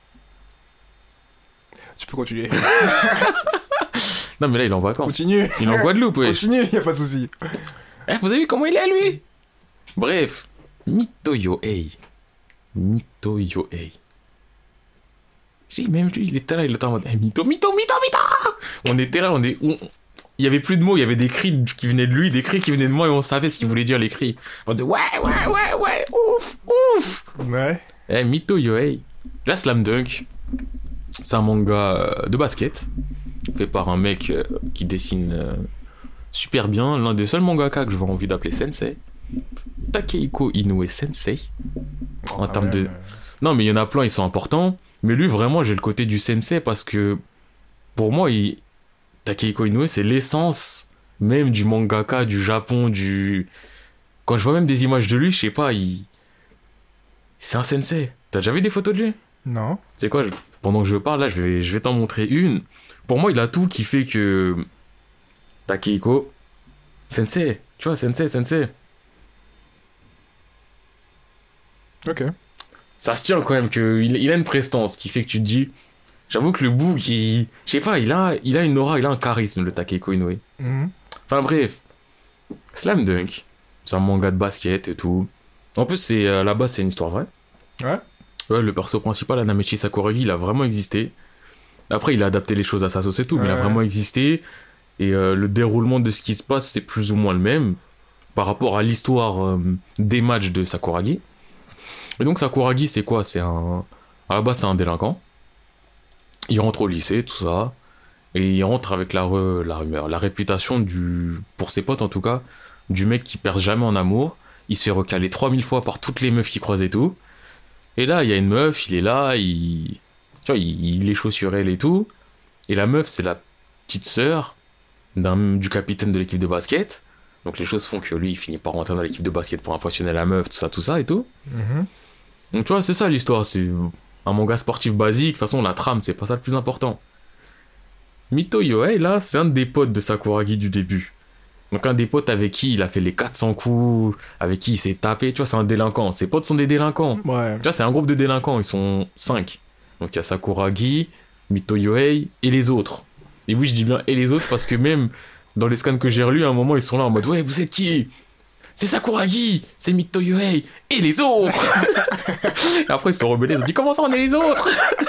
Tu peux continuer. Non, mais là, il est en vacances. Continue. Il est en Guadeloupe, ouais. Continue, y a pas de souci. Eh, vous avez vu comment il est, lui? Bref, Mito Yohei. Mito Yohei. J'ai même lui, il était là, il était en mode hey, Mito, Mito, Mito, Mito. On était là, on est. On... Il y avait plus de mots, il y avait des cris qui venaient de lui, des cris qui venaient de moi et on savait ce qu'il voulait dire, les cris. On disait ouais, ouais, ouais, ouais, ouf, ouf. Ouais. Eh, Mito Yohei. La Slam Dunk, c'est un manga de basket, fait par un mec euh, qui dessine euh, super bien, l'un des seuls mangaka que j'aurais envie d'appeler Sensei. Takehiko Inoue Sensei. Oh, En termes même, de. euh, Non, mais il y en a plein, ils sont importants. Mais lui, vraiment, j'ai le côté du sensei parce que pour moi, il... Takehiko Inoue, c'est l'essence même du mangaka, du Japon, du. Quand je vois même des images de lui, je sais pas, il. C'est un sensei. T'as déjà vu des photos de lui? Non. C'est quoi, je- pendant que je parle, là, je vais, je vais t'en montrer une. Pour moi, il a tout qui fait que. Takehiko. Sensei. Tu vois, sensei, sensei. Ok. Ça se tient quand même qu'il il a une prestance qui fait que tu te dis. J'avoue que le book, il. Je sais pas, il a, il a une aura, il a un charisme, le Takehiko Inoue. Mhm. Enfin bref. Slam Dunk. C'est un manga de basket et tout. En plus, c'est, à la base, c'est une histoire vraie. Ouais. Ouais, le perso principal, Anamechi Sakuragi, il a vraiment existé. Après, il a adapté les choses à sa sauce et tout, mais il a Ouais. vraiment existé. Et euh, le déroulement de ce qui se passe, c'est plus ou moins le même par rapport à l'histoire euh, des matchs de Sakuragi. Et donc, Sakuragi, c'est quoi? C'est un. À la base, c'est un délinquant. Il rentre au lycée, tout ça. Et il rentre avec la, re- la rumeur, la réputation du. Pour ses potes en tout cas, du mec qui perd jamais en amour. Il se fait recaler trois mille fois par toutes les meufs qu'il croise et tout. Et là, il y a une meuf, il est là, il. Tu vois, il, il est chaud sur elle et tout. Et la meuf, c'est la petite sœur d'un, du capitaine de l'équipe de basket. Donc les choses font que lui, il finit par rentrer dans l'équipe de basket pour impressionner la meuf, tout ça, tout ça et tout. Mhm. Donc tu vois, c'est ça l'histoire. C'est un manga sportif basique. De toute façon, la trame, c'est pas ça le plus important. Mito Yohei, là, c'est un des potes de Sakuragi du début. Donc un des potes avec qui il a fait les quatre cents coups, avec qui il s'est tapé. Tu vois, c'est un délinquant. Ses potes sont des délinquants. Ouais. Tu vois, c'est un groupe de délinquants, ils sont cinq. Donc il y a Sakuragi, Mito Yohei et les autres. Et oui, je dis bien et les autres parce que même dans les scans que j'ai relus, à un moment, ils sont là en mode ouais, vous êtes qui? C'est Sakuragi, c'est Mito Yohei et les autres. Et après, ils se sont rebellés, ils ont dit comment ça on est les autres?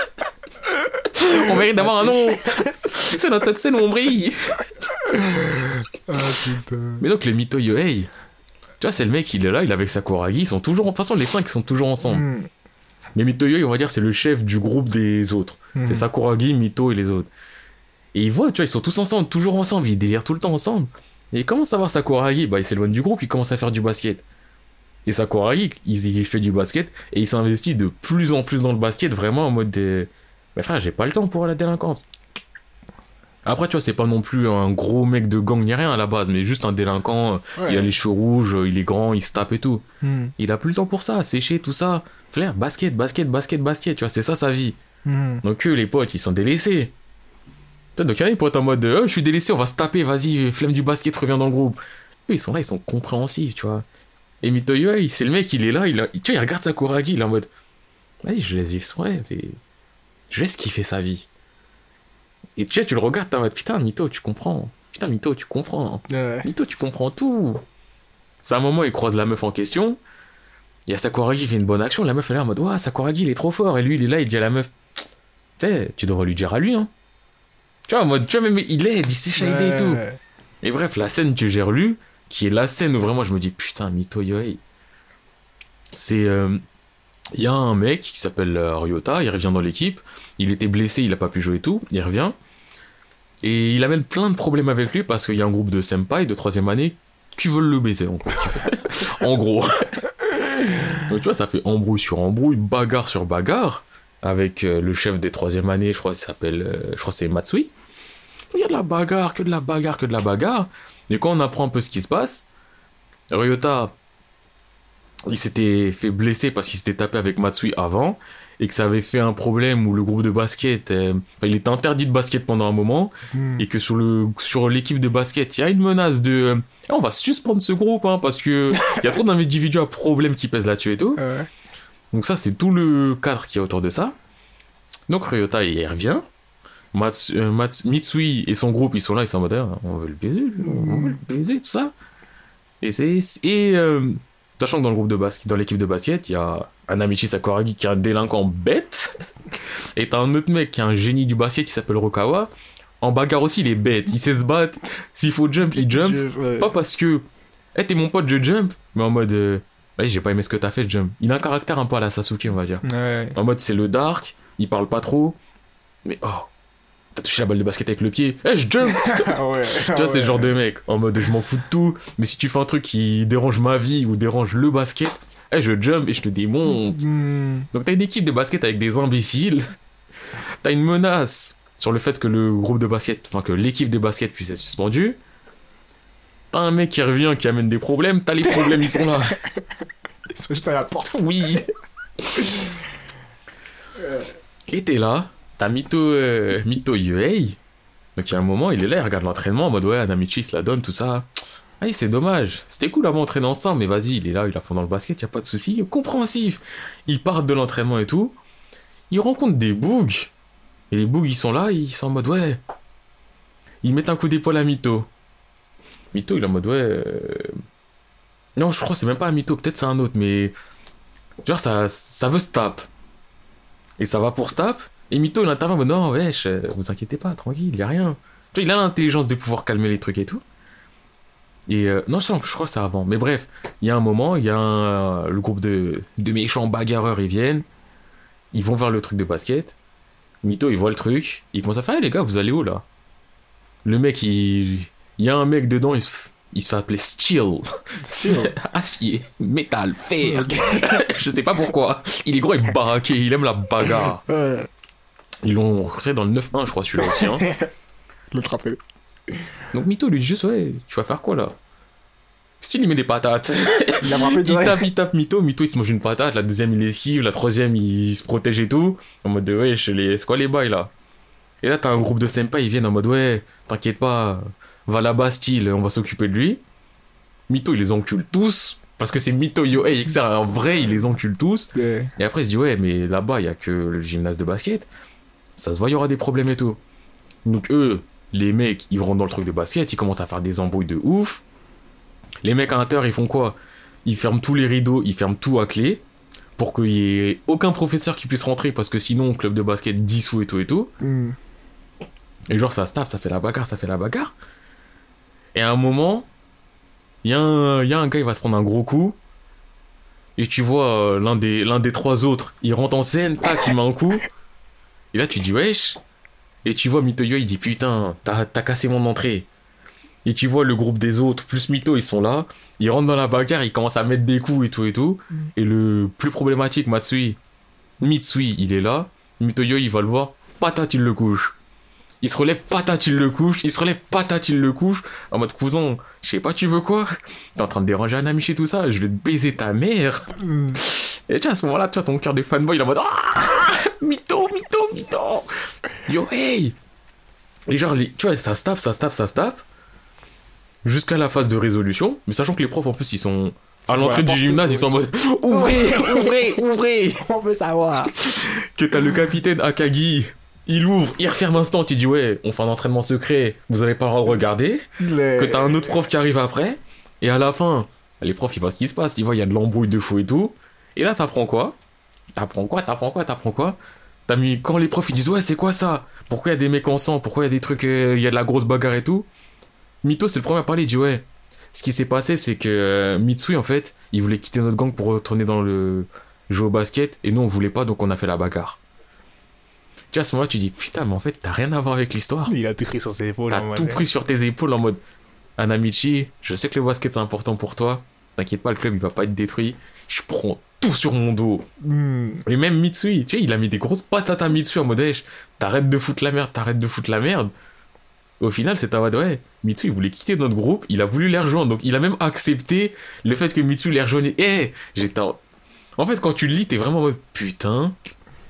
On mérite d'avoir un nom. C'est notre cette scène où on brille. Ah putain. Mais donc, le Mito Yohei, tu vois, c'est le mec, il est là, il est avec Sakuragi, ils sont toujours. De toute façon, les cinq sont toujours ensemble. Mhm. Mais Mito Yohei, on va dire, c'est le chef du groupe des autres. Mhm. C'est Sakuragi, Mito et les autres. Et ils voient, tu vois, ils sont tous ensemble, toujours ensemble, ils délirent tout le temps ensemble. Et il commence à voir Sakuragi, bah il s'éloigne du groupe, il commence à faire du basket. Et Sakuragi, il, il fait du basket et il s'investit de plus en plus dans le basket, vraiment en mode de... Mais frère, j'ai pas le temps pour la délinquance. Après, tu vois, c'est pas non plus un gros mec de gang ni rien à la base, mais juste un délinquant, Ouais. il a les cheveux rouges, il est grand, il se tape et tout. Mhm. Il a plus le temps pour ça, sécher, tout ça. Flair, basket, basket, basket, basket, tu vois, c'est ça sa vie. Mhm. Donc eux, les potes, ils sont délaissés. Putain, donc il y en a, ils pourraient être en mode oh, je suis délaissé, on va se taper, vas-y, flemme du basket, reviens dans le groupe. Eux, ils sont là, ils sont compréhensifs, tu vois. Et Mito Yohei, c'est le mec, il est là, il a... tu vois, il regarde Sakuragi, il est en mode vas-y, je laisse vivre son rêve et je laisse kiffer sa vie. Et tu vois, tu le regardes, t'es en mode putain, Mito, tu comprends. Putain, Mito, tu comprends. Ouais. Mito, tu comprends tout. C'est un moment, il croise la meuf en question. Il y a Sakuragi qui fait une bonne action, la meuf elle est là en mode ouah, Sakuragi, il est trop fort. Et lui, il est là, il dit à la meuf tu sais, tu devrais lui dire à lui, hein. Tu vois, en mode, tu vois, même il aide, il sait shader et tout. Ouais. Et bref, la scène que j'ai relue, qui est la scène où vraiment je me dis putain, Mito Yohei. C'est. Il euh, y a un mec qui s'appelle euh, Ryota, il revient dans l'équipe. Il était blessé, il a pas pu jouer et tout. Il revient. Et il amène plein de problèmes avec lui parce qu'il y a un groupe de senpai de troisième année qui veulent le baiser, en gros. En gros. Donc tu vois, ça fait embrouille sur embrouille, bagarre sur bagarre. Avec euh, le chef des troisième années, je crois qu'il s'appelle. Euh, je crois que c'est Matsui. Il y a de la bagarre, que de la bagarre, que de la bagarre. Et quand on apprend un peu ce qui se passe, Ryota, il s'était fait blesser parce qu'il s'était tapé avec Matsui avant. et que ça avait fait un problème où le groupe de basket, euh, enfin, il était interdit de basket pendant un moment, Hmm. et que sur, le, sur l'équipe de basket, il y a une menace de euh, Ah, on va suspendre ce groupe hein, parce que il y a trop d'individus à problème qui pèsent là-dessus et tout. Ouais. Donc ça, c'est tout le cadre qui est autour de ça. Donc Ryota, il revient. Mats, euh, Mats- Mitsui et son groupe, ils sont là, ils sont en mode Ah, on veut le baiser, on veut le baiser, tout ça. Et c'est et euh, sachant que dans le groupe de basket, dans l'équipe de basket, il y a un Amichi Sakuragi qui est un délinquant bête, et t'as un autre mec qui est un génie du basket qui s'appelle Rokawa. En bagarre aussi, il est bête, il sait se battre. S'il faut jump, il jump. Je- ouais. Pas parce que, hey, t'es mon pote, je jump, mais en mode, euh, ouais, j'ai pas aimé ce que t'as fait, je jump. Il a un caractère un peu à la Sasuke, on va dire. Ouais. En mode, c'est le dark, il parle pas trop, mais oh, t'as touché la balle de basket avec le pied, eh, je jump. Ah ouais. Tu vois, c'est le genre de mec, en mode, je m'en fous de tout, mais si tu fais un truc qui dérange ma vie ou dérange le basket, eh, je jump et je te démonte. Hmm. Donc t'as une équipe de basket avec des imbéciles, t'as une menace sur le fait que le groupe de basket, enfin que l'équipe de basket puisse être suspendue, t'as un mec qui revient qui amène des problèmes, t'as les problèmes, ils sont là. Ils sont juste à la porte. Oui. Et t'es là, t'as Mito, euh, Mito Yuei. Donc il y a un moment, il est là, il regarde l'entraînement en mode ouais, Anamichi il se la donne, tout ça. Ah, c'est dommage. C'était cool avant d'entraîner ensemble, mais vas-y, il est là, il a fond dans le basket, y a pas de souci. Compréhensif. Ils partent de l'entraînement et tout. Ils rencontrent des bougs. Et les bougs, ils sont là, ils sont en mode ouais. Ils mettent un coup d'épaule à Mito. Mito, il est en mode ouais. euh, Non, je crois que c'est même pas un Mito, peut-être c'est un autre, mais. Genre, ça, ça veut se tape. Et ça va pour se tape. Et Mito, il intervient en mode non, wesh, euh, vous inquiétez pas, tranquille, y a rien. Tu vois, il a l'intelligence de pouvoir calmer les trucs et tout. Et euh, non, je, sais, je crois que c'est avant. Mais bref, il y a un moment, il y a un, euh, le groupe de, de méchants bagarreurs, ils viennent. Ils vont vers le truc de basket. Mito, il voit le truc. Il commence à faire, hey, les gars, vous allez où là? Le mec, il. Il y a un mec dedans, il se, f- il se fait appeler Steel. Acier, métal, fer. Je sais pas pourquoi. Il est gros et baraqué, il aime la bagarre. Ouais. Ils l'ont recruté dans le neuf un, je crois, celui-là aussi. Hein. Le trapé. Donc Mito lui dit juste, ouais, tu vas faire quoi là? Style, il met des patates. Il a frappé Il direct. tape, il tape Mito. Mito, il se mange une patate. La deuxième, il esquive. La troisième, il se protège et tout. En mode de, ouais, les... c'est quoi les bails là? Et là, t'as un groupe de senpai, ils viennent en mode, ouais, t'inquiète pas, va là-bas, style, on va s'occuper de lui. Mito, il les encule tous. Parce que c'est Mito Yohei, et que c'est en vrai, il les encule tous. Ouais. Et après, il se dit, ouais, mais là-bas, il y a que le gymnase de basket. Ça se voit, il y aura des problèmes et tout. Donc, eux, les mecs, ils rentrent dans le truc de basket, ils commencent à faire des embrouilles de ouf. Les mecs à l'intérieur, ils font quoi? Ils ferment tous les rideaux, ils ferment tout à clé. Pour qu'il y ait aucun professeur qui puisse rentrer, parce que sinon, club de basket dissous et tout et tout. Hmm. Et genre, ça se tape, ça fait la bagarre, ça fait la bagarre. Et à un moment, il y, a un- il y a un gars, il va se prendre un gros coup. Et tu vois euh, l'un des, l'un des trois autres, il rentre en scène, tac, il met un coup. Et là, tu dis, wesh. Et tu vois Mitoyo, il dit, putain, t'as, t'as cassé mon entrée. Et tu vois le groupe des autres, plus Mito, ils sont là. Ils rentrent dans la bagarre, ils commencent à mettre des coups et tout et tout. Et le plus problématique, Matsui, Mitsui, il est là. Mitoyo, il va le voir, patate, il le couche. Il se relève, patate, il le couche. Il se relève, patate, il le couche. En mode, cousin, je sais pas, tu veux quoi? T'es en train de déranger un ami chez tout ça, je vais te baiser ta mère. Hmm. Et tu vois, à ce moment-là, tu vois, ton cœur de fanboy, il est en mode, ah, mytho, mytho, mytho. Yo, hey. Et genre, les, tu vois, ça se tape, ça se tape, ça se tape. Jusqu'à la phase de résolution. Mais sachant que les profs, en plus, ils sont à C'est l'entrée pour du la gymnase, ils sont en mode, ouvrez, ouvrez, ouvrez. On veut savoir. Que t'as le capitaine Akagi, il ouvre, il referme un instant, il dit ouais, on fait un entraînement secret, vous avez pas le droit de regarder. Les... Que t'as un autre prof qui arrive après, et à la fin, les profs ils voient ce qui se passe, ils voient il y a de l'embrouille de fou et tout. Et là t'apprends quoi? T'apprends quoi? T'apprends quoi? T'apprends quoi? T'as mis quand les profs ils disent ouais c'est quoi ça? Pourquoi il y a des mecs ensemble? Pourquoi il y a des trucs, il euh, y a de la grosse bagarre et tout? Mito c'est le premier à parler, il dit ouais. Ce qui s'est passé c'est que euh, Mitsui en fait, il voulait quitter notre gang pour retourner dans le jouer au basket, et nous on voulait pas donc on a fait la bagarre. Tu vois, à ce moment-là, tu dis, putain, mais en fait, t'as rien à voir avec l'histoire. Il a tout pris sur ses épaules. T'as en mode, tout pris sur tes épaules en mode, Anamichi, je sais que le basket c'est important pour toi. T'inquiète pas, le club il va pas être détruit. Je prends tout sur mon dos. Hmm. Et même Mitsui, tu sais, il a mis des grosses patates à Mitsui en mode, hey, t'arrêtes de foutre la merde, t'arrêtes de foutre la merde. Au final, c'est un mode, ouais, Mitsui il voulait quitter notre groupe, il a voulu les rejoindre. Donc il a même accepté le fait que Mitsui les rejoignait. Eh, j'étais en... en fait, quand tu le lis, t'es vraiment en mode, putain.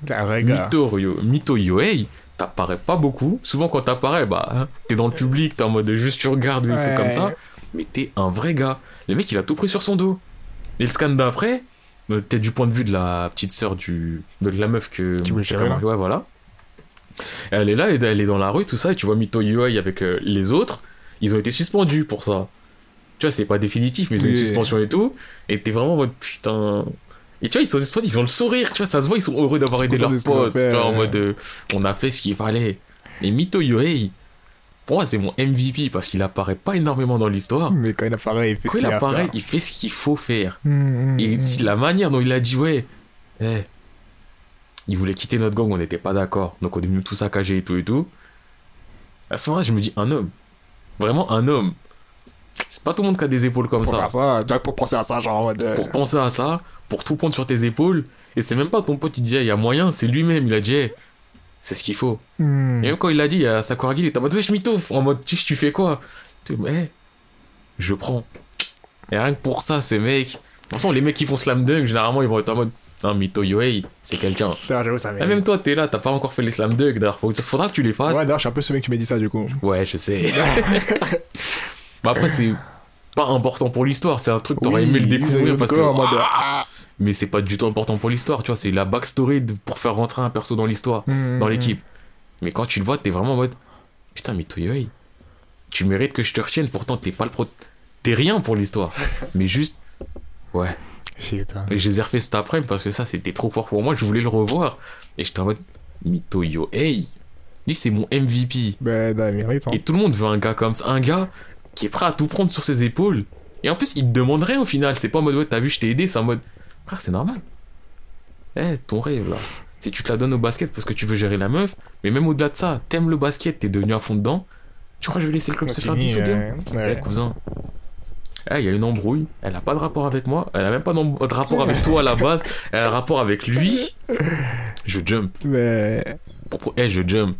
Un vrai gars. Mito, Yo- Mito Yohei, t'apparais pas beaucoup. Souvent, quand t'apparais, bah, hein, t'es dans le public, t'es en mode juste tu regardes ou des Ouais. trucs comme ça. Mais t'es un vrai gars. Le mec, il a tout pris sur son dos. Et le scan d'après, euh, t'es du point de vue de la petite sœur du... de la meuf que... Qui voulait gérer, là. Ouais, voilà. Elle est là, et elle est dans la rue, tout ça, et tu vois Mito Yohei avec euh, les autres. Ils ont été suspendus pour ça. Tu vois, c'est pas définitif, mais ils ont une Oui. suspension et tout. Et t'es vraiment en mode putain. Et tu vois, ils sont suspendus, ils ont le sourire, tu vois, ça se voit, ils sont heureux d'avoir Ils sont aidé contents leurs de ce qu'ils ont potes. fait, Tu vois, en ouais. mode euh, on a fait ce qu'il fallait. Et Mito Yohei, pour moi, c'est mon M V P parce qu'il apparaît pas énormément dans l'histoire. Mais quand il apparaît, il fait Quand ce il qu'il a à apparaît, faire. il fait ce qu'il faut faire. Hum, hum, Et hum. la manière dont il a dit, ouais, eh, il voulait quitter notre gang, on n'était pas d'accord. Donc on est venu tout saccager et tout et tout. À ce moment-là, je me dis, un homme. Vraiment un homme. C'est pas tout le monde qui a des épaules comme Pour ça. faire ça, tu vois, pour penser à ça, genre en mode. euh, Pour penser à ça, pour tout prendre sur tes épaules. Et c'est même pas ton pote qui dit, il y a moyen, c'est lui-même, il a dit, eh, c'est ce qu'il faut. hum. Et même quand il l'a dit, à Sakuragi, il était en mode, wesh, Mito, en mode, tu, tu fais quoi? Tu dis, eh, je prends. Et rien que pour ça, ces mecs. De toute façon, les mecs qui font slam dunk, généralement, ils vont être en mode, non, Mito Yohei, c'est quelqu'un. Putain, j'avoue, ça Et m'est. même toi, t'es là, t'as pas encore fait les slam dunk, d'ailleurs, faut- faudra que tu les fasses. Ouais, d'ailleurs, je suis un peu ce mec qui m'a dit ça, du coup. Ouais, je sais. Bah après, c'est pas important pour l'histoire, c'est un truc que t'aurais Oui, aimé le découvrir parce que. en mode. ah, Mais c'est pas du tout important pour l'histoire, tu vois, c'est la backstory de- pour faire rentrer un perso dans l'histoire, hum, dans hum. l'équipe. Mais quand tu le vois, t'es vraiment en mode putain, Mito Yohei, tu mérites que je te retienne, pourtant t'es pas le pro. T'es rien pour l'histoire. Mais juste. Ouais. Putain. Et je les ai refait cet après parce que ça c'était trop fort pour moi, je voulais le revoir. Et j'étais en mode Mito Yohei, lui c'est mon M V P. Ben, non, il mérite, hein. Et tout le monde veut un gars comme ça, un gars qui est prêt à tout prendre sur ses épaules. Et en plus, il te demande rien au final. C'est pas en mode, ouais, t'as vu, je t'ai aidé. C'est en mode, frère, c'est normal. Eh, ton rêve là. Si tu te la donnes au basket parce que tu veux gérer la meuf, mais même au-delà de ça, t'aimes le basket, t'es devenu à fond dedans. Tu crois que je vais laisser le club se faire Continue, dissoudre? ouais. Eh, Ouais. cousin. Eh, il y a une embrouille. Elle a pas de rapport avec moi. Elle a même pas d'em- de rapport avec toi à la base. Elle a un rapport avec lui. Je jump. Mais. Pour pro- Eh, je jump.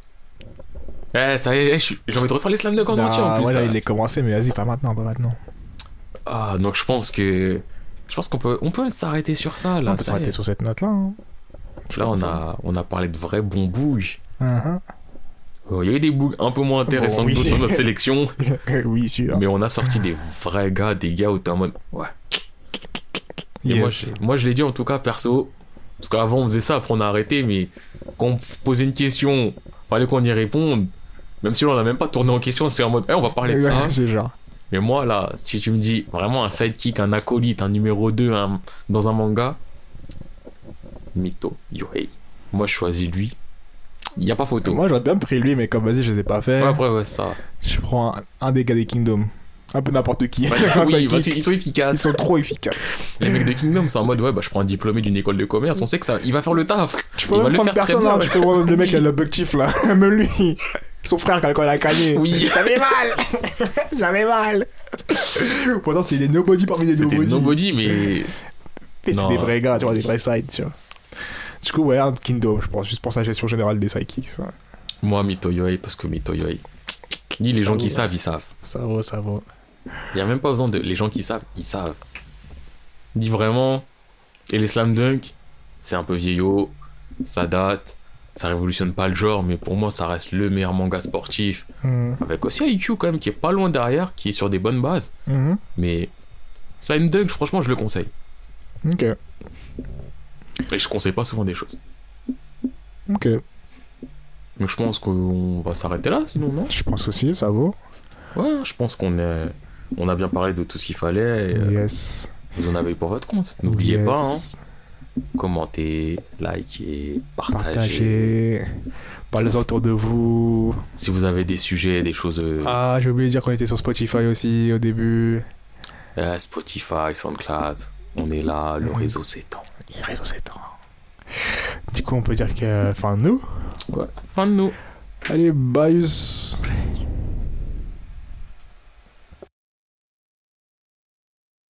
Eh, ça y est, eh, je suis- j'ai envie de refaire les slam dunk en entier en Non, plus. ouais, là, là. il est commencé, mais vas-y, pas maintenant, pas maintenant. Ah, donc je pense que. Je pense qu'on peut, on peut s'arrêter sur ça là. On peut ça y s'arrêter est. sur cette note-là. Hein. Là, on a, on a parlé de vrais bons bouges. Uh-huh. Oh, il y a eu des bougs un peu moins intéressants Bon, oui. que d'autres dans notre sélection, Oui, sûr. mais on a sorti des vrais gars, des gars où t'es en mode ouais. Et Yes. moi, je, moi, je l'ai dit en tout cas perso, parce qu'avant on faisait ça, après on a arrêté, mais quand on posait une question, fallait qu'on y réponde. Même si on l'a même pas tourné en question, c'est en mode, eh, on va parler de ça. C'est genre. Mais moi, là, si tu me dis vraiment un sidekick, un acolyte, un numéro deux un- dans un manga, Mito Yohei. Moi, je choisis lui. Il n'y a pas photo. Moi, j'aurais bien pris lui, mais comme vas-y, je les ai pas fait. Ouais, après, ouais, ça. Je prends un, un des gars des Kingdom. Un peu n'importe qui. Ouais, Un oui, sidekick. parce qu'ils sont Ils efficaces. sont trop efficaces. Les mecs de Kingdom, c'est en mode, ouais, bah, je prends un diplômé d'une école de commerce, on sait que ça, il va faire le taf. Tu peux Il va même le prendre faire très personne, bien, hein. ouais. Tu peux prendre le mec qui a le buckchief là. Même lui. Son frère, quand il a cagné. Oui. J'avais mal. J'avais mal. Pourtant, c'était des nobody parmi les C'était nobody. nobody, mais. Mais c'est Non. des vrais gars, tu vois, des vrais sides, tu vois. Du coup, ouais, un Kingdom, je pense, juste pour sa gestion générale des sidekicks. Ouais. Moi, Mito Yohei, parce que Mito Yohei. Ni les Ça gens vaut, qui ouais. savent, ils savent. Ça vaut, ça vaut. Il n'y a même pas besoin de. Les gens qui savent, ils savent. Dis vraiment. Et les slam dunk, c'est un peu vieillot, ça date, ça révolutionne pas le genre, mais pour moi, ça reste le meilleur manga sportif. Mhm. Avec aussi I Q quand même, qui est pas loin derrière, qui est sur des bonnes bases. Mhm. Mais slam dunk, franchement, je le conseille. Ok. Et je conseille pas souvent des choses. Ok. Donc je pense qu'on va s'arrêter là, sinon, non? Je pense aussi, ça vaut. Ouais, je pense qu'on est. On a bien parlé de tout ce qu'il fallait. Et, euh, Yes. vous en avez eu pour votre compte. N'oubliez Yes. pas, hein. Commentez, likez, partagez. Partagez. Parlez-en autour de vous. Si vous avez des sujets, des choses. euh, Ah, j'ai oublié de dire qu'on était sur Spotify aussi au début. euh, Spotify, SoundCloud, on est là, le Oui. réseau s'étend. Il reste sept ans. Du coup, on peut dire que. Enfin, nous. Ouais, fin de nous. Allez, bye.